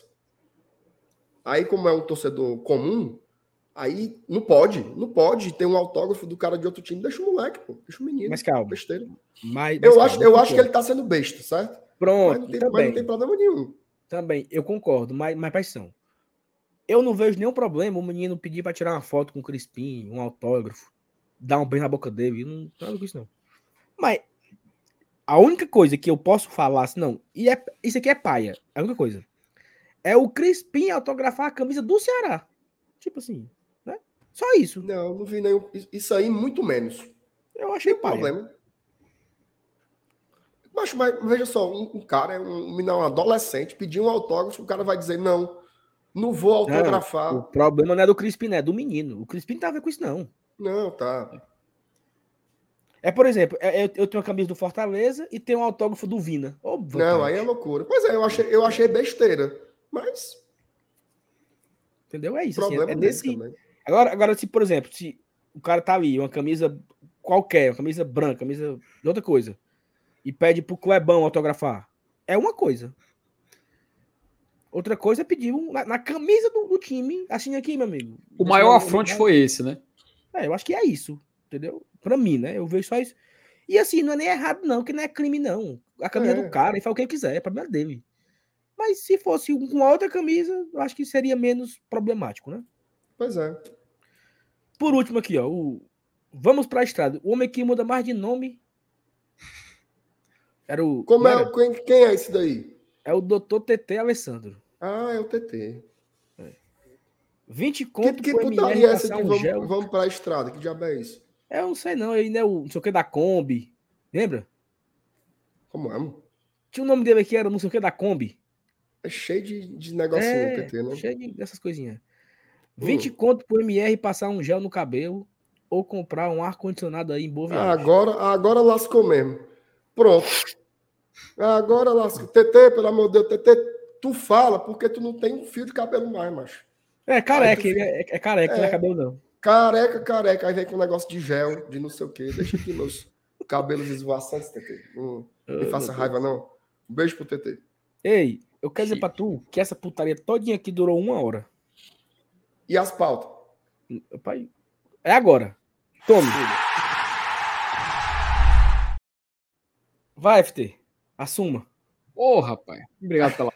Aí, como é um torcedor comum, aí não pode, não pode ter um autógrafo do cara de outro time. Deixa o moleque, pô. Deixa o menino. Mas calma. Besteira. Mas, mas eu calma, acho, eu acho que ele tá sendo besta, certo? Pronto, mas não tem, também. Mas não tem problema nenhum. Também, eu concordo, mas, mas paixão. Eu não vejo nenhum problema o menino pedir para tirar uma foto com o Crispim, um autógrafo, dar um beijo na boca dele. Não tem nada com isso, não. Mas a única coisa que eu posso falar, assim, não, e é, isso aqui é paia, a única coisa, é o Crispim autografar a camisa do Ceará. Tipo assim, né? Só isso. Não, não vi nenhum. Isso aí, muito menos. Eu achei tem paia. problema. Mas, mas veja só, um, um cara, um, um adolescente, pedir um autógrafo, o cara vai dizer, não, não vou autografar. Não, o problema não é do Crispim, não é do menino. O Crispim não tá a ver com isso, não. Não, tá. É, por exemplo, é, eu, eu tenho a camisa do Fortaleza e tenho um autógrafo do Vina. Ô, Não, vantagem. aí é loucura. Pois é, eu achei, eu achei besteira. Mas. Entendeu? É isso. Assim, é, Problema é dele nesse. também. Agora, agora, se, por exemplo, se o cara tá ali, uma camisa qualquer, uma camisa branca, camisa de outra coisa, e pede pro Clebão autografar, é uma coisa. Outra coisa é pedir um, na, na camisa do, do time, assim aqui, meu amigo. O Você maior vai- afronte foi esse, né? É, eu acho que é isso, entendeu? Pra mim, né? Eu vejo só isso. E assim, não é nem errado, não, que não é crime, não. A camisa do É, cara, ele faz o que ele quiser, é problema dele. Mas se fosse com uma outra camisa, eu acho que seria menos problemático, né? pois é. Por último aqui, ó, o... vamos pra estrada. O homem que muda mais de nome era o... Como não é, era? o- quem, quem é esse daí? É o doutor T T Alessandro. Ah, é o T T. vinte Que, conto que pro M R putaria é essa passar de um vamos, gel. vamos pra estrada? Que diabo é isso? É, eu não sei não, ele não é o não sei o que da Kombi. Lembra? Como é, mano? Tinha o nome dele aqui, era não sei o que da Kombi. É cheio de, de negocinho o É, T T, né? cheio de- dessas coisinhas. vinte Hum. conto pro M R passar um gel no cabelo ou comprar um ar-condicionado aí em Boa Ah, Viagem. agora, agora lascou mesmo. Pronto. Agora lascou. T T, pelo amor de Deus, T T, tu fala porque tu não tem um fio de cabelo mais, macho. É Aí tu careca, ele fica, é, é careca, não é é, cabelo não. careca, careca. Aí vem com um negócio de gel, de não sei o quê. Deixa aqui meus cabelos esvoaçantes, T T. Não me Oh, faça meu raiva, Deus. não. Um beijo pro T T. Ei, eu quero dizer pra tu que essa putaria todinha aqui durou uma hora. E as pautas? Pai, é agora. Tome. Vai, F T. Assuma. Ô, rapaz. Obrigado pela.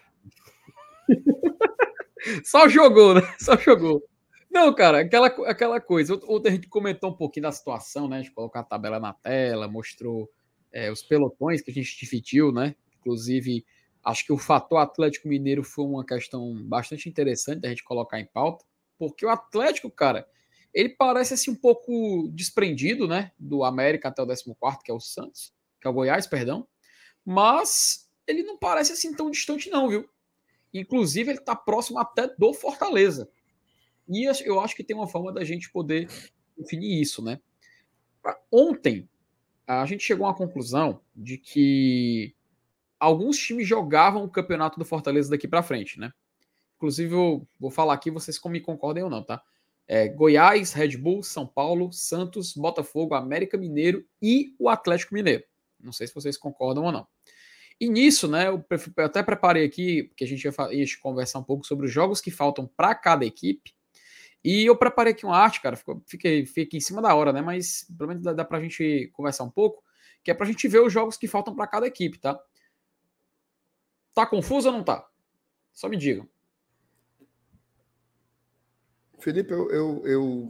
Só jogou, né? Só jogou. Não, cara, aquela, aquela coisa. Ontem a gente comentou um pouquinho da situação, né? A gente colocou a tabela na tela, mostrou é, os pelotões que a gente dividiu, né? Inclusive, acho que o fator Atlético Mineiro foi uma questão bastante interessante da gente colocar em pauta, porque o Atlético, cara, ele parece assim um pouco desprendido, né? Do América até o décimo quarto, que é o Santos, que é o Goiás, perdão. Mas ele não parece assim tão distante, não, viu? Inclusive, ele está próximo até do Fortaleza. E eu acho que tem uma forma da gente poder definir isso, né? Ontem, a gente chegou a uma conclusão de que alguns times jogavam o campeonato do Fortaleza daqui para frente, né? Inclusive, eu vou falar aqui, vocês me concordem ou não, tá? É, Goiás, Red Bull, São Paulo, Santos, Botafogo, América Mineiro e o Atlético Mineiro. Não sei se vocês concordam ou não. E nisso, né, eu até preparei aqui, porque a gente ia, ia conversar um pouco sobre os jogos que faltam para cada equipe. E eu preparei aqui uma arte, cara, ficou, fiquei, fiquei em cima da hora, né? Mas pelo menos dá, dá pra gente conversar um pouco, que é pra gente ver os jogos que faltam para cada equipe, tá? Tá confuso ou não tá? Só me digam. Felipe, eu. eu, eu...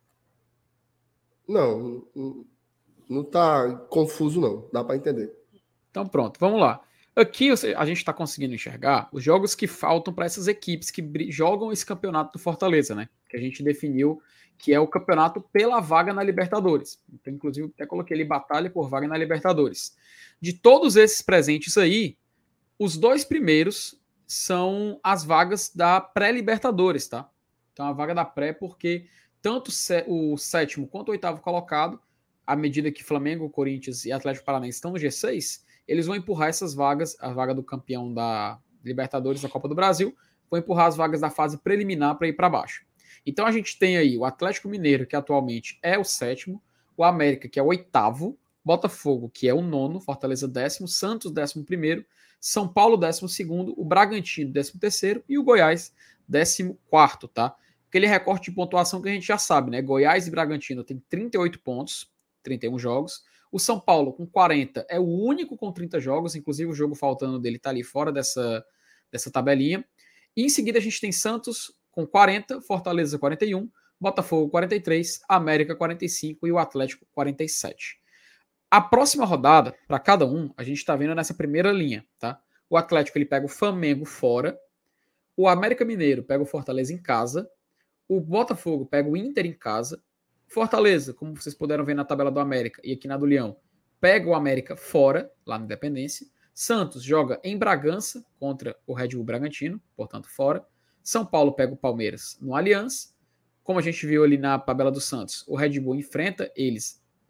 Não, não, não tá confuso, não. Dá para entender. Então pronto, vamos lá. Aqui a gente está conseguindo enxergar os jogos que faltam para essas equipes que jogam esse campeonato do Fortaleza, né? Que a gente definiu que é o campeonato pela vaga na Libertadores. Então, inclusive, até coloquei ali batalha por vaga na Libertadores. De todos esses presentes aí, os dois primeiros são as vagas da pré-Libertadores, tá? Então, a vaga da pré, porque tanto o sétimo quanto o oitavo colocado, à medida que Flamengo, Corinthians e Atlético Paranaense estão no G seis, eles vão empurrar essas vagas, a vaga do campeão da Libertadores da Copa do Brasil, vão empurrar as vagas da fase preliminar para ir para baixo. Então a gente tem aí o Atlético Mineiro, que atualmente é o sétimo, o América, que é o oitavo, Botafogo, que é o nono, Fortaleza décimo, Santos décimo primeiro, São Paulo décimo segundo, o Bragantino décimo terceiro e o Goiás décimo quarto, tá? Aquele recorte de pontuação que a gente já sabe, né? Goiás e Bragantino tem trinta e oito pontos, trinta e um jogos. O São Paulo, com quarenta, é o único com trinta jogos, inclusive o jogo faltando dele está ali fora dessa, dessa tabelinha. E em seguida a gente tem Santos com quarenta, Fortaleza quarenta e um, Botafogo quarenta e três, América quarenta e cinco e o Atlético quarenta e sete. A próxima rodada, para cada um, a gente está vendo nessa primeira linha, tá? O Atlético ele pega o Flamengo fora, o América Mineiro pega o Fortaleza em casa, o Botafogo pega o Inter em casa, Fortaleza, como vocês puderam ver na tabela do América e aqui na do Leão, pega o América fora, lá na Independência. Santos joga em Bragança contra o Red Bull Bragantino, portanto fora. São Paulo pega o Palmeiras no Allianz. Como a gente viu ali na tabela do Santos, o Red Bull enfrenta eles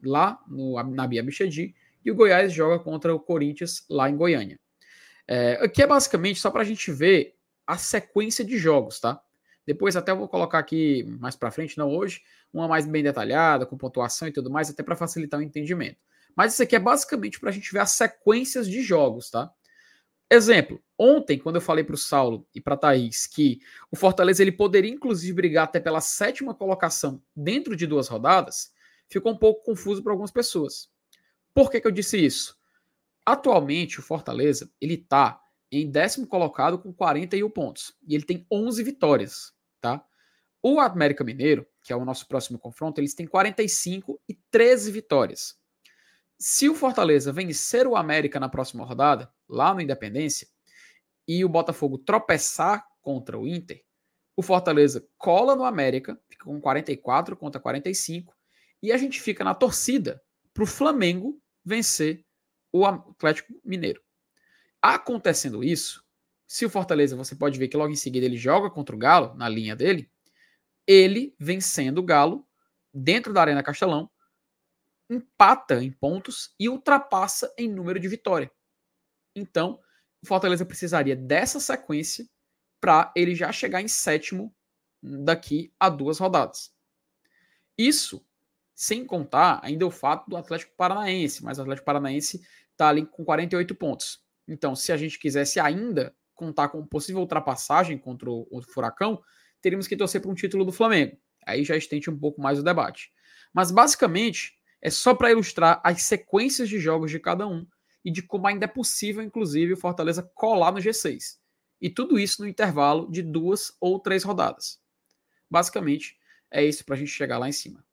lá no, na Bia Bichedi, e o Goiás joga contra o Corinthians lá em Goiânia. É, aqui é basicamente só para a gente ver a sequência de jogos, tá? Depois até eu vou colocar aqui mais para frente, não hoje, uma mais bem detalhada, com pontuação e tudo mais, até para facilitar o entendimento. Mas isso aqui é basicamente para a gente ver as sequências de jogos, tá? Exemplo, ontem, quando eu falei para o Saulo e para a Thaís que o Fortaleza ele poderia inclusive brigar até pela sétima colocação dentro de duas rodadas, ficou um pouco confuso para algumas pessoas. Por que que eu disse isso? Atualmente, o Fortaleza ele está em décimo colocado com quarenta e um pontos. E ele tem onze vitórias, tá? O América Mineiro, que é o nosso próximo confronto, eles têm quarenta e cinco e treze vitórias. Se o Fortaleza vencer o América na próxima rodada, lá no Independência, e o Botafogo tropeçar contra o Inter, o Fortaleza cola no América, fica com quarenta e quatro contra quarenta e cinco, e a gente fica na torcida para o Flamengo vencer o Atlético Mineiro. Acontecendo isso, se o Fortaleza, você pode ver que logo em seguida ele joga contra o Galo, na linha dele, ele vencendo o Galo, dentro da Arena Castelão, empata em pontos e ultrapassa em número de vitória. Então, o Fortaleza precisaria dessa sequência para ele já chegar em sétimo daqui a duas rodadas. Isso sem contar ainda o fato do Atlético Paranaense, mas o Atlético Paranaense está ali com quarenta e oito pontos. Então, se a gente quisesse ainda contar com possível ultrapassagem contra o, o Furacão, teríamos que torcer para um título do Flamengo. Aí já estende um pouco mais o debate. Mas, basicamente, é só para ilustrar as sequências de jogos de cada um e de como ainda é possível, inclusive, o Fortaleza colar no G seis. E tudo isso no intervalo de duas ou três rodadas. Basicamente, é isso para a gente chegar lá em cima.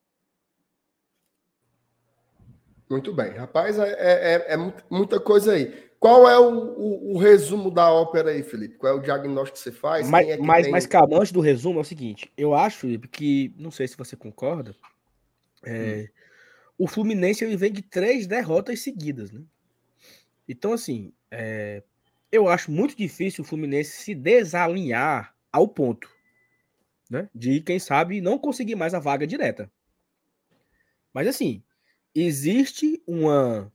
Muito bem. Rapaz, é, é, é muita coisa aí. Qual é o, o, o resumo da ópera aí, Felipe? Qual é o diagnóstico que você faz? Mas, Quem é que mas, tem... mas calma, antes do resumo, é o seguinte. Eu acho, Felipe, que, não sei se você concorda, é, hum. o Fluminense ele vem de três derrotas seguidas, né? Então, assim, é, eu acho muito difícil o Fluminense se desalinhar ao ponto, né? De, quem sabe, não conseguir mais a vaga direta. Mas, assim, existe uma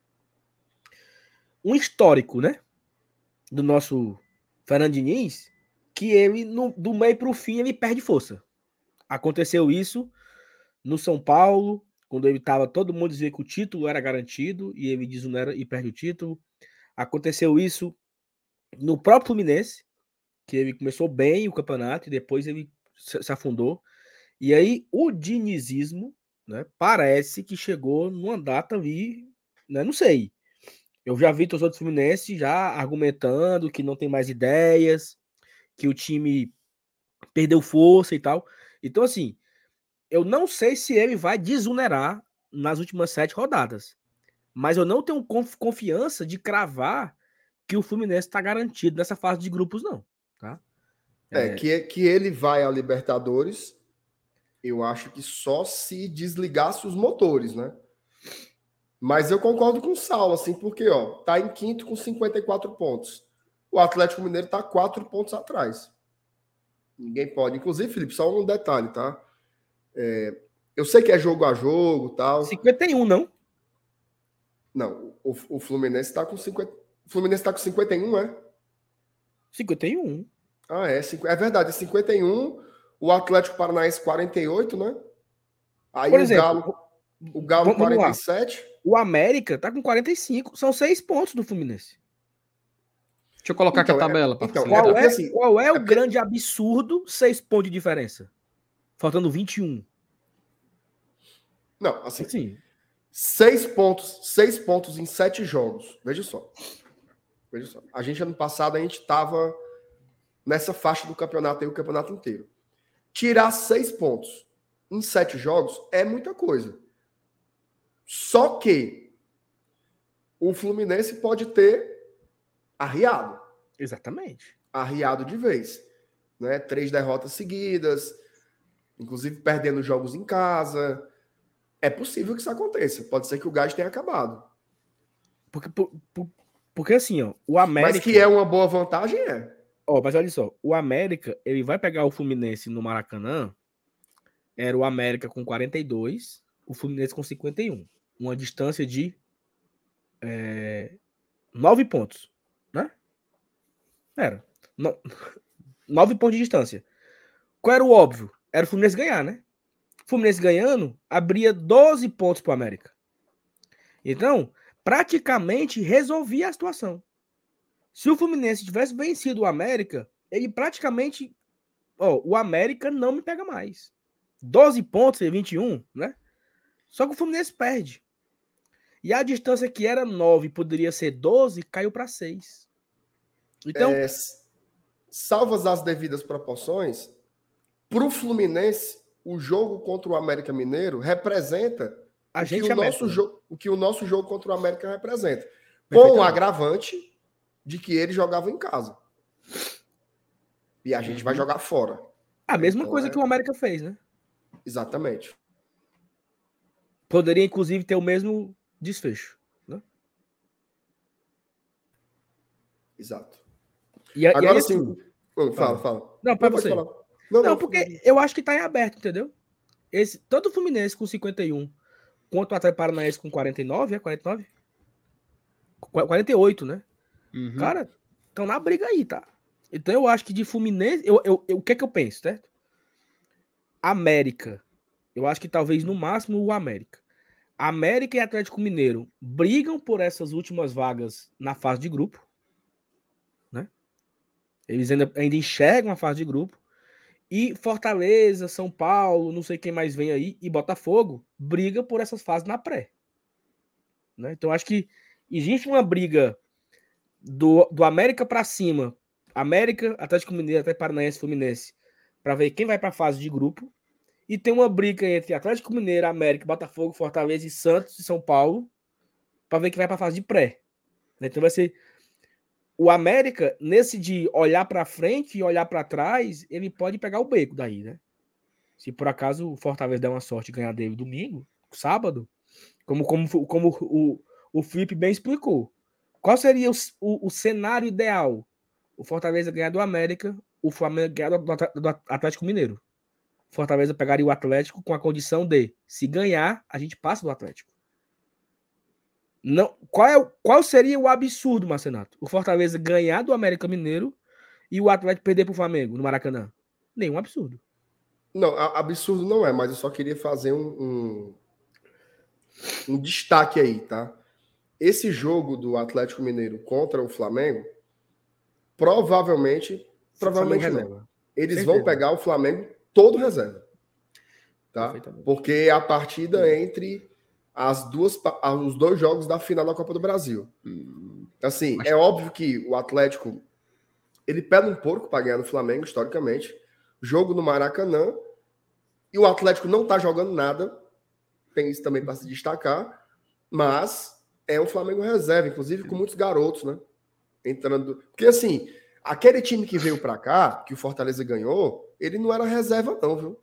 um histórico, né? Do nosso Fernando Diniz, que ele, no, do meio para o fim, ele perde força. Aconteceu isso no São Paulo, quando ele estava, todo mundo dizia que o título era garantido, e ele desonera e perde o título. Aconteceu isso no próprio Fluminense, que ele começou bem o campeonato, e depois ele se afundou. E aí, o dinizismo, né, parece que chegou numa data ali, né, não sei. Eu já vi os outros Fluminense já argumentando que não tem mais ideias, que o time perdeu força e tal. Então, assim, eu não sei se ele vai desonerar nas últimas sete rodadas. Mas eu não tenho confiança de cravar que o Fluminense está garantido nessa fase de grupos, não. Tá? É, é... Que, que ele vai à Libertadores, eu acho que só se desligasse os motores, né? Mas eu concordo com o Saulo, assim, porque, ó, tá em quinto com cinquenta e quatro pontos. O Atlético Mineiro tá quatro pontos atrás. Ninguém pode. Inclusive, Felipe, só um detalhe, tá? É, eu sei que é jogo a jogo tal. cinquenta e um, não? Não, o, o Fluminense tá com cinquenta. O Fluminense tá com cinquenta e um, é? cinquenta e um. Ah, é. É verdade, cinquenta e um. O Atlético Paranaense quarenta e oito, né? Aí Por o exemplo, Galo. O Galo vamos quarenta e lá. sete. O América tá com quarenta e cinco. São seis pontos do Fluminense. Deixa eu colocar então, aqui a tabela. É, para então, facilitar. Qual é, assim, qual é o é porque... grande absurdo? Seis pontos de diferença. Faltando vinte e um. Não, assim. assim. Seis pontos, seis pontos em sete jogos. Veja só. Veja só. A gente, ano passado, a gente estava nessa faixa do campeonato aí, o campeonato inteiro. Tirar seis pontos em sete jogos é muita coisa. Só que o Fluminense pode ter arriado. Exatamente. Arriado de vez. Né? Três derrotas seguidas, inclusive perdendo jogos em casa. É possível que isso aconteça. Pode ser que o gás tenha acabado. Porque, por, por, porque assim, ó, o América... Mas que é uma boa vantagem, é. Ó, mas olha só, o América, ele vai pegar o Fluminense no Maracanã, era o América com quarenta e dois, o Fluminense com cinquenta e um. uma distância de é, nove pontos, né? Era. No, nove pontos de distância. Qual era o óbvio? Era o Fluminense ganhar, né? O Fluminense ganhando, abria doze pontos para o América. Então, praticamente resolvia a situação. Se o Fluminense tivesse vencido o América, ele praticamente... Ó, o América não me pega mais. doze pontos e vinte e um, né? Só que o Fluminense perde. E a distância que era nove, poderia ser doze, caiu para seis. Então... É, salvas as devidas proporções, para o Fluminense, o jogo contra o América Mineiro representa a o, gente que o, América, nosso né? jo- o que o nosso jogo contra o América representa. Com o agravante de que ele jogava em casa. E a gente Uhum. vai jogar fora. A mesma Então, coisa é... que o América fez, né? Exatamente. Poderia, inclusive, ter o mesmo desfecho. Né? Exato. E, Agora e aí, sim. assim, Hum, fala, fala. Não, para Não, pode você. falar. Não, Não, não, porque eu acho que tá em aberto, entendeu? Esse, tanto o Fluminense com cinquenta e um, quanto o Atlético Paranaense com quarenta e nove, é quarenta e nove? quarenta e oito, né? Uhum. Cara, estão na briga aí, tá? Então eu acho que de Fluminense, eu, eu, eu, o que é que eu penso, certo? América. Eu acho que talvez no máximo o América. América e Atlético Mineiro brigam por essas últimas vagas na fase de grupo, né? Eles ainda, ainda enxergam a fase de grupo. E Fortaleza, São Paulo, não sei quem mais vem aí, e Botafogo, briga por essas fases na pré. Né? Então, acho que existe uma briga do, do América para cima, América, Atlético Mineiro, até Paranaense, Fluminense, para ver quem vai para a fase de grupo. E tem uma briga entre Atlético Mineiro, América, Botafogo, Fortaleza e Santos e São Paulo, para ver quem vai para a fase de pré. Então, vai ser o América, nesse de olhar para frente e olhar para trás, ele pode pegar o beco daí, né? Se por acaso o Fortaleza der uma sorte e ganhar dele domingo, sábado, como, como, como o, o Felipe bem explicou, qual seria o, o, o cenário ideal? O Fortaleza ganhar do América, o Flamengo ganhar do, do Atlético Mineiro. O Fortaleza pegaria o Atlético com a condição de, se ganhar, a gente passa do Atlético. Não, qual, é, qual seria o absurdo, Marcenato? O Fortaleza ganhar do América Mineiro e o Atlético perder para o Flamengo no Maracanã? Nenhum absurdo. Não, absurdo não é, mas eu só queria fazer um, um, um destaque aí, tá? Esse jogo do Atlético Mineiro contra o Flamengo, provavelmente, provavelmente não. Eles vão pegar o Flamengo todo reserva. Tá? Porque a partida é entre as duas, os dois jogos da final da Copa do Brasil. Assim, Mas... é óbvio que o Atlético ele pega um porco para ganhar no Flamengo, historicamente. Jogo no Maracanã. E o Atlético não tá jogando nada. Tem isso também para se destacar. Mas é um Flamengo reserva, inclusive com muitos garotos, né? Entrando. Porque assim, aquele time que veio para cá, que o Fortaleza ganhou, ele não era reserva, não, viu?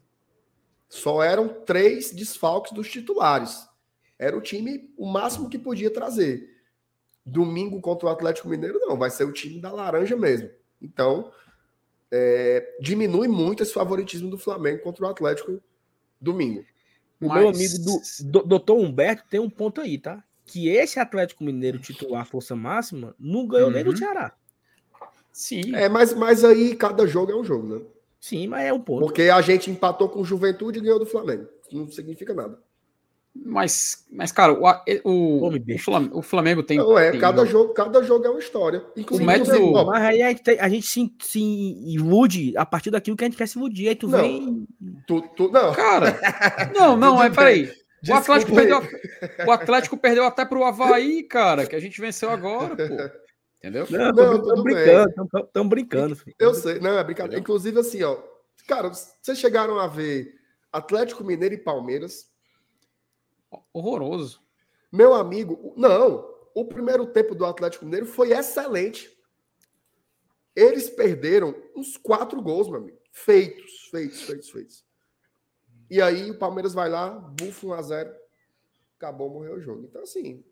Só eram três desfalques dos titulares. Era o time, o máximo que podia trazer. Domingo contra o Atlético Mineiro, não. Vai ser o time da laranja mesmo. Então, é, diminui muito esse favoritismo do Flamengo contra o Atlético domingo. O Mas... meu amigo do, do doutor Humberto tem um ponto aí, tá? Que esse Atlético Mineiro titular força máxima não ganhou uhum. nem do Ceará. Sim. É, mas, mas aí cada jogo é um jogo, né? Sim, mas é um ponto. Porque a gente empatou com o Juventude e ganhou do Flamengo. Não significa nada. Mas, mas cara, o, o, o, Flamengo, o Flamengo tem... Não, é, tem cada, um... jogo, cada jogo é uma história. Inclusive, o método... Ó, mas aí a gente, a gente se, se ilude a partir daquilo que a gente quer se iludir. Aí tu não, vem... Tu, tu, não. Cara, não, não, é, peraí. O Atlético, perdeu, o Atlético perdeu até pro Avaí, cara, que a gente venceu agora, pô. Entendeu? Não, não tô brincando, estamos brincando. Filho. Eu sei, não, é brincadeira. Entendeu? Inclusive, assim, ó, cara, vocês chegaram a ver Atlético Mineiro e Palmeiras? Horroroso. Meu amigo, não, o primeiro tempo do Atlético Mineiro foi excelente. Eles perderam uns quatro gols, meu amigo. Feitos, feitos, feitos, feitos. E aí o Palmeiras vai lá, bufa um a zero, acabou, morreu o jogo. Então, assim,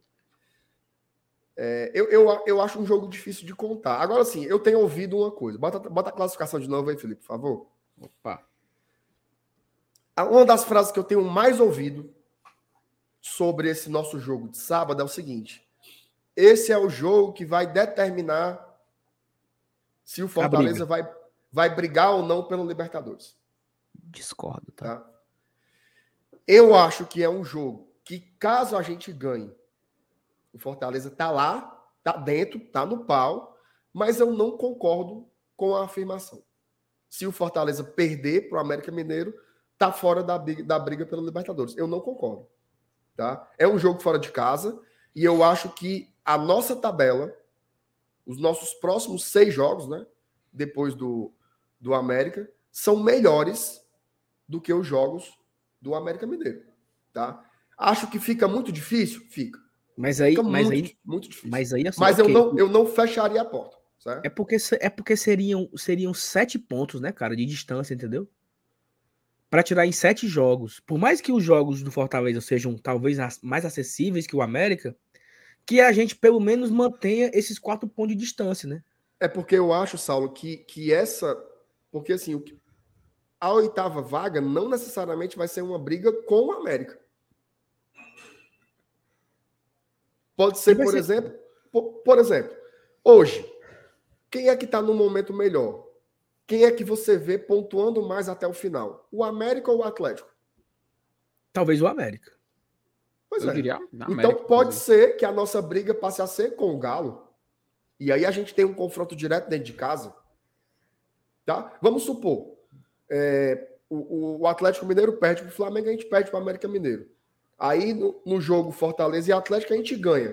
é, eu, eu, eu acho um jogo difícil de contar. Agora, sim, eu tenho ouvido uma coisa. Bota, bota a classificação de novo aí, Felipe, por favor. Opa. Uma das frases que eu tenho mais ouvido sobre esse nosso jogo de sábado é o seguinte. Esse é o jogo que vai determinar se o Fortaleza vai, vai brigar ou não pelo Libertadores. Discordo, tá? Tá? Eu acho que é um jogo que, caso a gente ganhe, o Fortaleza tá lá, tá dentro, tá no pau, mas eu não concordo com a afirmação. Se o Fortaleza perder pro América Mineiro, tá fora da briga, da briga pelo Libertadores. Eu não concordo. Tá? É um jogo fora de casa e eu acho que a nossa tabela, os nossos próximos seis jogos, né, depois do, do América, são melhores do que os jogos do América Mineiro. Tá? Acho que fica muito difícil? Fica. Mas aí, fica mas muito, aí, muito difícil. Mas, aí, assim, mas okay. eu, não, eu não fecharia a porta. Certo? É porque, é porque seriam, seriam sete pontos, né, cara, de distância, entendeu? Para tirar em sete jogos. Por mais que os jogos do Fortaleza sejam talvez mais acessíveis que o América, que a gente pelo menos mantenha esses quatro pontos de distância, né? É porque eu acho, Saulo, que, que essa... Porque, assim, o que, a oitava vaga não necessariamente vai ser uma briga com o América. Pode ser, por ser... exemplo... Por, por exemplo, hoje, quem é que está no momento melhor? Quem é que você vê pontuando mais até o final? O América ou o Atlético? Talvez o América. Pois Eu é. diria América, então pode inclusive. ser que a nossa briga passe a ser com o Galo. E aí a gente tem um confronto direto dentro de casa. Tá? Vamos supor, é, o, o Atlético Mineiro perde para o Flamengo, a gente perde para o América Mineiro. Aí no, no jogo Fortaleza e Atlético a gente ganha.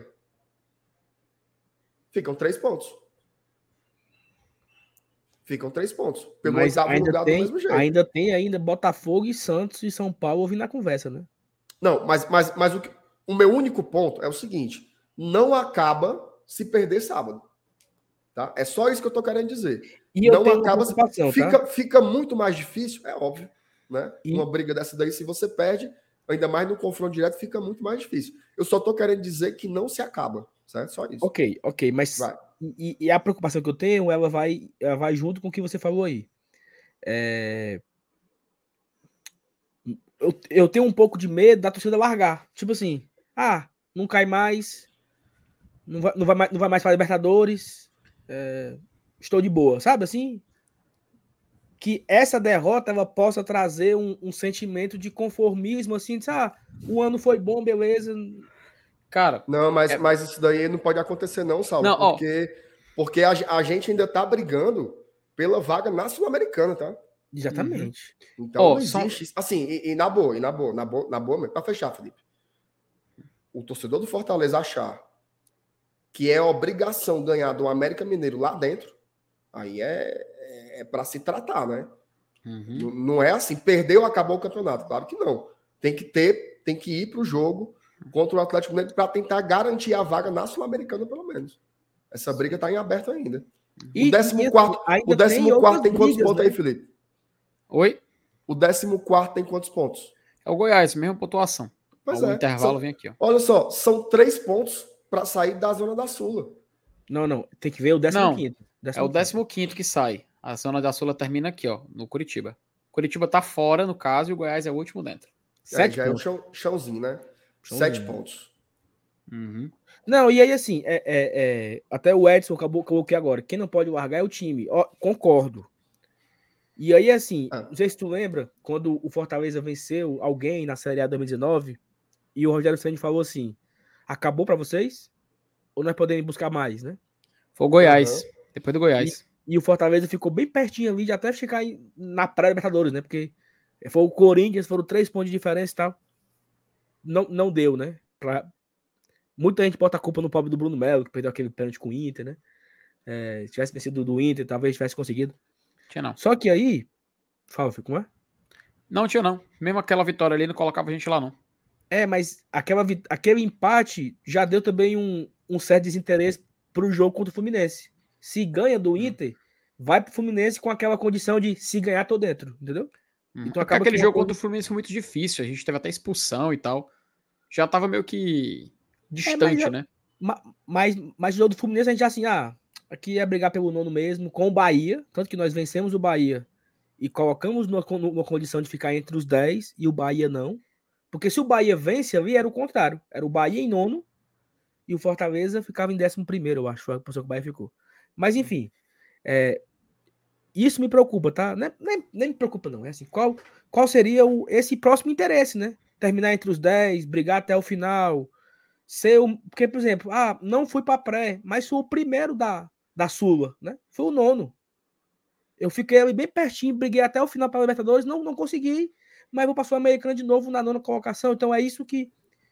Ficam três pontos. Ficam três pontos. Pelo Mas oitavo ainda lugar tem, do mesmo jeito. Ainda tem ainda Botafogo e Santos e São Paulo ouvindo a conversa, né? Não, mas, mas, mas o, que, o meu único ponto é o seguinte: não acaba se perder sábado. Tá? É só isso que eu tô querendo dizer. E não eu tenho acaba. uma preocupação, fica, tá? fica muito mais difícil, é óbvio. Né? E... Uma briga dessa daí, se você perde, ainda mais no confronto direto, fica muito mais difícil. Eu só tô querendo dizer que não se acaba. Certo? Só isso. Ok, ok, mas. Vai. E, e a preocupação que eu tenho, ela vai, ela vai junto com o que você falou aí. É... Eu, eu tenho um pouco de medo da torcida largar. Tipo assim, ah, não cai mais, não vai, não vai, mais, não vai mais para Libertadores, é, estou de boa, sabe assim? Que essa derrota ela possa trazer um, um sentimento de conformismo, assim, de, ah, o ano foi bom, beleza. Cara, não, mas, é... mas isso daí não pode acontecer, não, Saulo, não, porque, ó... porque a, a gente ainda tá brigando pela vaga na Sul-Americana, tá? Exatamente. Uhum. Então oh, não existe. Só... Assim, e, e na boa, e na boa, na boa, na boa mesmo. Pra fechar, Felipe. O torcedor do Fortaleza achar que é obrigação ganhar do América Mineiro lá dentro, aí é, é, é para se tratar, né? Uhum. Não, não é assim, perdeu, acabou o campeonato. Claro que não. Tem que ter, tem que ir pro jogo contra o Atlético Mineiro para tentar garantir a vaga na Sul-Americana, pelo menos. Essa briga tá em aberto ainda. E, o décimo quarto, e, o décimo quarto tem quantos brigas, pontos né? aí, Felipe? Oi? O décimo quarto tem quantos pontos? É o Goiás, mesma pontuação. Pois o é. intervalo São, vem aqui, ó. Olha só, são três pontos para sair da zona da Sula. Não, não. Tem que ver o décimo quinto. É o décimo quinto que sai. A zona da Sula termina aqui, ó, no Curitiba. Curitiba tá fora, no caso, e o Goiás é o último dentro. Sete é, já pontos. É o chão, chãozinho, né? Chãozinho. Sete pontos. Uhum. Não, e aí assim, é, é, é, até o Edson acabou, coloquei agora. Quem não pode largar é o time. Ó, concordo. E aí, assim, ah. não sei se tu lembra, quando o Fortaleza venceu alguém na Série A dois mil e dezenove, e o Rogério Ceni falou assim, acabou para vocês? Ou nós podemos buscar mais, né? Foi o Goiás, uhum. depois do Goiás. E, e o Fortaleza ficou bem pertinho ali de até ficar na pré-Libertadores, né? Porque foi o Corinthians, foram três pontos de diferença e tal. Não, não deu, né? Pra... Muita gente bota a culpa no pobre do Bruno Melo, que perdeu aquele pênalti com o Inter, né? É, se tivesse vencido do Inter, talvez tivesse conseguido. Tinha não. Só que aí... Fala, Fê, como é? Não tinha não. Mesmo aquela vitória ali, não colocava a gente lá, não. É, mas aquela, aquele empate já deu também um, um certo desinteresse pro jogo contra o Fluminense. Se ganha do Inter, hum. vai pro Fluminense com aquela condição de se ganhar, tô dentro, entendeu? Hum. Então, acaba aquele jogo contra o Fluminense foi muito difícil. A gente teve até expulsão e tal. Já tava meio que distante, é, mas, né? Mas, mas o jogo do Fluminense a gente já assim, ah, aqui é brigar pelo nono mesmo, com o Bahia, tanto que nós vencemos o Bahia e colocamos numa, numa condição de ficar entre os dez e o Bahia não. Porque se o Bahia vence ali, era o contrário. Era o Bahia em nono e o Fortaleza ficava em décimo primeiro, eu acho. Foi a posição que o Bahia ficou. Mas, enfim, é, isso me preocupa, tá? Nem, nem, nem me preocupa, não. É assim, qual, qual seria o, esse próximo interesse, né? Terminar entre os dez, brigar até o final. Ser o, porque, por exemplo, ah, não fui para pré, mas sou o primeiro da, da Sula, né? Foi o nono. Eu fiquei ali bem pertinho, briguei até o final para a Libertadores, não, não consegui, mas vou para a Sul-Americana de novo na nona colocação. Então é isso que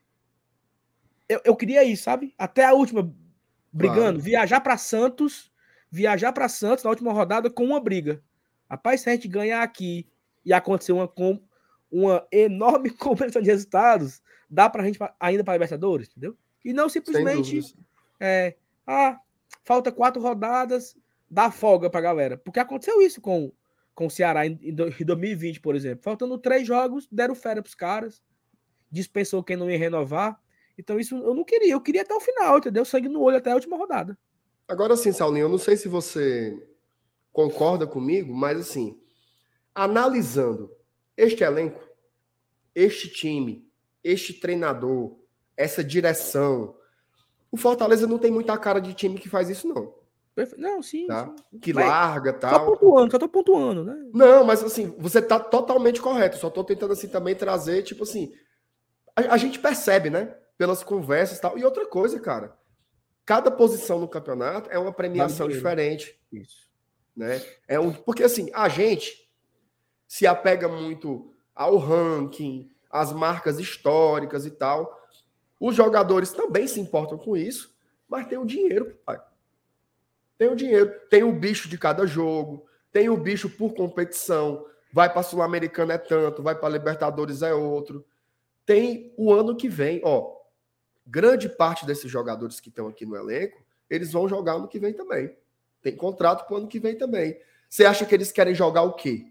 eu, eu queria isso, sabe? Até a última brigando, Claro. viajar para Santos, viajar para Santos na última rodada com uma briga. Rapaz, se a gente ganhar aqui e acontecer uma, uma enorme competição de resultados, dá para a gente ainda para a Libertadores, entendeu? E não simplesmente é, ah, falta quatro rodadas, dá folga pra galera. Porque aconteceu isso com, com o Ceará em, em dois mil e vinte, por exemplo. Faltando três jogos, deram fera pros caras, dispensou quem não ia renovar. Então isso eu não queria, eu queria até o final, entendeu? Sangue no olho até a última rodada. Agora sim, Saulinho, eu não sei se você concorda comigo, mas assim, analisando este elenco, este time, este treinador, essa direção, o Fortaleza não tem muita cara de time que faz isso, não. Não, sim, tá? sim. Que mas larga tal. Só pontuando, só tô pontuando, né? Não, mas assim, você tá totalmente correto. Só tô tentando assim também trazer, tipo assim, a, a gente percebe, né? Pelas conversas e tal. E outra coisa, cara, cada posição no campeonato é uma premiação diferente. Isso. Né? É um, porque assim, a gente se apega muito ao ranking, às marcas históricas e tal. Os jogadores também se importam com isso, mas tem o dinheiro, pai. Tem o dinheiro, tem o bicho de cada jogo, tem o bicho por competição. Vai para a Sul-Americana é tanto, vai para a Libertadores é outro. Tem o ano que vem, ó. Grande parte desses jogadores que estão aqui no elenco, eles vão jogar ano que vem também. Tem contrato para o ano que vem também. Você acha que eles querem jogar o quê?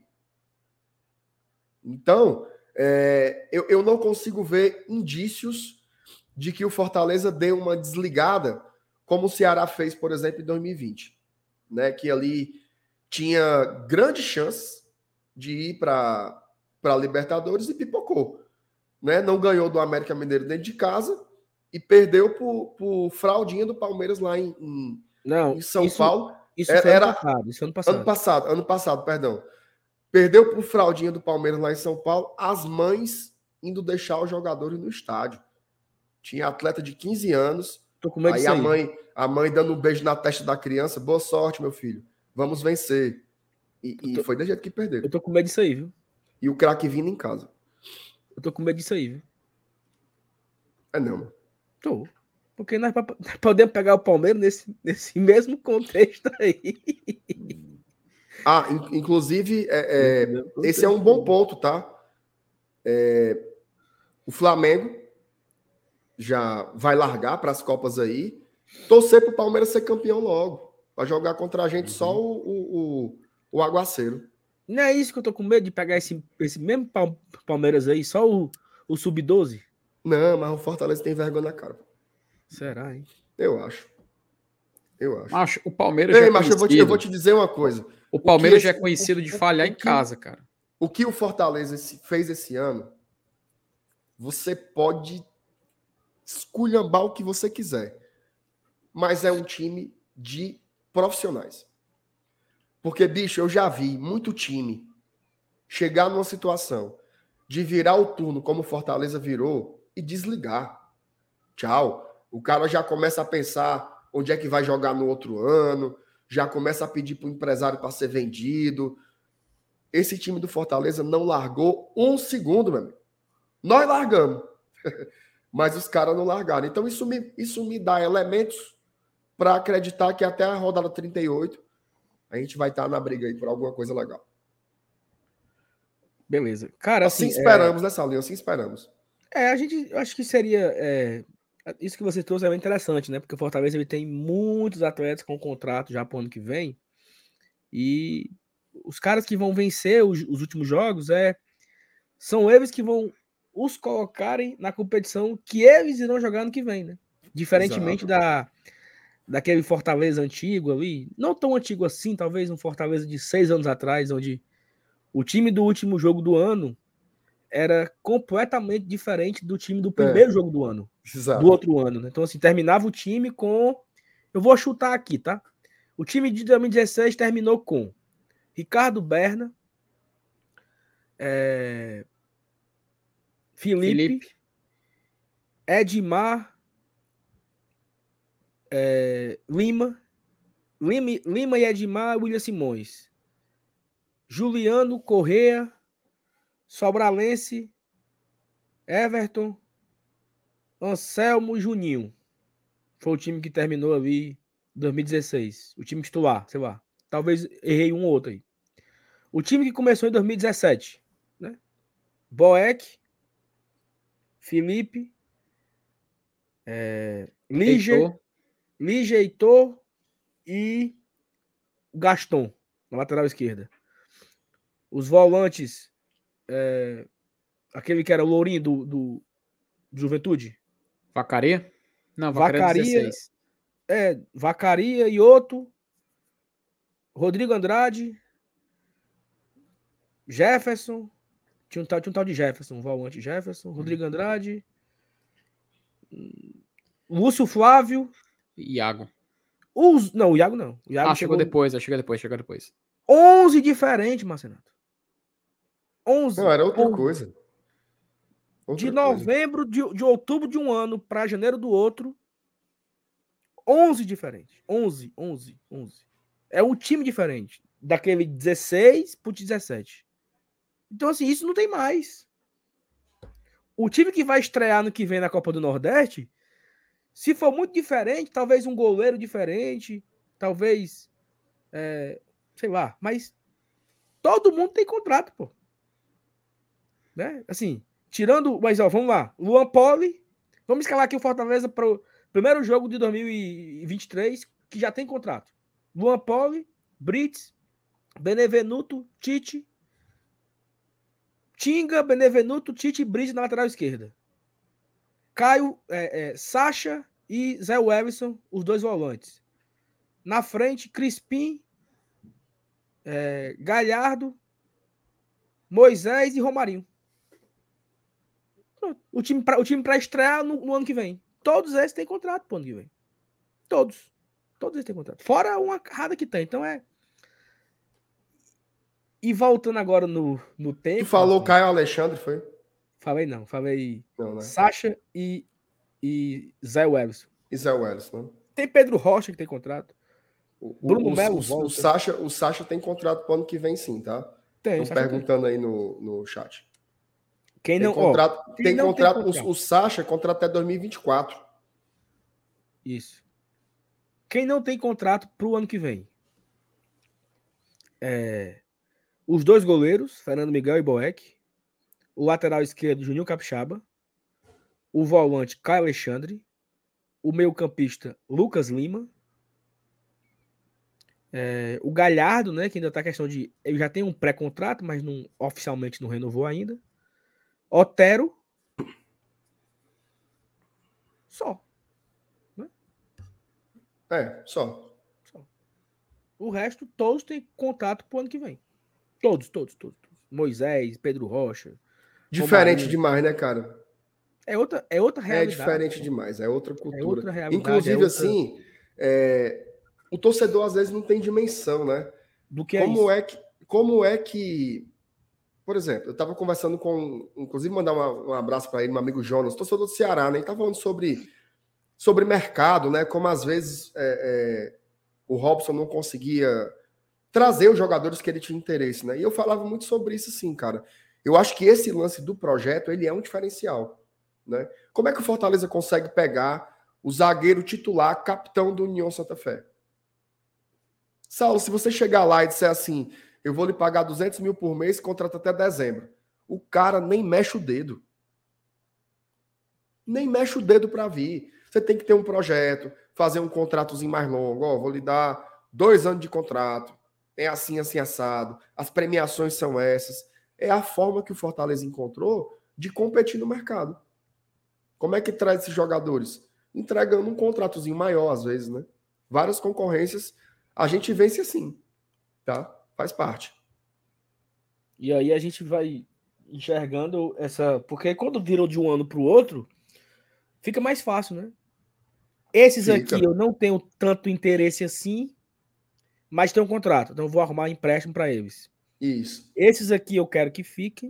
Então, é, eu, eu não consigo ver indícios de que o Fortaleza deu uma desligada, como o Ceará fez, por exemplo, em dois mil e vinte. Né? Que ali tinha grande chance de ir para a Libertadores e pipocou. Né? Não ganhou do América Mineiro dentro de casa e perdeu por, por fraldinha do Palmeiras lá em, em, não, em São isso, Paulo. Isso era, foi ano passado, isso ano passado. Ano passado, ano passado, perdão. Perdeu por fraldinha do Palmeiras lá em São Paulo, as mães indo deixar os jogadores no estádio. Tinha atleta de quinze anos, Tô com medo aí disso a aí. mãe, a mãe dando um beijo na testa da criança, boa sorte, meu filho, vamos vencer. E, e tô, foi do jeito que perderam. Eu tô com medo disso aí, viu? E o craque vindo em casa. Eu tô com medo disso aí, viu? É não, mano. Tô. Porque nós podemos pegar o Palmeiras nesse, nesse mesmo contexto aí. Ah, in, inclusive, é, é, esse é um bom ponto, tá? É, o Flamengo já vai largar para as Copas aí. Torcer para o Palmeiras ser campeão logo. Para jogar contra a gente uhum. só o, o, o, o aguaceiro. Não é isso que eu tô com medo de pegar esse, esse mesmo Palmeiras aí, só o, o sub doze? Não, mas o Fortaleza tem vergonha na cara. Será, hein? Eu acho. Eu acho. Macho, o Palmeiras Ei, já é macho, eu vou, te, eu vou te dizer uma coisa. O Palmeiras o já é conhecido de falhar o, em casa, cara. O que o Fortaleza fez esse ano, você pode esculhambar o que você quiser. Mas é um time de profissionais. Porque, bicho, eu já vi muito time chegar numa situação de virar o turno como o Fortaleza virou e desligar. Tchau. O cara já começa a pensar onde é que vai jogar no outro ano, já começa a pedir para o empresário para ser vendido. Esse time do Fortaleza não largou um segundo, meu amigo. Nós largamos. Mas os caras não largaram. Então isso me, isso me dá elementos para acreditar que até a rodada trinta e oito a gente vai estar na briga aí por alguma coisa legal. Beleza. Cara, assim, assim, esperamos, é... né, Saulinho? Assim esperamos. É, a gente, eu acho que seria... É... Isso que você trouxe é bem interessante, né? Porque o Fortaleza ele tem muitos atletas com contrato já para o ano que vem. E os caras que vão vencer os, os últimos jogos é... são eles que vão os colocarem na competição que eles irão jogar ano que vem, né? Diferentemente da, daquele Fortaleza antigo ali, não tão antigo assim, talvez um Fortaleza de seis anos atrás, onde o time do último jogo do ano era completamente diferente do time do primeiro é. jogo do ano. Exato. Do outro ano, né? Então, assim, terminava o time com... Eu vou chutar aqui, tá? O time de dois mil e dezesseis terminou com Ricardo Berna, é... Felipe, Felipe, Edmar, é... Lima, Lima, Lima e Edmar, William Simões, Juliano Correa, Sobralense, Everton, Anselmo e Juninho. Foi o time que terminou ali em dois mil e dezesseis. O time titular, sei lá. Talvez errei um ou outro aí. O time que começou em dois mil e dezessete, né? Boeck, Felipe, é, Lige, Lige, Heitor e Gaston, na lateral esquerda. Os volantes, é, aquele que era o Lourinho do, do, do Juventude. Vacaria? Não, Vacaria, Vacaria dezesseis. É, Vacaria e outro. Rodrigo Andrade. Jefferson. Tinha um tal, tinha um tal de Jefferson, volante Jefferson. Rodrigo Andrade. Lúcio Flávio. Iago. Os, não, o Iago não. O Iago ah, chegou, chegou depois, chegou depois, chegou depois. onze diferentes, Marcenato. onze. Não, era outra onze. coisa. Outra de novembro, coisa. De, de outubro de um ano para janeiro do outro. onze diferentes. onze, onze, onze. É um time diferente. Daquele dezesseis pro dezessete. Então, assim, isso não tem mais. O time que vai estrear no que vem na Copa do Nordeste, se for muito diferente, talvez um goleiro diferente, talvez, é, sei lá, mas todo mundo tem contrato, pô. Né? Assim, tirando, mas ó, vamos lá, Luan Poli, vamos escalar aqui o Fortaleza para o primeiro jogo de dois mil e vinte e três, que já tem contrato. Luan Poli, Brits, Benevenuto, Tite, Tinga, Benevenuto, Tite e Brits na lateral esquerda. Caio, é, é, Sacha e Zé Wellison, os dois volantes. Na frente, Crispim, é, Galhardo, Moisés e Romarinho. O time para o time para estrear no, no ano que vem. Todos esses têm contrato pro ano que vem. Todos. Todos eles têm contrato. Fora uma carrada que tem. Então é... E voltando agora no, no tempo... Tu falou assim, Caio Alexandre, foi? Falei não. Falei não, né? Sacha e, e Zé Wellison. E Zé Wellison, né? Tem Pedro Rocha que tem contrato. O, Bruno o, Melo o, volta. O Sacha, o Sacha tem contrato pro ano que vem sim, tá? Tem. Estão perguntando tem. aí no, no chat. Quem não, tem contrato, ó, quem tem, não contrato, tem contrato. O, o Sacha contrato até dois mil e vinte e quatro. Isso. Quem não tem contrato pro ano que vem? É, os dois goleiros, Fernando Miguel e Boeck. O lateral esquerdo, Juninho Capixaba. O volante, Caio Alexandre. O meio-campista, Lucas Lima. É, o Galhardo, né? Que ainda tá a questão de. Ele já tem um pré-contrato, mas não, oficialmente não renovou ainda. Otero. Só. Né? É, só. só. O resto, todos têm contrato pro ano que vem. Todos, todos, todos. todos. Moisés, Pedro Rocha. Diferente Romarinho. Demais, né, cara? É outra, é outra realidade. É diferente pô. demais, é outra cultura. É outra realidade, Inclusive, é outra... assim, é... o torcedor às vezes não tem dimensão, né? Do que como é, é que Como é que... Por exemplo, eu estava conversando com... Inclusive, mandar uma, um abraço para ele, meu amigo Jonas, torcedor do Ceará, né? Ele estava falando sobre, sobre mercado, né? Como às vezes é, é... o Robson não conseguia trazer os jogadores que ele tinha interesse, né? E eu falava muito sobre isso, sim, cara. Eu acho que esse lance do projeto, ele é um diferencial. Né? Como é que o Fortaleza consegue pegar o zagueiro titular, capitão do União Santa Fé? Saulo, se você chegar lá e disser assim, eu vou lhe pagar duzentos mil por mês, contrata até dezembro. O cara nem mexe o dedo. Nem mexe o dedo para vir. Você tem que ter um projeto, fazer um contratozinho mais longo. Ó, vou lhe dar dois anos de contrato. É assim, assim, assado. As premiações são essas. É a forma que o Fortaleza encontrou de competir no mercado. Como é que traz esses jogadores? Entregando um contratozinho maior, às vezes, né? Várias concorrências, a gente vence assim, tá? Faz parte. E aí a gente vai enxergando essa... Porque quando virou de um ano para o outro, fica mais fácil, né? Esses Fica. aqui eu não tenho tanto interesse assim, mas tem um contrato, então eu vou arrumar empréstimo para eles. Isso. Esses aqui eu quero que fiquem,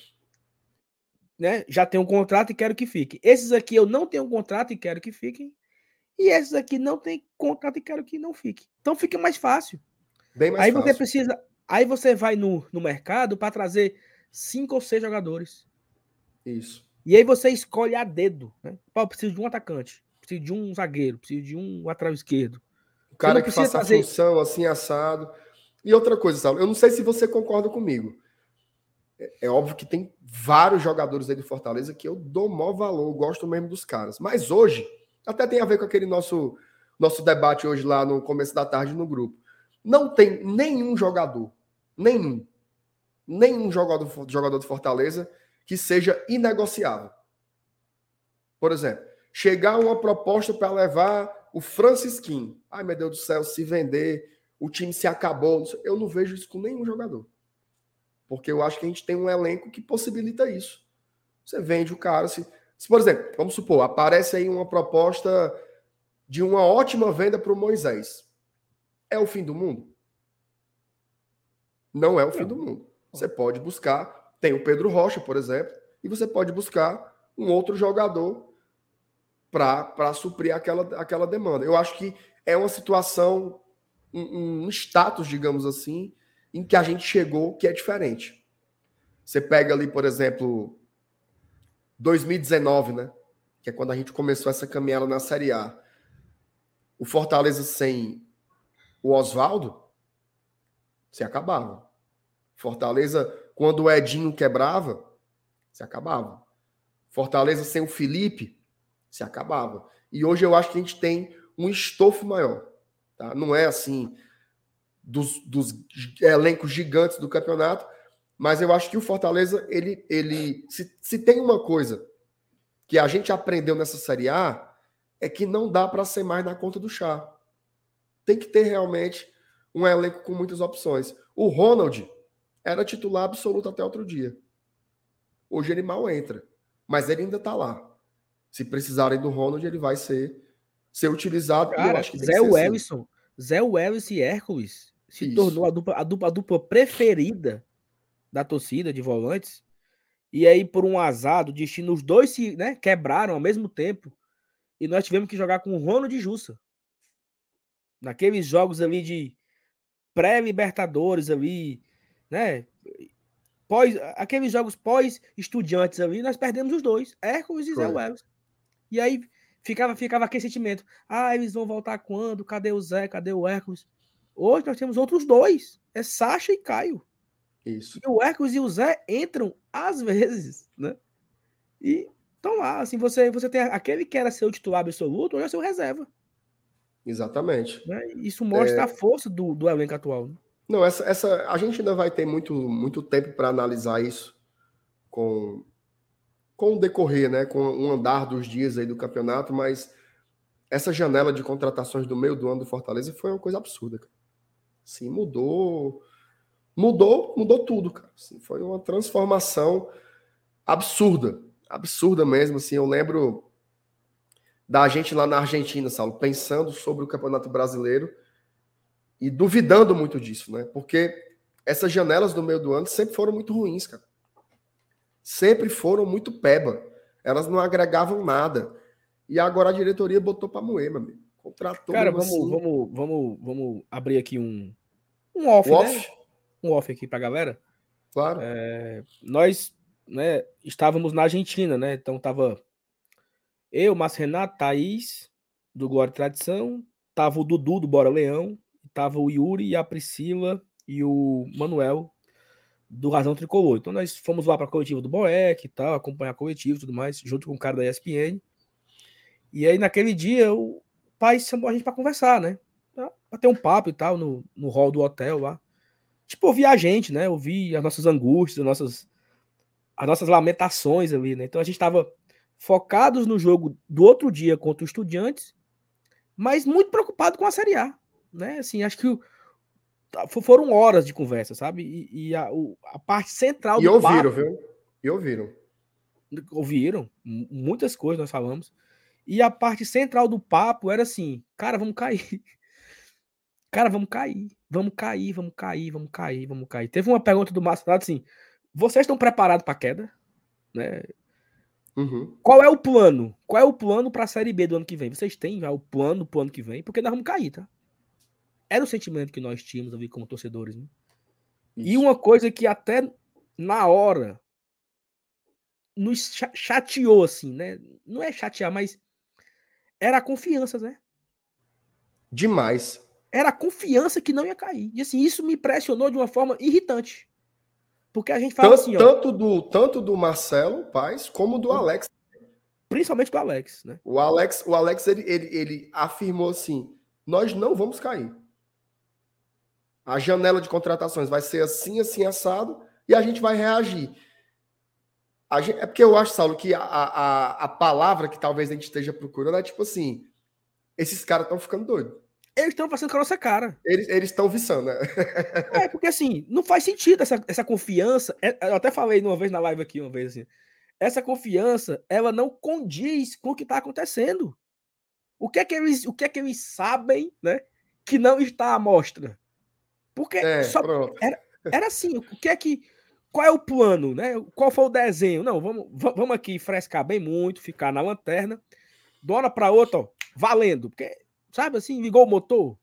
né? Já tenho um contrato e quero que fiquem. Esses aqui eu não tenho um contrato e quero que fiquem. E esses aqui não tem contrato e quero que não fiquem. Então fica mais fácil. Bem mais aí fácil. você precisa, aí você vai no, no mercado para trazer cinco ou seis jogadores. Isso. E aí você escolhe a dedo, né? Pô, eu preciso de um atacante, preciso de um zagueiro, preciso de um lateral esquerdo. O cara que faça trazer... a função assim assado. E outra coisa, Saulo, eu não sei se você concorda comigo. É, é óbvio que tem vários jogadores aí do Fortaleza que eu dou maior valor, eu gosto mesmo dos caras. Mas hoje, até tem a ver com aquele nosso, nosso debate hoje lá no começo da tarde no grupo. Não tem nenhum jogador, nenhum, nenhum jogador, jogador do Fortaleza que seja inegociável. Por exemplo, chegar uma proposta para levar o Francisquinho. Ai, meu Deus do céu, se vender, o time se acabou. Eu não vejo isso com nenhum jogador. Porque eu acho que a gente tem um elenco que possibilita isso. Você vende o cara. Se, se por exemplo, vamos supor, aparece aí uma proposta de uma ótima venda para o Moisés. É o fim do mundo? Não é o fim do mundo. Você pode buscar, tem o Pedro Rocha, por exemplo, e você pode buscar um outro jogador para suprir aquela, aquela demanda. Eu acho que é uma situação, um, um status, digamos assim, em que a gente chegou que é diferente. Você pega ali, por exemplo, dois mil e dezenove, né? Que é quando a gente começou essa caminhada na Série A. O Fortaleza sem o Oswaldo se acabava. Fortaleza, quando o Edinho quebrava, se acabava. Fortaleza sem o Felipe, se acabava. E hoje eu acho que a gente tem um estofo maior. Tá? Não é assim dos, dos elencos gigantes do campeonato, mas eu acho que o Fortaleza, ele, ele se, se tem uma coisa que a gente aprendeu nessa Série A, é que não dá para ser mais na conta do chá. Tem que ter realmente um elenco com muitas opções. O Ronald era titular absoluto até outro dia. Hoje ele mal entra, mas ele ainda está lá. Se precisarem do Ronald, ele vai ser, ser utilizado. Cara, e eu acho que Zé Wellison, Zé Wellison e Hércules se Isso. tornou a dupla, a, dupla, a dupla preferida da torcida de volantes. E aí, por um azar do destino, os dois se né, quebraram ao mesmo tempo. E nós tivemos que jogar com o Ronald e Jussa. Naqueles jogos ali de pré-libertadores ali, né? Pós, aqueles jogos pós-estudiantes ali, nós perdemos os dois, Hércules e Zé Wellison. E aí ficava, ficava aquele sentimento. Ah, eles vão voltar quando? Cadê o Zé? Cadê o Hércules? Hoje nós temos outros dois. É Sacha e Caio. Isso. E o Hércules e o Zé entram às vezes, né? E estão lá. Assim, você, você tem aquele que era seu titular absoluto, hoje é seu reserva. Exatamente. Né? Isso mostra é... a força do, do elenco atual. Né? Não, essa, essa, a gente ainda vai ter muito, muito tempo para analisar isso com, com o decorrer, né? Com o andar dos dias aí do campeonato, mas essa janela de contratações do meio do ano do Fortaleza foi uma coisa absurda, cara. Sim, mudou, mudou, mudou tudo, cara. Assim, foi uma transformação absurda, absurda mesmo. Assim, eu lembro da gente lá na Argentina, Saulo, pensando sobre o Campeonato Brasileiro e duvidando muito disso, né? Porque essas janelas do meio do ano sempre foram muito ruins, cara. Sempre foram muito peba. Elas não agregavam nada. E agora a diretoria botou para moer, meu amigo. Contratou Cara, vamos, assim. vamos, vamos, vamos abrir aqui um, um off, um né? Off? Um off aqui pra galera. Claro. É, nós, né, estávamos na Argentina, né? Então tava eu, Márcio Renato, Thaís, do Glória e Tradição, tava o Dudu, do Bora Leão, tava o Yuri e a Priscila e o Manuel, do Razão Tricolor. Então nós fomos lá pra coletiva do Boeck e tal, acompanhar a coletiva e tudo mais, junto com o cara da E S P N. E aí naquele dia o pai chamou a gente pra conversar, né? Pra ter um papo e tal no, no hall do hotel lá. Tipo, ouvir a gente, né? Ouvir as nossas angústias, as nossas, as nossas lamentações ali, né? Então a gente tava focados no jogo do outro dia contra o Estudiantes, mas muito preocupado com a Série A, né? Assim, acho que o, foram horas de conversa, sabe? E, e a, o, a parte central e do ouviram, papo... viu? E ouviram. Ouviram muitas coisas, nós falamos. E a parte central do papo era assim, cara, vamos cair. Cara, vamos cair. Vamos cair, vamos cair, vamos cair, vamos cair. Teve uma pergunta do Márcio assim, vocês estão preparados para a queda? Né? Uhum. Qual é o plano? Qual é o plano para a Série B do ano que vem? Vocês têm já o plano pro ano que vem? Porque nós vamos cair, tá? Era o sentimento que nós tínhamos ali como torcedores, né? E uma coisa que até na hora nos chateou, assim, né? Não é chatear, mas era a confiança, né? Demais. Era a confiança que não ia cair. E assim, isso me impressionou de uma forma irritante. Porque a gente fala tanto, assim, ó. Tanto do, tanto do Marcelo Paes, como do Alex. Principalmente do Alex, né? O Alex, o Alex ele, ele, ele afirmou assim, nós não vamos cair. A janela de contratações vai ser assim, assim, assado, e a gente vai reagir. A gente, é porque eu acho, Saulo, que a, a, a palavra que talvez a gente esteja procurando é tipo assim, esses caras estão ficando doidos. Eles estão passando com a nossa cara. Eles estão viçando, né? É, porque assim, não faz sentido essa, essa confiança. Eu até falei uma vez na live aqui, uma vez assim, essa confiança, ela não condiz com o que está acontecendo. O que é que eles, o que é que eles sabem, né, que não está à mostra? Porque é, só era, era assim, o que é que qual é o plano, né? Qual foi o desenho? Não, vamos, vamos aqui frescar bem muito, ficar na lanterna, de uma hora para outra, ó, valendo, porque sabe assim, ligou o motor.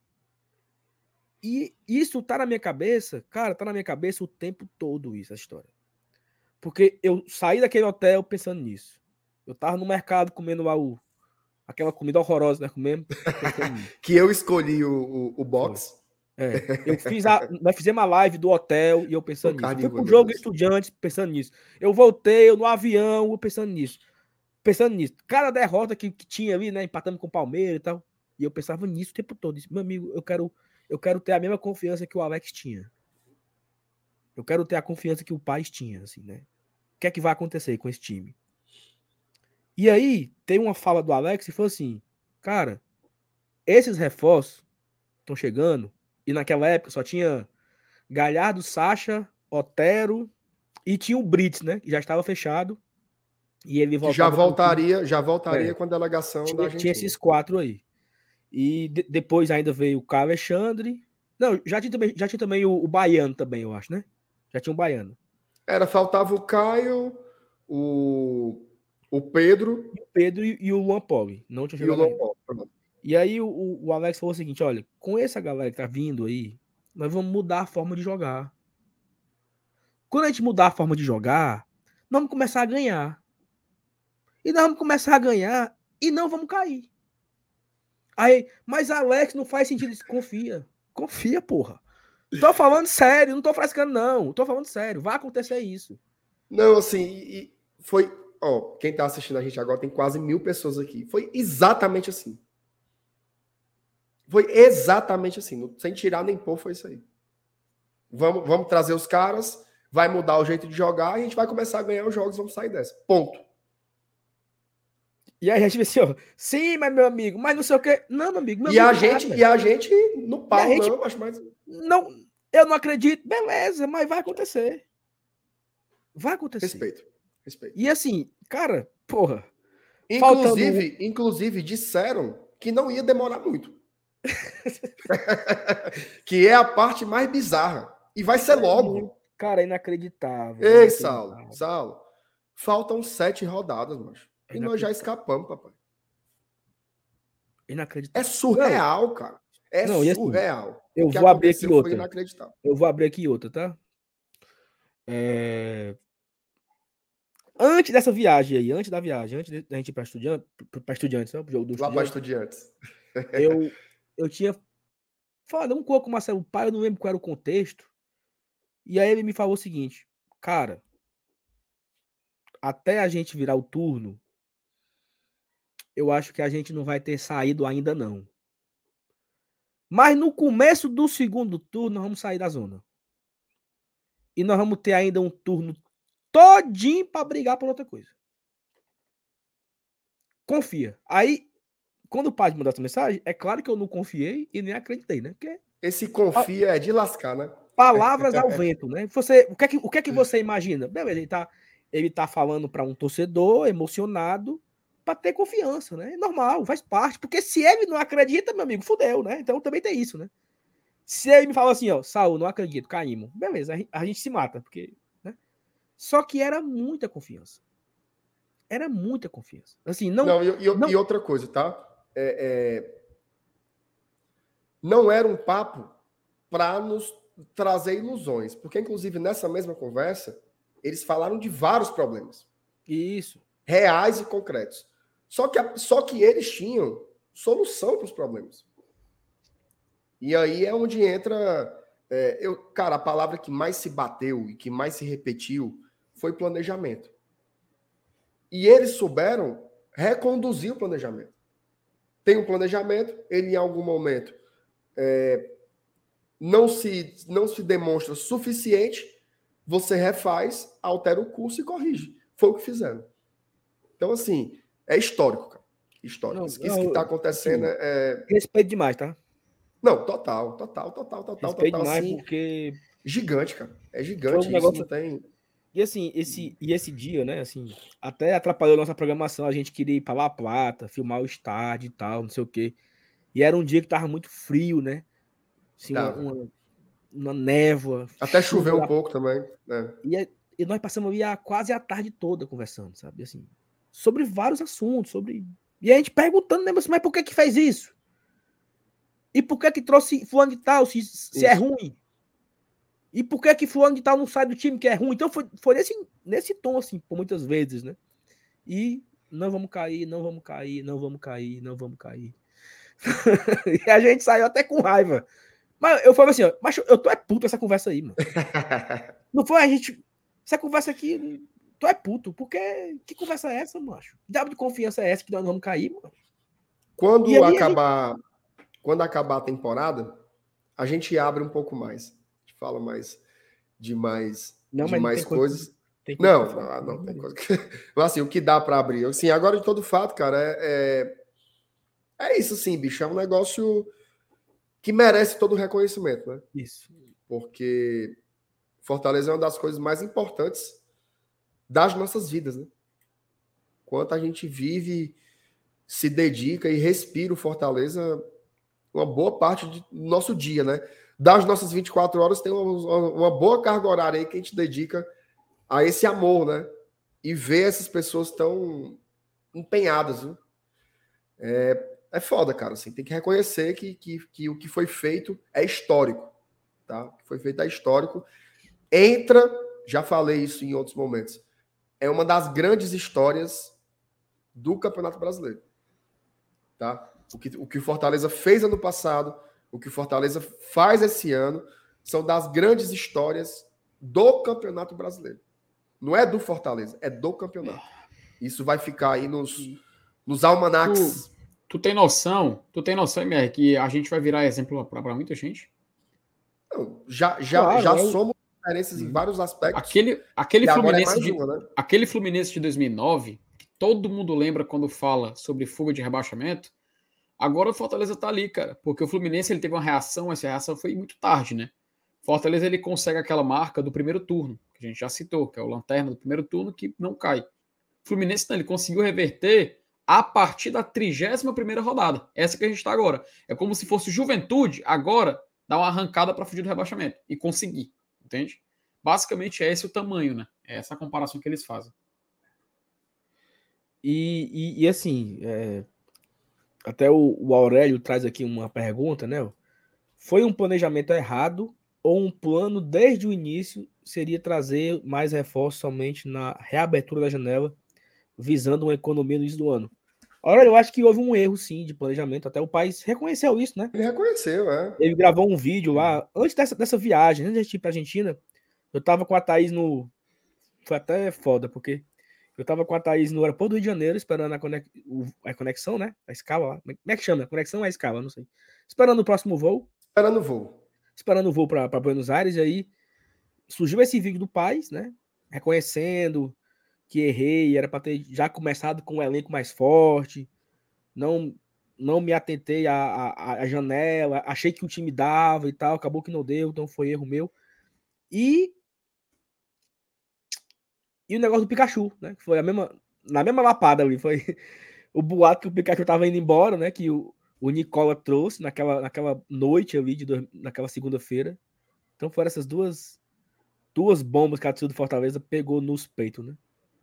E isso tá na minha cabeça, cara, tá na minha cabeça o tempo todo isso, a história. Porque eu saí daquele hotel pensando nisso. Eu tava no mercado comendo lá o aquela comida horrorosa, né? Comendo. Que eu escolhi o, o, o box. É, eu fiz a, nós fizemos a live do hotel e eu pensando nisso. Fui pro jogo Estudiantes pensando nisso. Eu voltei eu no avião eu pensando nisso. Pensando nisso. Cada derrota que, que tinha ali, né? Empatando com o Palmeiras e tal. E eu pensava nisso o tempo todo. Disse, meu amigo, eu quero, eu quero ter a mesma confiança que o Alex tinha. Eu quero ter a confiança que o Paes tinha, assim, né? O que é que vai acontecer com esse time? E aí, tem uma fala do Alex e falou assim, cara, esses reforços estão chegando, e naquela época só tinha Galhardo, Sacha, Otero e tinha o Brits, né? Que já estava fechado. E ele que já voltaria, já voltaria é. com a delegação tinha, da Argentina. Tinha esses quatro aí. E de, depois ainda veio o Caio Alexandre. Não, já tinha também, já tinha também o, o Baiano também, eu acho, né? Já tinha um Baiano. Era, faltava o Caio, o, o Pedro. O Pedro e, e o Luan Poli. Não tinha chegado ainda. Poli. E aí o, o Alex falou o seguinte, olha, com essa galera que tá vindo aí, nós vamos mudar a forma de jogar. Quando a gente mudar a forma de jogar, nós vamos começar a ganhar. E nós vamos começar a ganhar e não vamos cair. Aí, mas Alex, não faz sentido isso. Confia. Confia, porra. Tô falando sério, não tô frescando, não. Tô falando sério. Vai acontecer isso. Não, assim, foi... Ó, quem tá assistindo a gente agora tem quase mil pessoas aqui. Foi exatamente assim. Foi exatamente assim. Sem tirar nem pôr, foi isso aí. Vamos, vamos trazer os caras, vai mudar o jeito de jogar e a gente vai começar a ganhar os jogos, vamos sair dessa. Ponto. E aí a gente assim, ó, sim, mas meu amigo, mas não sei o quê. Não, meu amigo. Meu e, amigo a gente, e a gente no pau, gente, não, acho mais... Não, eu não acredito. Beleza, mas vai acontecer. Vai acontecer. Respeito, respeito. E assim, cara, porra. Inclusive, faltando... inclusive disseram que não ia demorar muito. Que é a parte mais bizarra. E vai ser logo. Cara, é inacreditável. Ei, inacreditável. Saulo, Saulo, faltam sete rodadas, macho. É e nós já escapamos, papai. Inacreditável. É surreal, não. Cara. É não, surreal. Assim, eu vou abrir aqui outra. Eu vou abrir aqui outra, tá? É... Antes dessa viagem aí, antes da viagem, antes da gente ir para Estudiantes, para Estudiantes, né? Pro jogo do Lá para Estudiantes. Eu, eu tinha falado um pouco com o Marcelo Pai, eu não lembro qual era o contexto. E aí ele me falou o seguinte, cara, até a gente virar o turno, eu acho que a gente não vai ter saído ainda não. Mas no começo do segundo turno, nós vamos sair da zona. E nós vamos ter ainda um turno todinho para brigar por outra coisa. Confia. Aí, quando o pai mandou essa mensagem, é claro que eu não confiei e nem acreditei, né? Porque esse confia é de lascar, né? Palavras ao vento, né? Você, o que é que, o que, é que você imagina? Beleza, ele tá, ele tá falando para um torcedor emocionado para ter confiança, né? É normal, faz parte. Porque se ele não acredita, meu amigo, fudeu, né? Então também tem isso, né? Se ele me fala assim, ó, Saul, não acredito, caímos. Beleza, a gente se mata, porque... Né? Só que era muita confiança. Era muita confiança. Assim, não... Não, e, e, não... e outra coisa, tá? É, é... Não era um papo para nos trazer ilusões. Porque, inclusive, nessa mesma conversa, eles falaram de vários problemas. Isso. Reais e concretos. Só que, a, só que eles tinham solução para os problemas. E aí é onde entra... É, eu, cara, a palavra que mais se bateu e que mais se repetiu foi planejamento. E eles souberam reconduzir o planejamento. Tem um planejamento, ele em algum momento é, não, se, não se demonstra suficiente, você refaz, altera o curso e corrige. Foi o que fizeram. Então, assim, é histórico, cara. Histórico. Não, Isso, isso que está acontecendo assim, é... respeito demais, tá? Não, total, total, total, total, Respeito total. demais, Assim, porque gigante, cara. É foi gigante um isso, negócio... não tem... E assim, esse, e esse dia, né, assim, até atrapalhou a nossa programação, a gente queria ir pra La Plata, filmar o estádio e tal, não sei o quê. E era um dia que tava muito frio, né? Assim, uma, Tava. uma, uma névoa, Até choveu um chuva. pouco também, né? E, a- e nós passamos ali a, quase a tarde toda conversando, sabe? Assim, sobre vários assuntos, sobre... E a gente perguntando, né, mas por que que fez isso? E por que que trouxe fulano de tal, se, se é Isso. ruim? E por que que fulano de tal não sai do time que é ruim? Então foi, foi nesse, nesse tom, assim, por muitas vezes, né? E não vamos cair, não vamos cair, não vamos cair, não vamos cair. E a gente saiu até com raiva. Mas eu falei assim, ó, mas eu tô é puto essa conversa aí, mano. Não foi a gente... Essa conversa aqui, tu é puto, porque que conversa é essa, macho? Que diabo de confiança é essa que nós não vamos cair, mano? E Quando aí a gente... acabar, quando acabar a temporada, a gente abre um pouco mais. A gente fala mais de mais, Não, de mas não mais tem coisa, coisas. tem coisa pra Não, falar. não, não tem coisa que... Mas assim, o que dá para abrir. Assim, agora de todo fato, cara, é, é, é isso sim, bicho. É um negócio que merece todo o reconhecimento, né? Isso. Porque Fortaleza é uma das coisas mais importantes das nossas vidas, né? Quanto a gente vive, se dedica e respira o Fortaleza uma boa parte do nosso dia, né? Das nossas vinte e quatro horas, tem uma, uma boa carga horária aí que a gente dedica a esse amor, né? E ver essas pessoas tão empenhadas, viu? É, é foda, cara. Assim, tem que reconhecer que, que, que o que foi feito é histórico, tá? O que foi feito é histórico. Entra, já falei isso em outros momentos, é uma das grandes histórias do Campeonato Brasileiro, tá? O que o que o Fortaleza fez ano passado, o que o Fortaleza faz esse ano, são das grandes histórias do Campeonato Brasileiro. Não é do Fortaleza, é do campeonato. Isso vai ficar aí nos, nos almanacs. Tu, tu tem noção, tu tem noção, M R, que a gente vai virar exemplo para muita gente? Não, já já, Claro, já é... somos diferenças em vários aspectos. Aquele, aquele, E agora é Fluminense mais de, uma, né? aquele Fluminense de dois mil e nove, que todo mundo lembra quando fala sobre fuga de rebaixamento, agora o Fortaleza tá ali, cara, porque o Fluminense ele teve uma reação, essa reação foi muito tarde, né? Fortaleza ele consegue aquela marca do primeiro turno, que a gente já citou, que é o lanterna do primeiro turno que não cai. O Fluminense não, ele conseguiu reverter a partir da trigésima primeira rodada. Essa que a gente está agora. É como se fosse Juventude agora dar uma arrancada para fugir do rebaixamento e conseguir, entende? Basicamente é esse o tamanho, né? É essa a comparação que eles fazem. E, e, e assim, é... até o, o Aurélio traz aqui uma pergunta, né? Foi um planejamento errado ou um plano desde o início seria trazer mais reforços somente na reabertura da janela, visando uma economia no início do ano? Olha, eu acho que houve um erro, sim, de planejamento. Até o país reconheceu isso, né? Ele reconheceu, é. Ele gravou um vídeo lá, antes dessa, dessa viagem, antes de a gente ir pra Argentina, eu tava com a Thaís no... Foi até foda, porque eu tava com a Thaís no aeroporto do Rio de Janeiro, esperando a, conex... a conexão, né? A escala lá. Como é que chama? Conexão ou a escala? Não sei. Esperando o próximo voo. Esperando o voo. Esperando o voo para Buenos Aires, e aí surgiu esse vídeo do Paz, né? Reconhecendo que errei, era para ter já começado com um elenco mais forte, não não me atentei à, à, à janela, achei que o time dava e tal, acabou que não deu, então foi erro meu. E e o negócio do Pikachu, né? Que foi a mesma, na mesma lapada ali. Foi o boato que o Pikachu tava indo embora, né? Que o, o Nicola trouxe naquela, naquela noite ali, de dois, naquela segunda-feira. Então foram essas duas, duas bombas que a torcida do Fortaleza pegou nos peitos, né?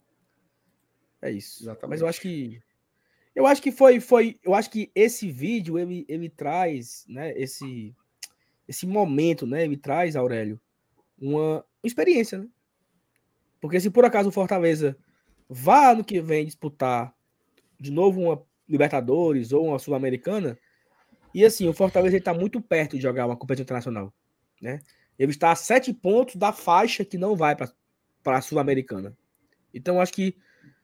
É isso. Exatamente. Mas eu acho que. Eu acho que foi. foi eu acho que esse vídeo ele, ele traz, né? Esse, esse momento, né? Ele traz, Aurélio, uma experiência, né? Porque se por acaso o Fortaleza vá ano que vem disputar de novo uma Libertadores ou uma Sul-Americana, e assim, o Fortaleza está muito perto de jogar uma competição internacional, né? Ele está a sete pontos da faixa que não vai para a Sul-Americana. Então, acho que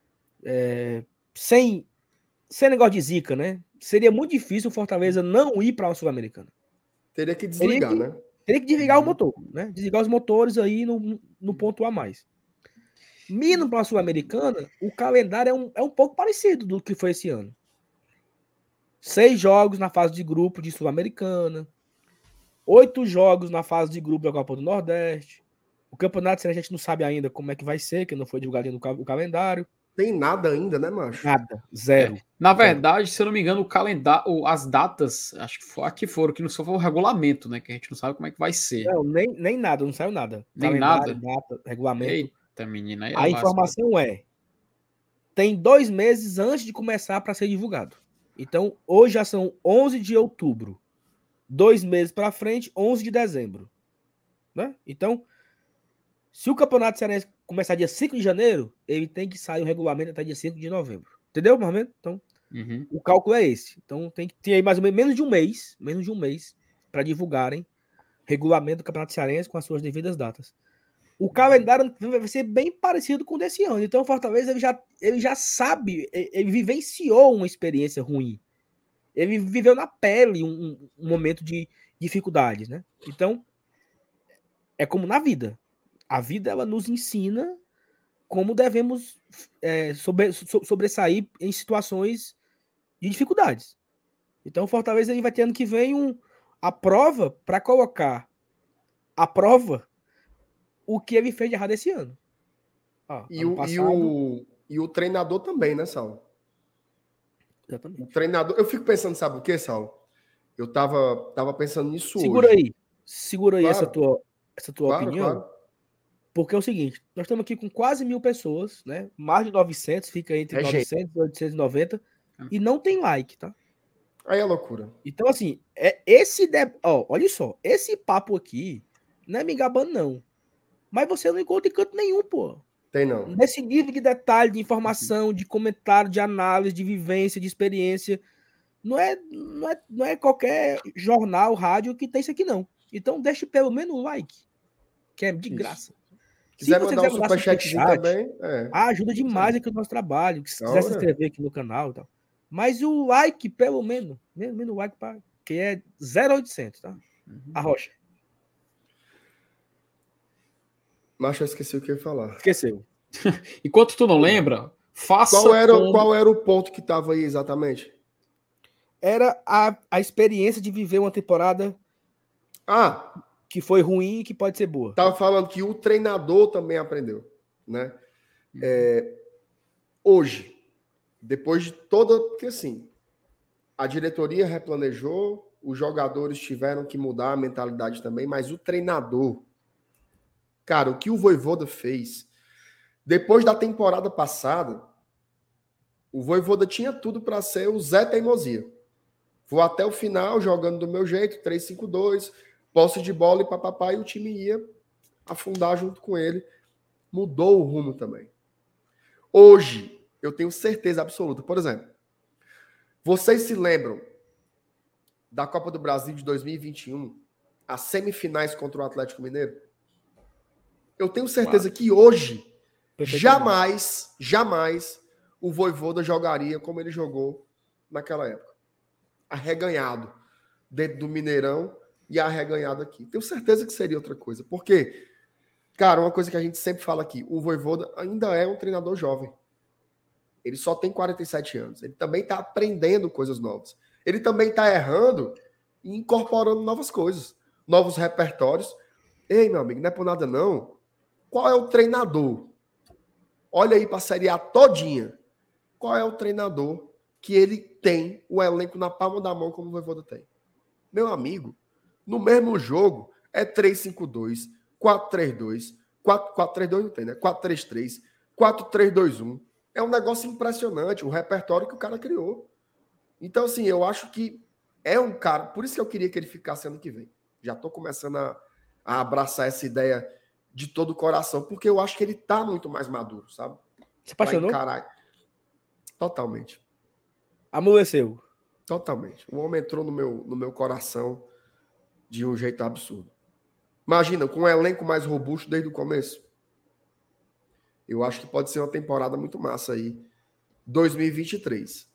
é, sem, sem negócio de zica, né? Seria muito difícil o Fortaleza não ir para a Sul-Americana. Teria que desligar, teria que, né? Teria que desligar uhum. o motor, né? Desligar os motores aí no, no ponto a mais. Minas para a Sul-Americana, o calendário é um, é um pouco parecido do que foi esse ano. Seis jogos na fase de grupo de Sul-Americana. Oito jogos na fase de grupo da Copa do Nordeste. O campeonato a gente não sabe ainda como é que vai ser, que não foi divulgado no o calendário. Tem nada ainda, né, macho? Nada, zero. É. Na verdade, zero. Se eu não me engano, o calendário, as datas, acho que foi, aqui foram, que não só foi o regulamento, né? Que a gente não sabe como é que vai ser. Não, nem, nem nada, não saiu nada. Nem calendário, nada. Data, regulamento. Eita, menina. Aí a informação é: tem dois meses antes de começar para ser divulgado. Então, hoje já são onze de outubro. Dois meses para frente, onze de dezembro. Né? Então, se o Campeonato Cearense começar dia cinco de janeiro, ele tem que sair o regulamento até dia cinco de novembro. Entendeu, Marmento? Então, uhum. o cálculo é esse. Então, tem que ter aí mais ou menos, menos de um mês, menos de um mês, para divulgarem regulamento do Campeonato Cearense com as suas devidas datas. O calendário vai ser bem parecido com o desse ano. Então, o Fortaleza ele já, ele já sabe, ele vivenciou uma experiência ruim. Ele viveu na pele um, um momento de dificuldades, né? Então, é como na vida. A vida, ela nos ensina como devemos é, sobre, sobressair em situações de dificuldades. Então, o Fortaleza ele vai ter ano que vem um, a prova para colocar a prova o que ele fez de errado esse ano. Ó, e, ano o, passado... e, o, e o treinador também, né, Saulo? Exatamente. O treinador... Eu fico pensando, sabe o que, Saulo? Eu tava, tava pensando nisso Segura hoje. aí. Segura aí claro. essa tua, essa tua claro, opinião. Claro. Porque é o seguinte, nós estamos aqui com quase mil pessoas, né? Mais de novecentos, fica entre é novecentos gente. E oitocentos e noventa, e não tem like, tá? Aí é loucura. Então, assim, é esse... De... Ó, olha só, esse papo aqui não é me gabando, não. Mas você não encontra em canto nenhum, pô. Tem não. Nesse nível de detalhe, de informação, de comentário, de análise, de vivência, de experiência. Não é, não é, não é qualquer jornal, rádio que tem isso aqui, não. Então, deixe pelo menos o like, que é de isso. Graça. Quiser Se você mandar quiser um superchatzinho também, é. ajuda demais aqui o nosso trabalho. Se quiser se inscrever aqui no canal e tal. Mas o like, pelo menos, menos, menos o like, pra, que é zero oitocentos, tá? Uhum. A Rocha. Mas eu esqueci o que eu ia falar. Esqueceu. Enquanto tu não lembra, faça... Qual era, como... qual era o ponto que tava aí exatamente? Era a, a experiência de viver uma temporada ah, que foi ruim e que pode ser boa. Tava falando que o treinador também aprendeu, né? É, hoje, depois de toda... Porque assim, a diretoria replanejou, os jogadores tiveram que mudar a mentalidade também, mas o treinador... Cara, o que o Vojvoda fez... Depois da temporada passada, o Vojvoda tinha tudo para ser o Zé Teimosia. Vou até o final jogando do meu jeito, três cinco dois, posse de bola e papapá, e o time ia afundar junto com ele. Mudou o rumo também. Hoje, eu tenho certeza absoluta. Por exemplo, vocês se lembram da Copa do Brasil de dois mil e vinte e um, as semifinais contra o Atlético Mineiro? Eu tenho certeza claro. que hoje, jamais, jamais o Vojvoda jogaria como ele jogou naquela época. Arreganhado dentro do Mineirão e arreganhado aqui. Tenho certeza que seria outra coisa. Porque, cara, uma coisa que a gente sempre fala aqui, o Vojvoda ainda é um treinador jovem. Ele só tem quarenta e sete anos. Ele também está aprendendo coisas novas. Ele também está errando e incorporando novas coisas, novos repertórios. Ei, meu amigo, não é por nada não. Qual é o treinador olha aí para a Série A todinha. Qual é o treinador que ele tem o elenco na palma da mão como o Vojvoda tem? Meu amigo, no mesmo jogo é três cinco dois, quatro três dois, quatro três dois não tem, né? quatro três três, quatro três dois um. É um negócio impressionante, o repertório que o cara criou. Então, assim, eu acho que é um cara... Por isso que eu queria que ele ficasse ano que vem. Já estou começando a, a abraçar essa ideia de todo o coração, porque eu acho que ele tá muito mais maduro, sabe? Se apaixonou? Encarar... Totalmente. Amoleceu. Totalmente. O homem entrou no meu, no meu coração de um jeito absurdo. Imagina, com um elenco mais robusto desde o começo. Eu acho que pode ser uma temporada muito massa aí. dois mil e vinte e três.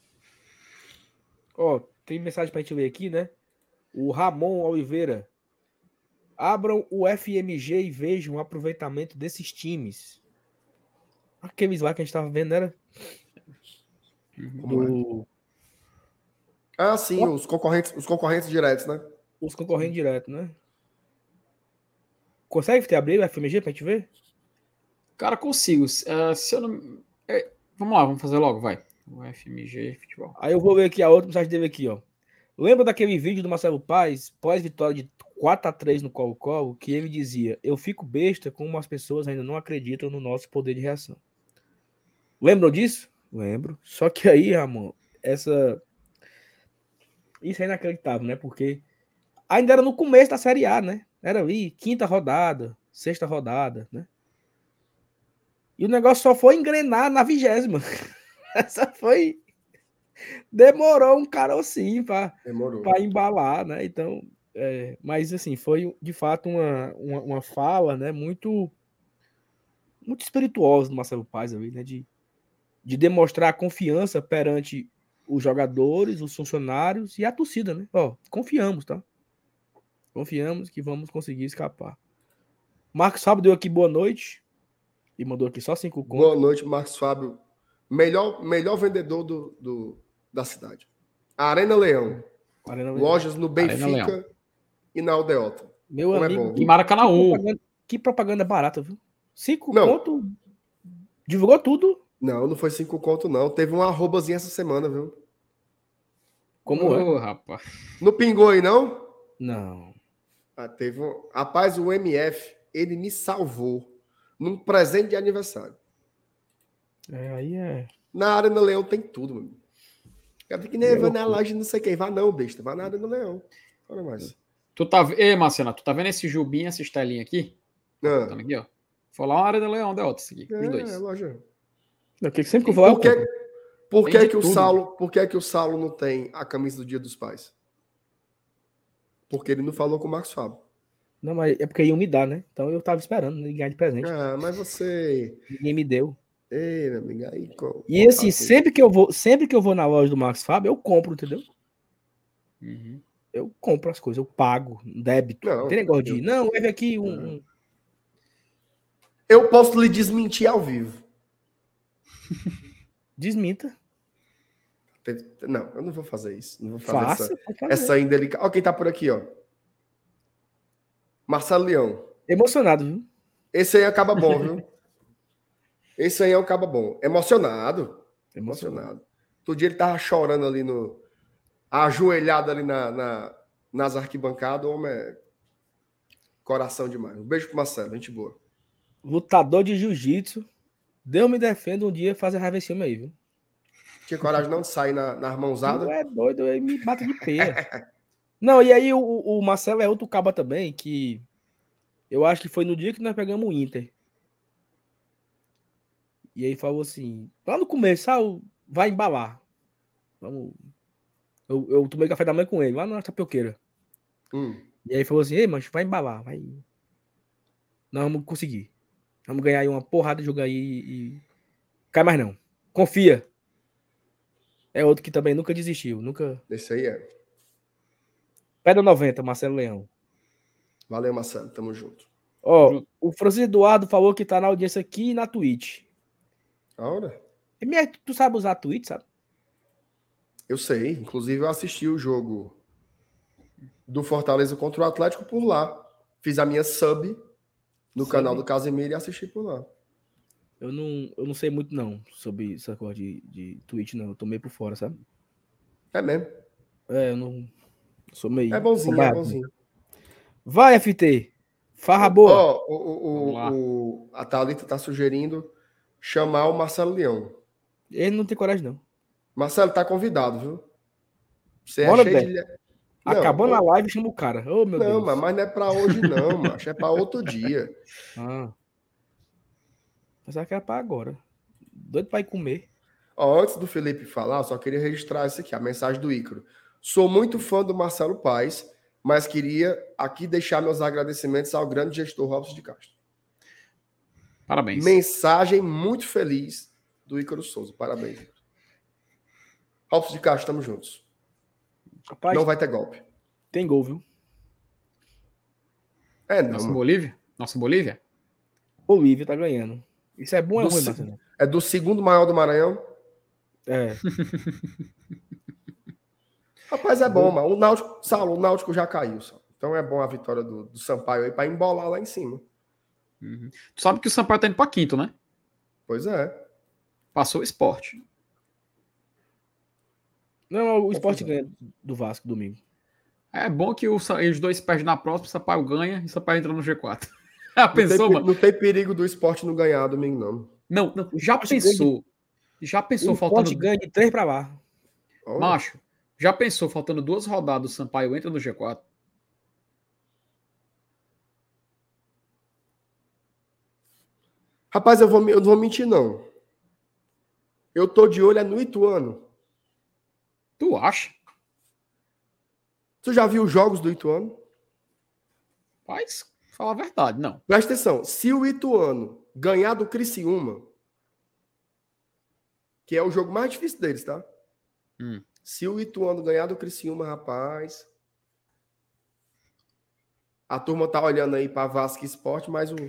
Ó, tem mensagem pra gente ler aqui, né? O Ramon Oliveira. Abram o F M G e vejam o aproveitamento desses times. Aqueles lá que a gente tava vendo, né? Era do... Ah, sim, os concorrentes, os concorrentes diretos, né? Os concorrentes diretos, né? Consegue ter abrir o F M G pra gente ver? Cara, consigo. Uh, se eu não... É, vamos lá, vamos fazer logo, vai. O F M G Futebol. Aí eu vou ver aqui a outra mensagem dele aqui, ó. Lembra daquele vídeo do Marcelo Paes, pós-vitória de quatro a três no Colo-Colo, que ele dizia: eu fico besta como as pessoas ainda não acreditam no nosso poder de reação. Lembram disso? Lembro. Só que aí, Ramon, essa... Isso é inacreditável, né? Porque ainda era no começo da Série A, né? Era ali, quinta rodada, sexta rodada, né? E o negócio só foi engrenar na vigésima. Essa foi... Demorou um carocinho para embalar, né? Então, é... mas assim, foi de fato uma, uma, uma fala, né? Muito, muito espirituosa do Marcelo Paes ali, né? De, de demonstrar a confiança perante os jogadores, os funcionários e a torcida, né? Ó, confiamos, tá? Confiamos que vamos conseguir escapar. Marcos Fábio deu aqui boa noite e mandou aqui só cinco contos. Boa noite, Marcos Fábio. Melhor, melhor vendedor do, do, da cidade. Arena Leão. Arena Leão. Lojas no Benfica e na Aldeota. Meu Como amigo. É bom, e Maracanã. Que propaganda, que propaganda barata, viu? Cinco contos. Divulgou tudo. Não, não foi cinco conto, não. Teve uma arrobazinha essa semana, viu? Como oh, é? Rapaz. Não pingou aí, não? Não. Ah, teve um... Rapaz, o M F, ele me salvou num presente de aniversário. É, aí é... Na Arena Leão tem tudo, mano. Cara, que nem é na loja, não sei quem. Vá não, besta. Vá na Arena Leão. Olha mais. Tu tá... Ei, Marcena, tu tá vendo esse Jubinha, essa estelinha aqui? Ah. Tá aqui, ó. Foi lá uma Arena Leão, da outra, aqui. É, os dois. É, loja. Não, que sempre que eu vou lá, por que, por que, que o tudo. Saulo, por que, que o Saulo não tem a camisa do Dia dos Pais? Porque ele não falou com o Marcos Fábio. Não, mas é porque iam me dar, né? Então eu tava esperando ninguém ganhar de presente. Ah, mas você... Ninguém me deu. Ei, meu amigo, aí... E assim, sempre que, eu vou, sempre que eu vou na loja do Marcos Fábio, eu compro, entendeu? Uhum. Eu compro as coisas, eu pago, débito. Não, não tem negócio de... Não, leve aqui um... um... Eu posso lhe desmentir ao vivo. Desminta. Não, eu não vou fazer isso. Não vou fazer Faça, essa, fazer. essa indelicada. Ó, quem tá por aqui, ó. Marcelo Leão. Emocionado, viu? Esse aí acaba bom, viu? Esse aí é um cabo bom. Emocionado. Emocionado. Emocionado. Todo dia ele tava chorando ali no... Ajoelhado ali na, na, nas arquibancadas. O homem é... Coração demais. Um beijo pro Marcelo, gente boa. Lutador de jiu-jitsu. Deus me defenda um dia fazer raiva esse filme aí, viu? Tinha coragem não de sair na, na mãozada. Não é doido, ele me bate de pé. Não, e aí o, o Marcelo é outro caba também, que eu acho que foi no dia que nós pegamos o Inter. E aí falou assim, lá no começo, ah, vai embalar. Vamos... Eu, eu tomei café da manhã com ele, lá na tapioqueira. Hum. E aí falou assim, ei, mas vai embalar, vai... Nós vamos conseguir. Vamos ganhar aí uma porrada de jogo aí e... Cai mais não. Confia. É outro que também nunca desistiu, nunca... Esse aí é. Pedra noventa, Marcelo Leão. Valeu, Marcelo. Tamo junto. Ó, junto. O Francisco Eduardo falou que tá na audiência aqui e na Twitch. A hora? Tu sabe usar a Twitch, sabe? Eu sei. Inclusive, eu assisti o jogo do Fortaleza contra o Atlético por lá. Fiz a minha sub no Sub. canal do Casemiro e assisti por lá. Eu não, eu não sei muito, não, sobre essa coisa de, de Twitch, não. Eu tô meio por fora, sabe? É mesmo. É, eu não. Sou meio. É bonzinho, é combado. bonzinho. Vai, F T. Farra boa. Ó, o, o, o, o, a Thalita tá sugerindo chamar o Marcelo Leão. Ele não tem coragem, não. Marcelo tá convidado, viu? Você é Bora, cheio Bé. de. Acabando Não, a live, chama o cara. Oh, meu não, Deus. mas mas não é pra hoje, não, macho. É pra outro dia. Ah. Pensava que era pra agora. Doido pra ir comer. Ó, antes do Felipe falar, eu só queria registrar isso aqui, a mensagem do Ícaro. Sou muito fã do Marcelo Paes, mas queria aqui deixar meus agradecimentos ao grande gestor Robson de Castro. Parabéns. Mensagem muito feliz do Ícaro Souza. Parabéns, Ícaro. Robson de Castro, estamos juntos. Rapaz, não vai ter golpe. Tem gol, viu? É, não. Nossa mano. Bolívia? Nossa Bolívia? Bolívia tá ganhando. Isso é bom ou é Do ruim, se- Marcelo? É do segundo maior do Maranhão. É. Rapaz, é bom, mano. O Náutico, Saulo, o Náutico já caiu, Saulo. Então é bom a vitória do, do Sampaio aí para embolar lá em cima. Uhum. Tu sabe que o Sampaio tá indo pra quinto, né? Pois é. Passou o Sport. Não, o Sport Confusão. ganha do Vasco domingo. É bom que o Sa- os dois perdem na próxima, o Sampaio ganha e o Sampaio entra no G quatro. Já Não tem, pensou, pe- mano? não tem perigo do esporte não ganhar domingo, não. Não, não. O Já Sport ganha de- pensou? Já O pensou Sport faltando. ganha de três pra lá. Olha. Macho, já pensou faltando duas rodadas o Sampaio entra no G quatro? Rapaz, eu, vou, eu não vou mentir, não. Eu tô de olho é no Ituano. Tu acha? Tu já viu os jogos do Ituano? Mas, fala a verdade, não. Presta atenção. Se o Ituano ganhar do Criciúma, que é o jogo mais difícil deles, tá? Hum. Se o Ituano ganhar do Criciúma, rapaz... A turma tá olhando aí pra Vasco Esporte, mas o...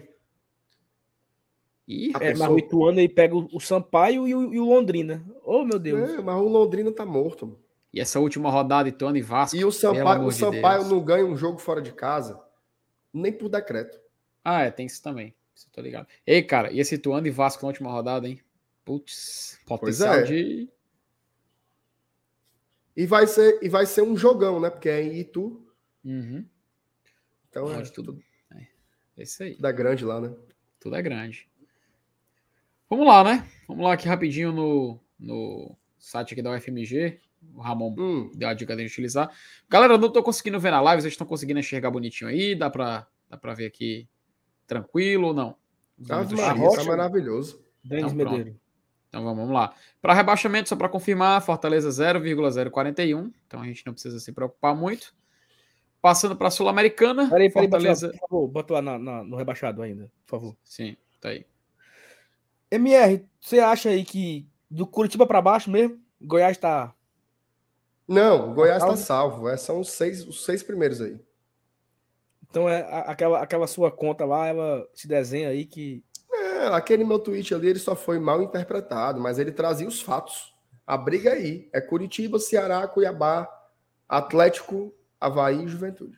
Ih, A É, mas pessoa- o Ituano aí pega o o Sampaio e o, e o Londrina. Oh, meu Deus. É, mas o Londrina tá morto, mano. e essa última rodada, Ituano e Vasco, E o pelo Sampaio, amor o de Sampaio Deus. não ganha um jogo fora de casa, nem por decreto. Ah, é, tem isso também. Isso eu tô ligado. Ei, cara, e esse Ituano e Vasco na última rodada, hein? Putz, potencial é. de... E vai ser, e vai ser um jogão, né? Porque é em Itu. Uhum. Então é Onde tudo... tudo, É, é isso aí. tudo é grande lá, né? Tudo é grande. Vamos lá, né? Vamos lá aqui rapidinho no, no site aqui da U F M G. O Ramon Hum, deu a dica de utilizar. Galera, eu não tô conseguindo ver na live. Vocês estão conseguindo enxergar bonitinho aí? Dá pra, dá pra ver aqui tranquilo ou não? Os números Ave do Maria, X. tá maravilhoso. Denis Então, pronto. Medeiros. Então vamos, vamos lá. Para rebaixamento, só para confirmar, Fortaleza zero vírgula zero quarenta e um. Então a gente não precisa se preocupar muito. Passando para a Sul-Americana. Peraí, peraí, Fortaleza. bota lá, por favor, bota lá na, na- no rebaixado ainda, por favor. Sim, tá aí. M R, você acha aí que do Curitiba pra baixo mesmo, Goiás tá. Não, o Goiás tá salvo? salvo. É, são os seis, os seis primeiros aí. Então é a- aquela, aquela sua conta lá, ela se desenha aí que. É, aquele meu tweet ali, ele só foi mal interpretado, mas ele trazia os fatos. A briga aí é Curitiba, Ceará, Cuiabá, Atlético, Avaí e Juventude.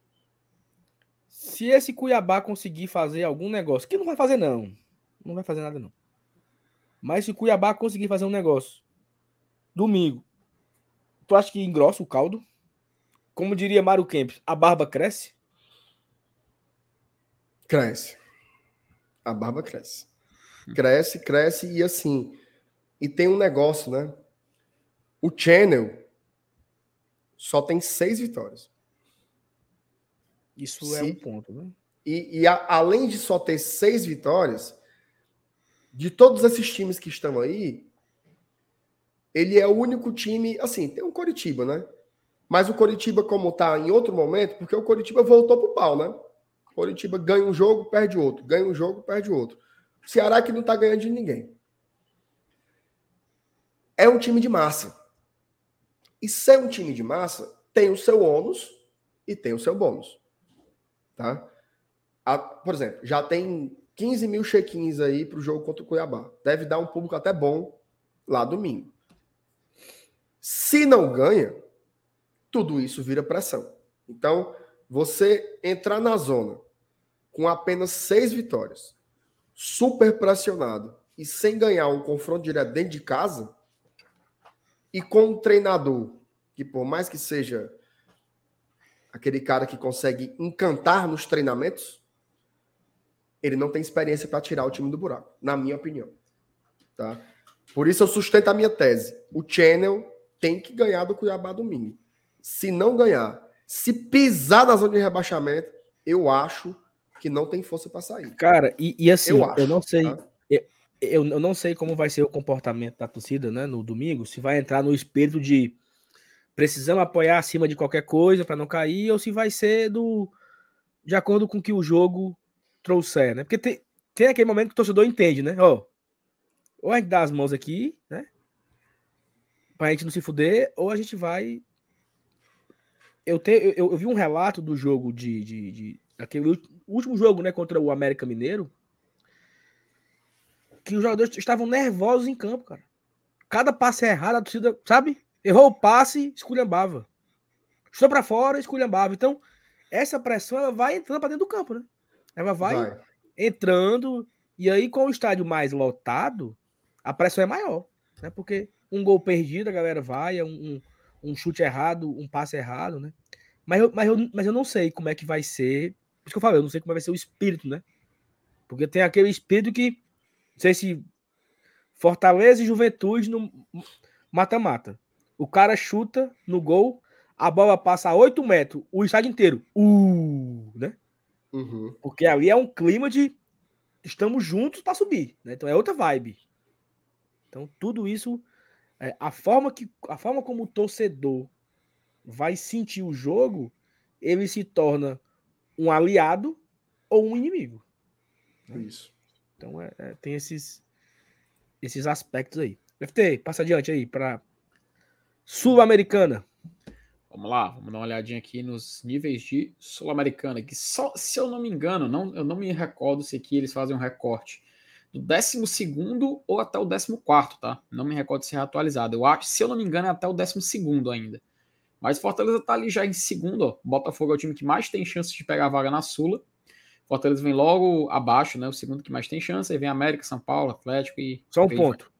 Se esse Cuiabá conseguir fazer algum negócio, que não vai fazer não, não vai fazer nada não. Mas se o Cuiabá conseguir fazer um negócio domingo, tu acha que engrossa o caldo? Como diria Mário Kempis, a barba cresce? Cresce. A barba cresce. Cresce, cresce e assim. E tem um negócio, né? O Channel só tem seis vitórias. Isso é Se- um ponto, né? E, e a- além de só ter seis vitórias, de todos esses times que estão aí, ele é o único time. Assim, tem o Coritiba, né? Mas o Coritiba, como tá em outro momento, porque o Coritiba voltou pro pau, né? O Coritiba ganha um jogo, perde outro. Ganha um jogo, perde outro. O Ceará que não tá ganhando de ninguém. É um time de massa. E ser um time de massa tem o seu ônus e tem o seu bônus. Tá? A- por exemplo, já tem quinze mil check-ins aí pro jogo contra o Cuiabá. Deve dar um público até bom lá domingo. Se não ganha, tudo isso vira pressão. Então, você entrar na zona com apenas seis vitórias, super pressionado, e sem ganhar um confronto direto dentro de casa, e com um treinador que, por mais que seja aquele cara que consegue encantar nos treinamentos, ele não tem experiência para tirar o time do buraco, na minha opinião. Tá? Por isso eu sustento a minha tese. O Channel tem que ganhar do Cuiabá domingo. Se não ganhar, se pisar na zona de rebaixamento, eu acho que não tem força para sair. Cara, e, e assim, eu, eu, acho, não sei, tá? eu, eu, eu não sei como vai ser o comportamento da torcida, né, no domingo, se vai entrar no espírito de precisamos apoiar acima de qualquer coisa para não cair, ou se vai ser do de acordo com o que o jogo trouxer, né? Porque tem, tem aquele momento que o torcedor entende, né? Ó, ou a gente dá as mãos aqui, né? Pra gente não se fuder, ou a gente vai. Eu, te, eu, eu vi um relato do jogo de. de, de aquele último jogo, né? Contra o América Mineiro. Que os jogadores estavam nervosos em campo, cara. Cada passe errado, a torcida, sabe? Errou o passe, esculhambava. Chutou pra fora, esculhambava. Então, essa pressão ela vai entrando pra dentro do campo, né? Ela vai, vai entrando. E aí, com o estádio mais lotado, a pressão é maior. Né? Porque um gol perdido, a galera vai, um, um, um chute errado, um passe errado, né? Mas eu, mas, eu, mas eu não sei como é que vai ser. Por isso que eu falei, eu não sei como vai ser o espírito, né? Porque tem aquele espírito que, não sei se Fortaleza e Juventude no mata-mata. O cara chuta no gol, a bola passa a oito metros, o estádio inteiro. Uh, né? Uhum. Porque ali é um clima de estamos juntos para subir, né? Então é outra vibe. Então tudo isso, é, a forma que a forma como o torcedor vai sentir o jogo, ele se torna um aliado ou um inimigo. Né? Isso. Então é, é, tem esses esses aspectos aí. F T, passa adiante aí para Sul-Americana. Vamos lá, vamos dar uma olhadinha aqui nos níveis de Sul-Americana, que só, se eu não me engano, não, eu não me recordo se aqui eles fazem um recorte do décimo segundo ou até o décimo quarto, tá? Não me recordo se é atualizado. Eu acho, se eu não me engano, é até o décimo segundo ainda. Mas Fortaleza tá ali já em segundo, ó. Botafogo é o time que mais tem chance de pegar a vaga na Sula. Fortaleza vem logo abaixo, né? O segundo que mais tem chance. Aí vem América, São Paulo, Atlético e... Só um ponto.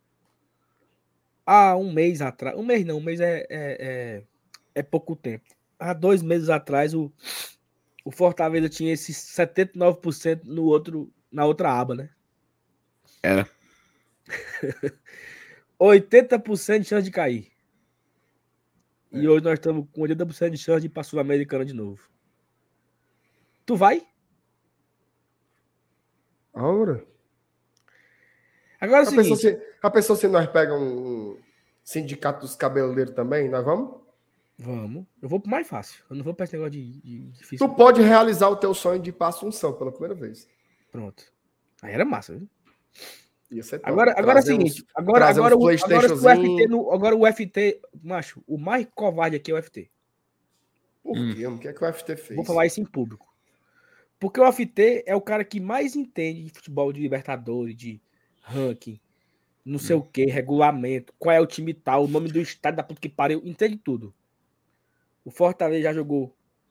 Há um mês atrás... Um mês não, um mês é, é, é, é pouco tempo. Há dois meses atrás, o, o Fortaleza tinha esse setenta e nove por cento no outro, na outra aba, né? Era. oitenta por cento de chance de cair. É. E hoje nós estamos com oitenta por cento de chance de ir para a Sul-Americana de novo. Tu vai? Ora. Agora é o a seguinte... Pessoa se, a pessoa se nós pegamos um, um sindicato dos cabeleireiros também, nós vamos? Vamos. Eu vou pro mais fácil. Eu não vou para esse negócio de, de difícil. Tu pode realizar o teu sonho de ir para Assunção pela primeira vez. Pronto. Aí era massa, viu? Ia ser top. Agora, agora é o seguinte. Uns, agora, agora, o, agora o F T... No, agora o F T... Macho, o mais covarde aqui é o F T. Por hum. quê? O que é que o F T fez? Vou falar isso em público. Porque o F T é o cara que mais entende de futebol de Libertadores, de ranking, não sei hum. o que, regulamento, qual é o time tal, o nome do estádio da puta que pariu, entende tudo. O Fortaleza já jogou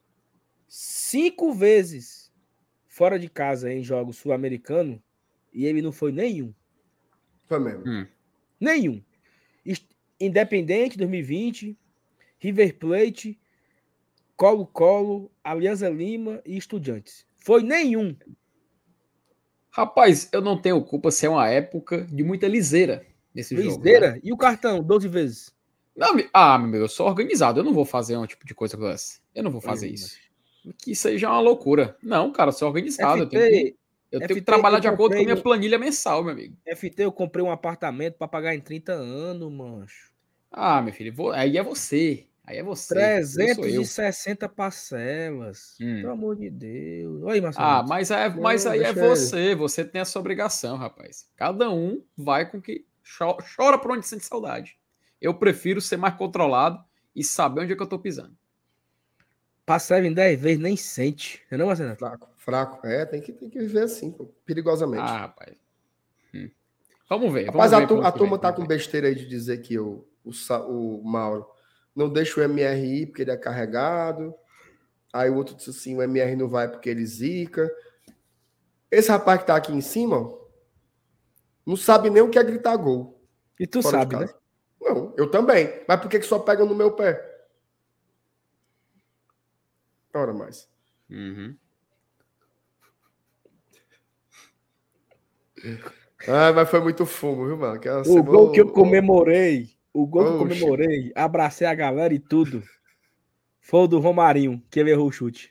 cinco vezes fora de casa em jogos sul-americanos e ele não foi nenhum. Foi mesmo. Hum. Nenhum. Independente dois mil e vinte, River Plate, Colo-Colo, Alianza Lima e Estudiantes. Foi nenhum. Rapaz, eu não tenho culpa se é uma época de muita liseira nesse liseira? jogo. Liseira? Né? E o cartão, doze vezes? Não, ah, meu amigo, eu sou organizado. Eu não vou fazer um tipo de coisa como essa. Eu não vou fazer Oi, isso. Mas... Que isso aí já é uma loucura. Não, cara, eu sou organizado. F T, eu tenho que, eu tenho que trabalhar de acordo com a minha planilha mensal, meu amigo. F T, eu comprei um apartamento para pagar em trinta anos, mancho. Ah, meu filho, vou... aí é você. Aí é você. trezentas e sessenta parcelas. Hum. Pelo amor de Deus. Oi, Marcelo. Ah, mas, é, mas não, aí é você. Ele. Você tem essa obrigação, rapaz. Cada um vai com que chora por onde sente saudade. Eu prefiro ser mais controlado e saber onde é que eu tô pisando. Parcela em dez vezes nem sente. Não é não, Marcelo? Fraco, fraco. É, tem que, tem que viver assim, pô, perigosamente. Ah, rapaz. Hum. Vamos ver. Rapaz, vamos a, ver tu, a turma tá com besteira aí de dizer que eu, o, o Mauro não deixa o M R ir porque ele é carregado. Aí o outro disse assim, o M R não vai porque ele zica. Esse rapaz que tá aqui em cima, Não sabe nem o que é gritar gol. E tu sabe, né? Não, eu também. Mas por que, que só pegam no meu pé? Ora mais. Uhum. Ah, mas foi muito fumo, viu, mano? O semana... gol que eu comemorei, o gol oh, que eu comemorei, shit. Abracei a galera e tudo, foi o do Romarinho, que ele errou o chute.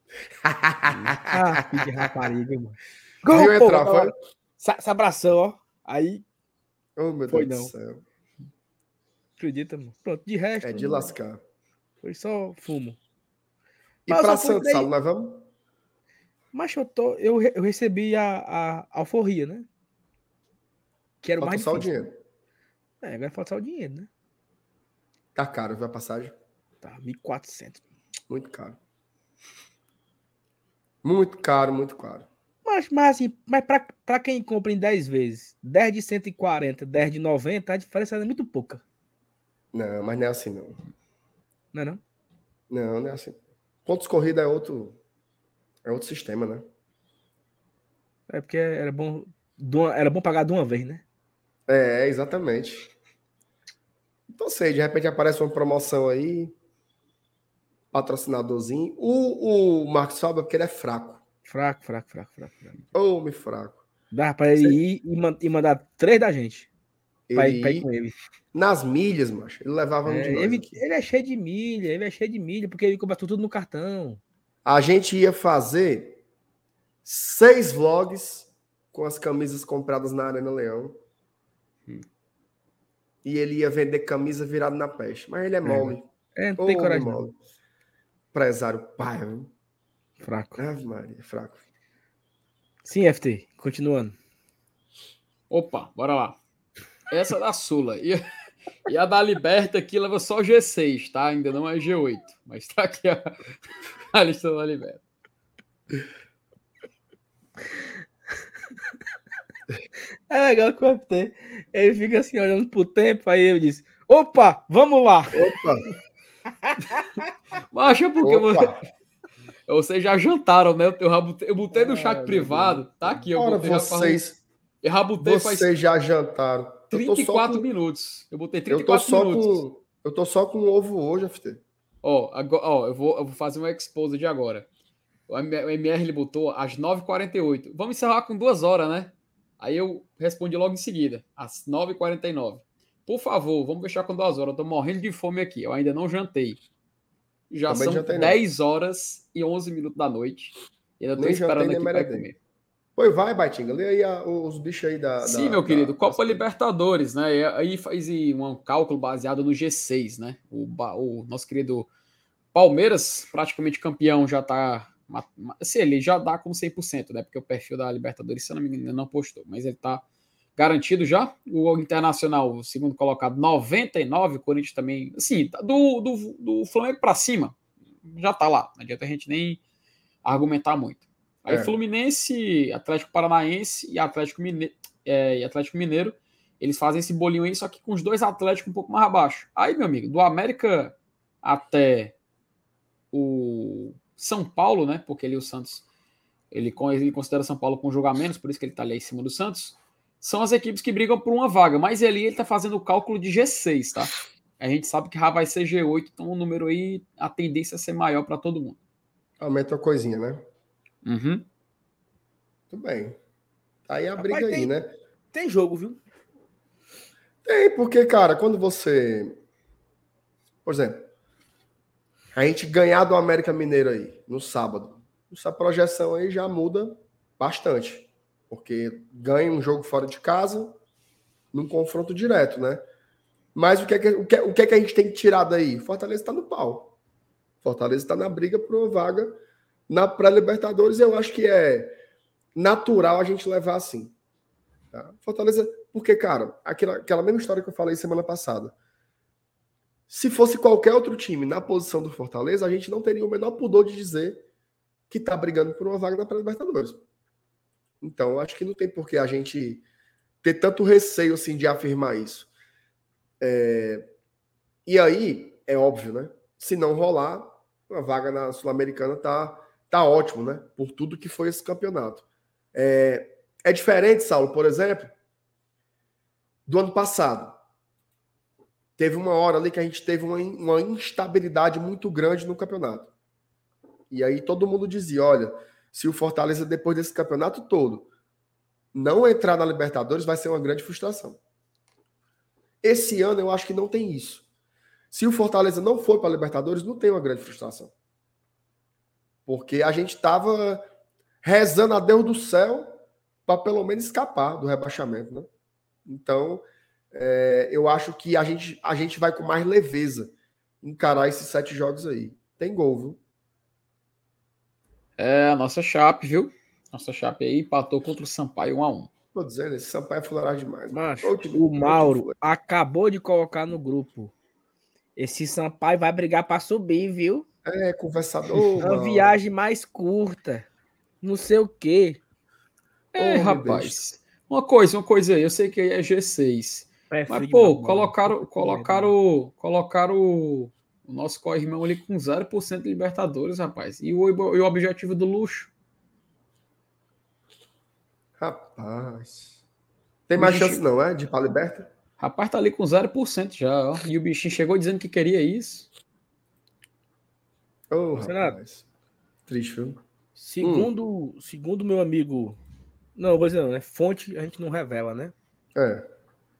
Ah, filho de rapariga, mano. Gol, Viu entrar, pô, foi? Se abraçou, ó. Aí. Oh, meu foi, Deus não. do céu. Acredita, mano. Pronto, de resto. É de não... lascar. Foi só fumo. E Mas pra Santos, daí... Saulo, nós vamos? Mas eu, tô... eu, eu recebi a, a alforria, né? Que era o falta mais só difícil. o dinheiro. É, agora falta só o dinheiro, né? Tá caro, viu a passagem? Tá, mil e quatrocentos. Muito caro. Muito caro, muito caro. Mas, mas assim, mas pra, pra quem compra em dez vezes, dez de cento e quarenta, dez de noventa, a diferença é muito pouca. Não, mas não é assim, não. Não é não? Não, não é assim. Pontos corrida é outro, é outro sistema, né? É porque era bom, era bom pagar de uma vez, né? É, exatamente. Então sei, de repente aparece uma promoção aí, patrocinadorzinho. O, o Marcos Fábio, porque ele é fraco. Fraco, fraco, fraco, fraco. fraco. Homem fraco. Dá pra ele ir e, man, e mandar três da gente. Pra Ele ir, pra ir com ele. Nas milhas, macho. Ele levava é, um de nós. Ele, ele é cheio de milha, ele é cheio de milha, porque ele compra tudo no cartão. A gente ia fazer seis vlogs com as camisas compradas na Arena Leão. Hum. E ele ia vender camisa virado na peste. Mas ele é mole. É, é não tem oh, coragem mole. não. Empresário pai, viu? Fraco. Ave Maria, fraco. Sim, F T, continuando. Opa, bora lá. Essa da Sula. E, e a da Liberta aqui leva só G seis, tá? Ainda não é G oito. Mas tá aqui a, a lista da Liberta. É legal que o F T, ele fica assim olhando pro tempo, aí ele diz, opa, vamos lá. Opa. Mas acha porque você, vocês já jantaram, né? Eu, rabutei, eu botei no chat ah, privado, tá aqui. Eu Ora, botei vocês, eu rabutei vocês faz já jantaram. trinta e quatro com... minutos. Eu botei trinta e quatro eu tô só minutos. Com, eu tô só com ovo hoje, F T. Ó, agora, ó eu, vou, eu vou fazer um expose de agora. O M R ele botou às nove e quarenta e oito. Vamos encerrar com duas horas, né? Aí eu respondi logo em seguida, às nove e quarenta e nove. Por favor, vamos deixar com duas horas. Eu tô morrendo de fome aqui. Eu ainda não jantei. Já também são dez não. horas e onze minutos da noite. E ainda tô nem esperando aqui para comer. Pois vai, Baitinga. Lê aí a, os bichos aí da... Sim, da, meu da, querido. da, Copa Libertadores, né? Aí faz um cálculo baseado no G seis, né? O, o nosso querido Palmeiras, praticamente campeão, já tá... Assim, ele já dá como cem por cento, né? Porque o perfil da Libertadores, se eu não me engano, não postou. Mas ele tá garantido já. O Internacional, o segundo colocado, noventa e nove. O Corinthians também... Assim, do, do, do Flamengo para cima, já tá lá. Não adianta a gente nem argumentar muito. Aí é. Fluminense, Atlético Paranaense e Atlético Mineiro, é, e Atlético Mineiro, eles fazem esse bolinho aí, só que com os dois Atléticos um pouco mais abaixo. Aí, meu amigo, do América até o São Paulo, né? Porque ele o Santos, ele, ele considera São Paulo com jogo a menos, por isso que ele tá ali em cima do Santos. São as equipes que brigam por uma vaga, mas ali ele tá fazendo o cálculo de G seis, tá? A gente sabe que já vai ser G oito, então o número aí, a tendência é ser maior para todo mundo. Aumenta a coisinha, né? Uhum. Muito bem. Aí a Rapaz, briga aí, tem, né? Tem jogo, viu? Tem, porque, cara, quando você... Por exemplo, a gente ganhar do América Mineiro aí, no sábado, essa projeção aí já muda bastante. Porque ganha um jogo fora de casa, num confronto direto, né? Mas o que é que, o que, o que, é que a gente tem que tirar daí? Fortaleza está no pau. Fortaleza está na briga por uma vaga na pré-Libertadores. Eu acho que é natural a gente levar assim. Tá? Fortaleza, porque, cara, aquela, aquela mesma história que eu falei semana passada. Se fosse qualquer outro time na posição do Fortaleza, a gente não teria o menor pudor de dizer que está brigando por uma vaga na pré-Libertadores. Então, eu acho que não tem por que a gente ter tanto receio assim, de afirmar isso. É... E aí, é óbvio, né? Se não rolar, uma vaga na Sul-Americana tá, tá ótimo, né? Por tudo que foi esse campeonato. É, é diferente, Saulo, por exemplo, do ano passado. Teve uma hora ali que a gente teve uma, uma instabilidade muito grande no campeonato. E aí todo mundo dizia, olha, se o Fortaleza, depois desse campeonato todo, não entrar na Libertadores, vai ser uma grande frustração. Esse ano eu acho que não tem isso. Se o Fortaleza não for para a Libertadores, não tem uma grande frustração. Porque a gente estava rezando a Deus do céu para pelo menos escapar do rebaixamento, né? Então, é, eu acho que a gente, a gente vai com mais leveza encarar esses sete jogos aí. Tem gol, viu? É, a nossa Chape, viu? Nossa Chape aí empatou contra o Sampaio um a um. Tô dizendo, esse Sampaio é fuleiragem demais. Macho, Ô, time, o Mauro time acabou de colocar no grupo. Esse Sampaio vai brigar para subir, viu? é, conversador, Uma mano. viagem mais curta. Não sei o quê. É, Ô, rapaz. Uma coisa, uma coisa aí. Eu sei que é G seis. É Mas, frio pô, demais, colocaram, mano. colocaram, colocaram o, o nosso co-irmão ali com zero por cento de Libertadores, rapaz. E o, e o objetivo do luxo? Rapaz. Tem O mais bichinho chance che- não, é? De ir pra Liberta? Rapaz, tá ali com zero por cento já, ó. E o bichinho chegou dizendo que queria isso. Ô, Senado, rapaz. Triste, viu? Hum, segundo, segundo meu amigo. Não, vou dizer não, né? Fonte a gente não revela, né? é.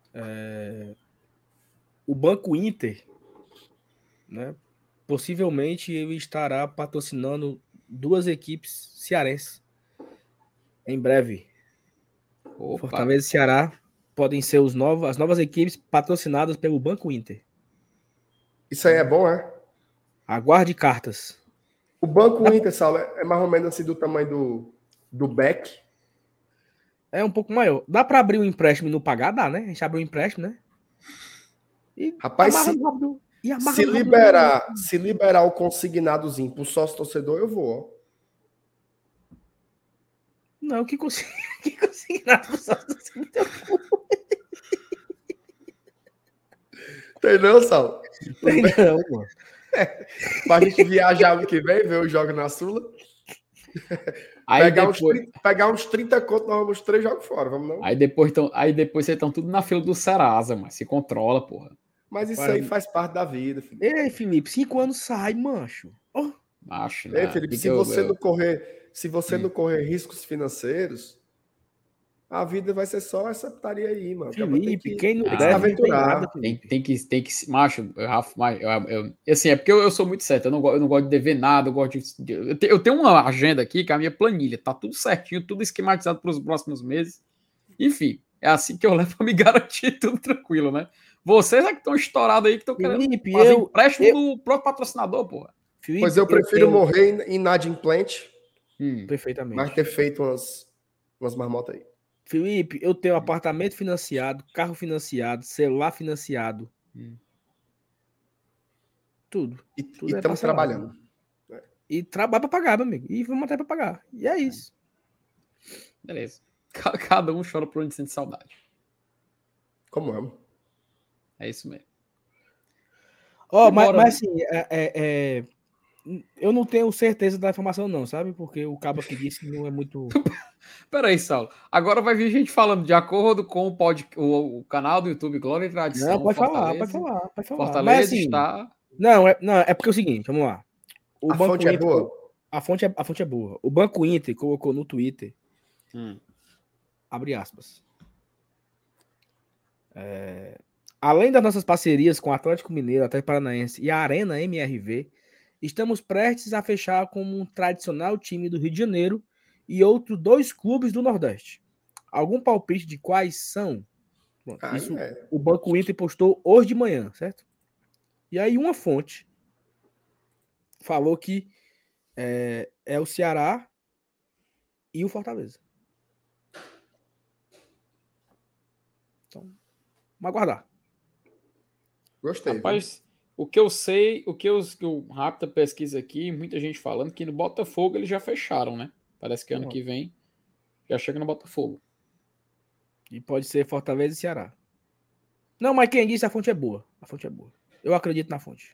O Banco Inter, né? Possivelmente ele estará patrocinando duas equipes cearenses em breve. Opa. Fortaleza e Ceará podem ser os novos, as novas equipes patrocinadas pelo Banco Inter. Isso aí é bom, é? Aguarde cartas. O Banco Dá- Inter, Saulo, é é mais ou menos assim do tamanho do, do Beck. É um pouco maior. Dá para abrir um empréstimo e não pagar? Dá, né? A gente abre um empréstimo, né? E Rapaz, amarra se, no rabo do, e amarra se no rabo do jogador. liberar, se liberar o consignadozinho pro sócio torcedor, eu vou, ó. Não, que consegui, que consegui nada pro sócio torcedor. Tem não, Saulo? Os Tem Be- não, mano. pra gente viajar ano que vem, ver os jogos na Sula. Aí Pegar uns, depois, trinta, pegar uns trinta conto, nós vamos três jogos fora, vamos não? aí depois, tão, aí depois vocês estão tudo na fila do Serasa, mas se controla, porra. Mas isso aí Para- faz parte da vida, filho. Ei, Felipe, cinco anos sai, mancho. Oh, Acho, Ei, né? Felipe, Fica se eu, você não eu- correr, se você hum. não correr riscos financeiros, a vida vai ser só essa putaria aí, mano. Acaba tem Felipe, que, quem não tem que se Ah, deve não tem nada, aventurar. Tem, Felipe. tem que, tem que, se- macho, eu, Rafa, mas eu, eu- assim, é porque eu, eu sou muito certo, eu não, go- eu não gosto de dever nada, eu gosto de, de- eu, te- eu tenho uma agenda aqui, que é a minha planilha, tá tudo certinho, tudo esquematizado para os próximos meses, enfim, é assim que eu levo para me garantir tudo tranquilo, né? Vocês é que estão estourados aí, que estão querendo Felipe, fazer eu, empréstimo eu, do próprio patrocinador, porra. Pois Felipe, eu eu prefiro tenho morrer inadimplente, Hum, mas ter perfeitamente. feito umas, umas marmotas aí. Felipe, eu tenho apartamento financiado, carro financiado, celular financiado, hum. tudo. E Tudo é estamos parcelado. trabalhando. E trabalha para pagar, meu amigo. E vamos até para pagar. E é isso. Beleza. Ca- Cada um chora por onde sente saudade. Como é? É isso mesmo. Ó, mas, Simbora, mas né? assim, é, é, é, eu não tenho certeza da informação, não, sabe? Porque o cabo que disse não é muito. Peraí, Saulo. Agora vai vir gente falando de acordo com o, pod, o, o canal do YouTube Glória e Não, Tradição. pode falar, pode Fortaleza, falar, pode falar. Mas Fortaleza assim, está. não, é, não, é porque é o seguinte, vamos lá. O A Banco fonte é Inter, boa? a fonte é, a fonte é boa. O Banco Inter colocou no Twitter, Hum. abre aspas. É, além das nossas parcerias com o Atlético Mineiro, Atlético Paranaense e a Arena M R V, estamos prestes a fechar com um tradicional time do Rio de Janeiro e outros dois clubes do Nordeste. Algum palpite de quais são? Pronto, Aí isso é. o Banco Inter postou hoje de manhã, certo? E aí uma fonte falou que é, é o Ceará e o Fortaleza. Então, vamos aguardar. Gostei, viu? Rapaz, o que eu sei, o que eu, que eu rápida pesquisa aqui, muita gente falando que no Botafogo eles já fecharam, né? Parece que ano que vem já chega no Botafogo. E pode ser Fortaleza e Ceará. Não, mas quem disse a fonte é boa. A fonte é boa. Eu acredito na fonte.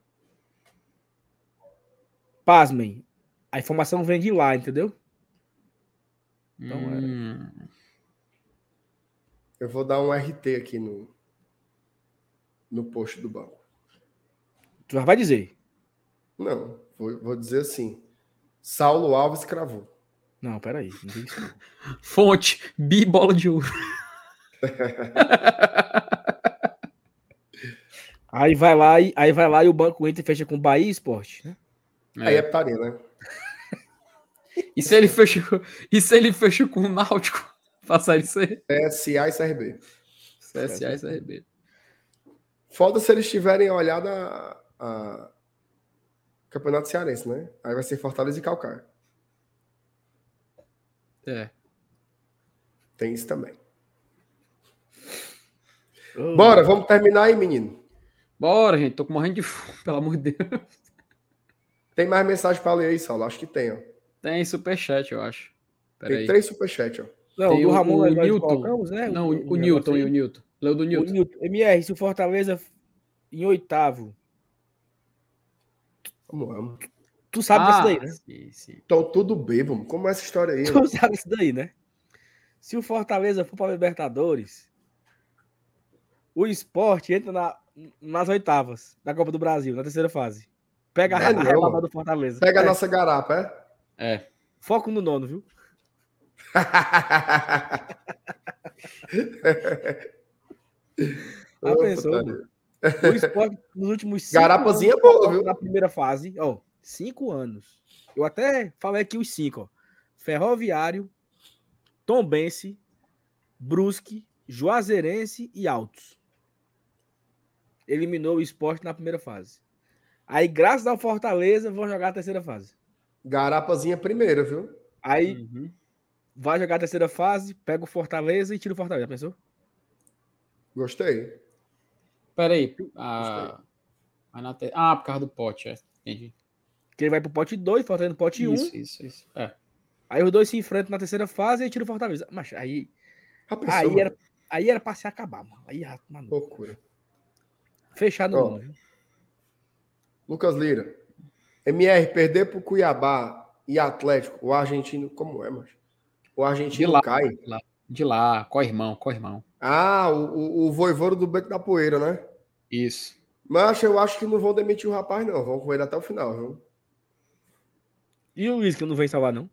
Pasmem. A informação vem de lá, entendeu? Então é. Hum. Eu vou dar um R T aqui no, no post do banco. Tu já vai dizer. Não, vou, vou dizer assim. Saulo Alves cravou. Não, peraí. Não tem isso não. Fonte, bi bola de ouro. Aí vai lá e, aí vai lá e o Banco Inter fecha com o Bahia Esporte, né? Aí é putaria, né? E se ele fecha, e se ele fecha com o Náutico? Passa ele ser C S A e C R B. C S A e C R B. Foda se eles tiverem olhado a, a Campeonato Cearense, né? Aí vai ser Fortaleza e Calcaia. É. Tem isso também. Oh, Bora, vamos terminar aí, menino. Bora, gente. Tô com morrendo de fome, pelo amor de Deus. Tem mais mensagem para ler aí, Saulo? Acho que tem, ó. Tem superchat, eu acho. Pera Tem aí. três superchats, ó. Não, Tem do o, Ramon o nós, nós Newton. colocamos, né? Não, o, o negócio Newton aí. e o Newton. Leu do O Newton. Newton. M R, se o Fortaleza em oitavo. Vamos, vamos. Tu sabe disso Ah, daí, né? sim, sim. Então, tudo bem, vamos. Como é essa história aí? Tu sabe isso daí, né? Se o Fortaleza for para Libertadores, o Sport entra na, nas oitavas da Copa do Brasil, na terceira fase. Pega É a, não, a rebaba mano. do Fortaleza. Pega É, a nossa garapa, é? É. foco no nono, viu? Ah, Ô, pensou, putaria. mano. O Sport nos últimos cinco Garapazinha anos boa, viu? na primeira fase, ó, cinco anos. Eu até falei aqui os cinco, ó. Ferroviário, Tombense, Brusque, Juazeirense e Altos. Eliminou o Sport na primeira fase. Aí, graças ao Fortaleza, vão jogar a terceira fase. Garapazinha primeiro, viu? Aí, Uhum. vai jogar a terceira fase, pega o Fortaleza e tira o Fortaleza, pensou? Gostei. Pera aí. Gostei. Ah, vai na te... ah, por causa do pote, é. Entendi. Que ele vai pro pote dois, Fortaleza no pote um. Isso, isso, isso. É. Aí os dois se enfrentam na terceira fase e tira o Fortaleza. Mas aí, Já pensou, aí, mano? era, aí era pra se acabar, mano. Aí, mano. Loucura. Fechado no Ó, nono, viu? Lucas Lira. M R, perder pro Cuiabá e Atlético, o argentino, como é, mas o De argentino lá, cai. de lá, de lá, co-irmão, co-irmão. Ah, o, o, o voivodo do Beco da Poeira, né? Isso. Mas eu acho que não vão demitir o rapaz, não. Vão com ele até o final, viu? E o Luiz, que não vem salvar, não?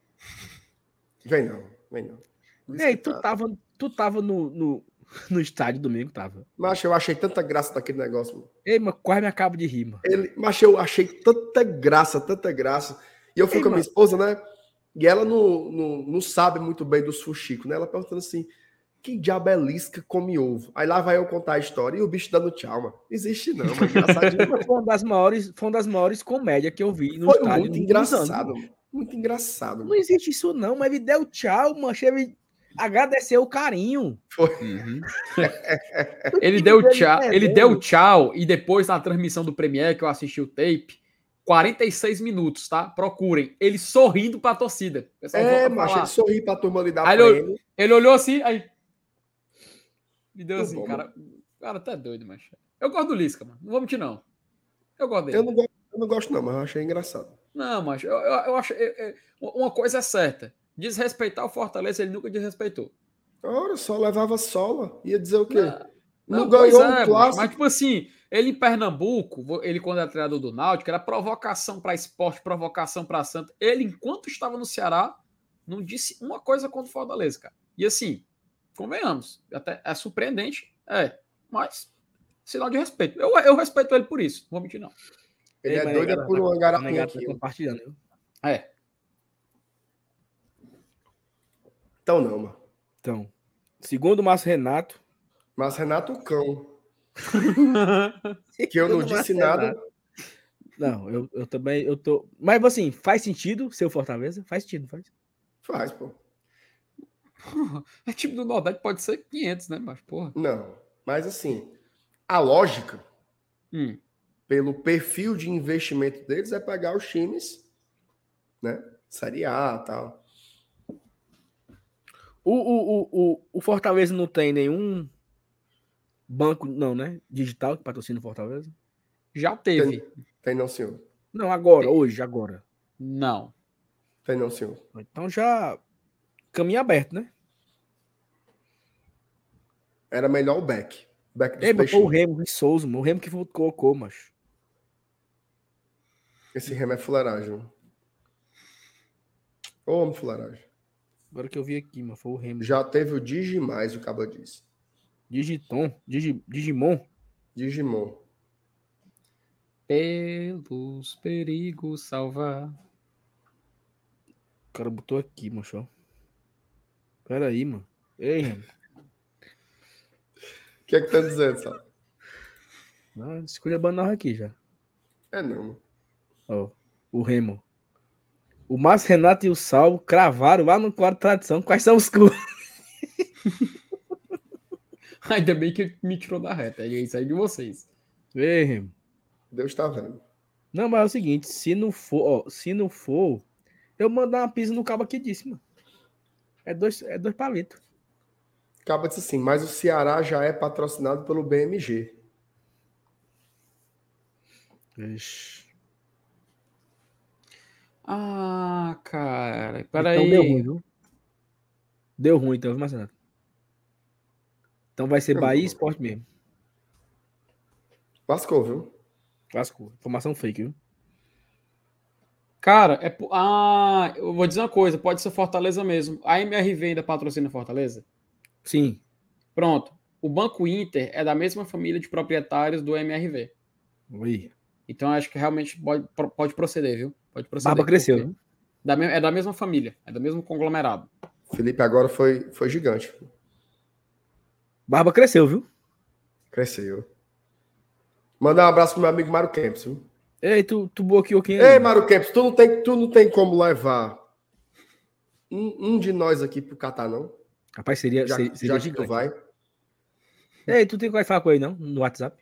Vem não, vem não. Luiz Ei, que tu tá. tava, tu tava no, no, no estádio domingo, tava. Mas eu achei tanta graça daquele negócio, mano. Ei, mas quase me acabo de rir, mano. Ele, mas eu achei tanta graça, tanta graça. E eu fui Ei, com a minha mano. esposa, né? E ela não, não, não sabe muito bem dos fuxicos, né? Ela perguntando assim: que diabo é Lisca come ovo? Aí lá vai eu contar a história e o bicho dando tchau, mano. Não existe não, mas engraçadinho. Mas foi uma das maiores, foi uma das maiores comédias que eu vi no Foi estádio. muito nos últimos anos, engraçado, mano. mano. Muito engraçado. Não Mano. existe isso, não, mas ele deu tchau, mancha, ele agradeceu o carinho. Foi. Uhum. ele deu tchau, ele deu tchau e depois na transmissão do Premiere que eu assisti o tape, quarenta e seis minutos, tá? Procurem. Ele sorrindo pra torcida. O pessoal É, volta a mas falar. ele sorri pra turma lhe dar Aí ele, prêmio. ele olhou assim, aí me deu Muito assim, bom, cara. O cara tá doido, macho. Eu gosto do Lisca, mano. Não vou mentir, não. Eu gosto dele. Eu não gosto, eu não gosto, não, mas eu achei engraçado. Não, mas eu, eu, eu acho. Eu, eu, uma coisa é certa: desrespeitar o Fortaleza, ele nunca desrespeitou. Ora, só levava sola. Ia dizer o quê? Não, Não, não ganhou é, um clássico. Mas, tipo assim, ele em Pernambuco, ele quando era treinador do Náutico, era provocação para esporte, provocação para Santa. Ele, enquanto estava no Ceará, não disse uma coisa contra o Fortaleza, cara. E assim, convenhamos, até é surpreendente, é, mas sinal de respeito. Eu, eu respeito ele por isso, não vou mentir, não. Ele Ei, é mas doido negado, por tá- uma garapinha negado tá aqui. ó. compartilhando, viu? É. Então não, mano. Então, segundo o Márcio Renato. Mas Renato o cão. Que eu não Segundo o disse Márcio nada. Renato. Não, eu, eu também, eu tô... Mas, assim, faz sentido ser o Fortaleza? Faz sentido, não faz? Faz, pô. É time do Nordeste, pode ser quinhentos, né? Mas, porra. Não. Mas assim, a lógica, Hum. pelo perfil de investimento deles, é pegar os times, né? Série A e tal. O, o, o, o, o Fortaleza não tem nenhum banco, não, né? Digital que patrocina o Fortaleza? Já teve. Tem, tem não, senhor. Não, agora, Tem. hoje, agora. Não. Tem não, senhor. Então já caminho aberto, né? Era melhor o Beck. O Beck dos Ei, botou o peixinhos. Remo de Souza, o Remo que colocou, macho. Esse Remo é fuleiragem. mano. Ô, homem fuleiragem. Agora que eu vi aqui, mano, foi o Remo. Já teve o Digimais, o cabo disse. Digiton, Digi, Digimon. Digimon. Pelos perigos salvar. O cara botou aqui, macho. Pera aí, mano. Ei, Remo. O que é que tá dizendo, sabe? Ah, escolha banal aqui já. É não. Ó, o Remo. O Márcio Renato e o Salvo cravaram lá no quadro Tradição. Quais são os clubes? Ainda bem que ele me tirou da reta. É isso aí de vocês. Ei, Remo. Deus tá vendo. Não, mas é o seguinte, se não for, ó, se não for, eu mandar uma pizza no cabo aqui disse, mano. É dois, é dois palitos. Acaba disse assim, mas o Ceará já é patrocinado pelo B M G. Ixi. Ah, cara. Então Peraí. deu ruim, viu? Deu ruim, então, viu, Marcelo? Então vai ser Não, Bahia e não. Sport mesmo. Lascou, viu? Lascou. Informação fake, viu? Cara, é. po- Ah, eu vou dizer uma coisa. Pode ser Fortaleza mesmo. A M R V ainda patrocina Fortaleza? Sim. Pronto. O Banco Inter é da mesma família de proprietários do M R V. Oi. Então acho que realmente pode, pode proceder, viu? Pode proceder. Barba cresceu, porque viu? da me- é da mesma família. É do mesmo conglomerado. Felipe agora foi, foi gigante. Barba cresceu, viu? Cresceu. Mandar um abraço pro meu amigo Mário Kempis, viu? Ei, tu, tu bloqueou quem Ei, aí? Mário Kempis, tu não tem, tu não tem como levar um, um de nós aqui pro Catar, não? Rapaz, seria, Já, seria, seria já que tu gigante. vai. Ei, tu tem que falar com ele, não? No WhatsApp?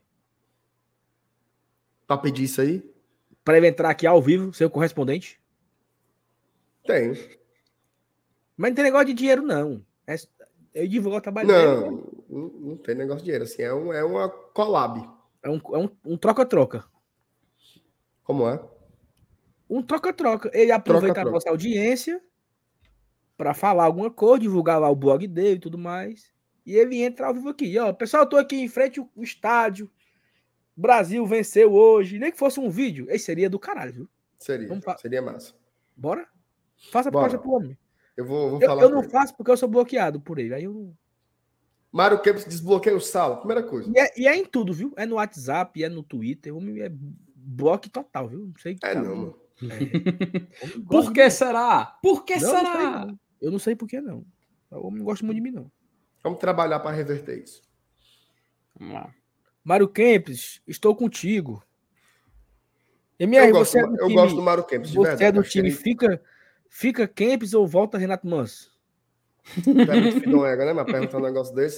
Pra pedir isso aí? Pra ele entrar aqui ao vivo, ser o correspondente? Tem. Mas não tem negócio de dinheiro, não. É, eu divulgo o trabalho dele. Não, não, não tem negócio de dinheiro. Assim, é, um, é uma collab. É um é um- um troca-troca. Como é? Um troca-troca. Ele aproveita Troca-troca. a nossa audiência para falar alguma coisa, divulgar lá o blog dele e tudo mais. E ele entra ao vivo aqui. E, ó, pessoal, eu tô aqui em frente ao estádio. Brasil venceu hoje. Nem que fosse um vídeo. Esse seria do caralho, viu? Seria. Vamos fa- Seria massa. Bora? Faça a Bora. proposta pro homem. Eu vou, vou Eu, falar eu com não ele. faço porque eu sou bloqueado por ele. Aí eu não... Mário Kempis desbloqueia o sala. Primeira coisa. E, é, e é em tudo, viu? É no WhatsApp, é no Twitter. O homem é bloco total, viu? Não sei. É tá- não, mano. É. O homem gosta Por de que mim. será? Por que Não, não sei, será? não. Eu não sei por que não. O homem não gosta muito de mim, não. Vamos trabalhar para reverter isso. Vamos lá. Mário Kempis, estou contigo. M R, Eu gosto, você é do eu time, gosto do Mário Kempis, de você verdade. é do Acho time ele- fica, fica Kempis ou volta Renato Manso? Tu é muito fidonega, né? Mas perguntar um negócio desse.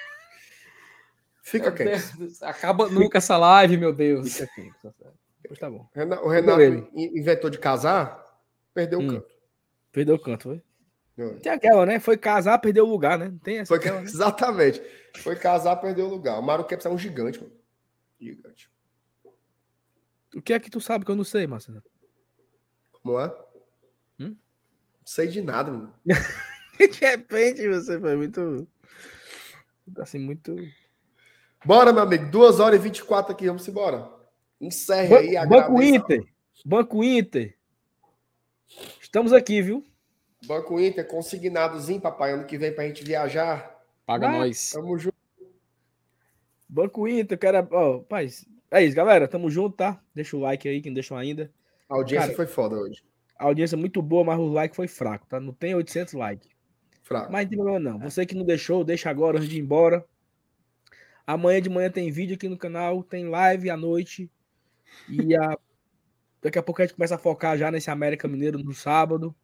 Fica Meu Kempis. Deus, acaba nunca essa live, meu Deus. Fica Kempis, tá certo. Pois tá bom. Rena- O Renato ele. in- inventou de casar, perdeu Hum. o canto. Perdeu o canto, foi? Foi. Tem aquela, né? Foi casar, perdeu o lugar, né? Não tem essa Foi- aquela, né? Exatamente. Foi casar, perdeu o lugar. O Mário Kempis é um gigante, mano. Gigante. O que é que tu sabe que eu não sei, Marcelo? Como é? Hum? Não sei de nada, mano. De repente você foi muito... Assim, muito... Bora, meu amigo. duas horas e vinte e quatro aqui. Vamos embora. Encerre aí. Ban- Banco agradeça. Inter. Banco Inter. Estamos aqui, viu? Banco Inter, consignadozinho, papai. Ano que vem pra gente viajar. Paga Vai. nós. Tamo junto. Banco Inter, cara. Ó, paz. É isso, galera. Tamo junto, tá? Deixa o like aí, quem não deixou ainda. A audiência Cara, foi foda hoje. A audiência é muito boa, mas o like foi fraco, tá? Não tem oitocentos likes. Fraco. Mas não tem problema não. Você que não deixou, deixa agora antes de ir embora. Amanhã de manhã tem vídeo aqui no canal, tem live à noite. E a... daqui a pouco a gente começa a focar já nesse América Mineiro no sábado.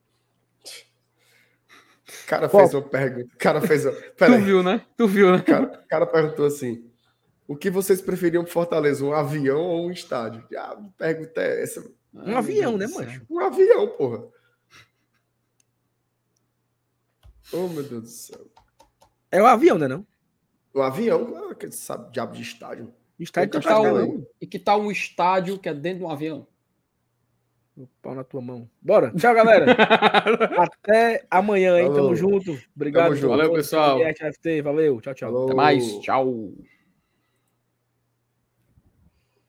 O cara Qual? fez uma pergunta. O cara fez uma... Tu Peraí. viu, né? Tu viu, né? O cara, o cara perguntou assim: o que vocês preferiam pro Fortaleza, um avião ou um estádio? Ah, a pergunta é essa. Um Ai, avião, meu né, Deus do mancho? céu. Um avião, porra. Oh, meu Deus do céu. É o avião, né não? Um avião, ah, que sabe, diabo de estádio. Estádio Tem tá Que tal Cascavel cascalão. um- E que tal um estádio que é dentro de um avião? O pau na tua mão. Bora. Tchau, galera. Até amanhã, hein? Falou. Tamo junto. Obrigado. Tamo junto. Valeu, pessoal. Valeu. Tchau, tchau. Falou. Até mais. Tchau.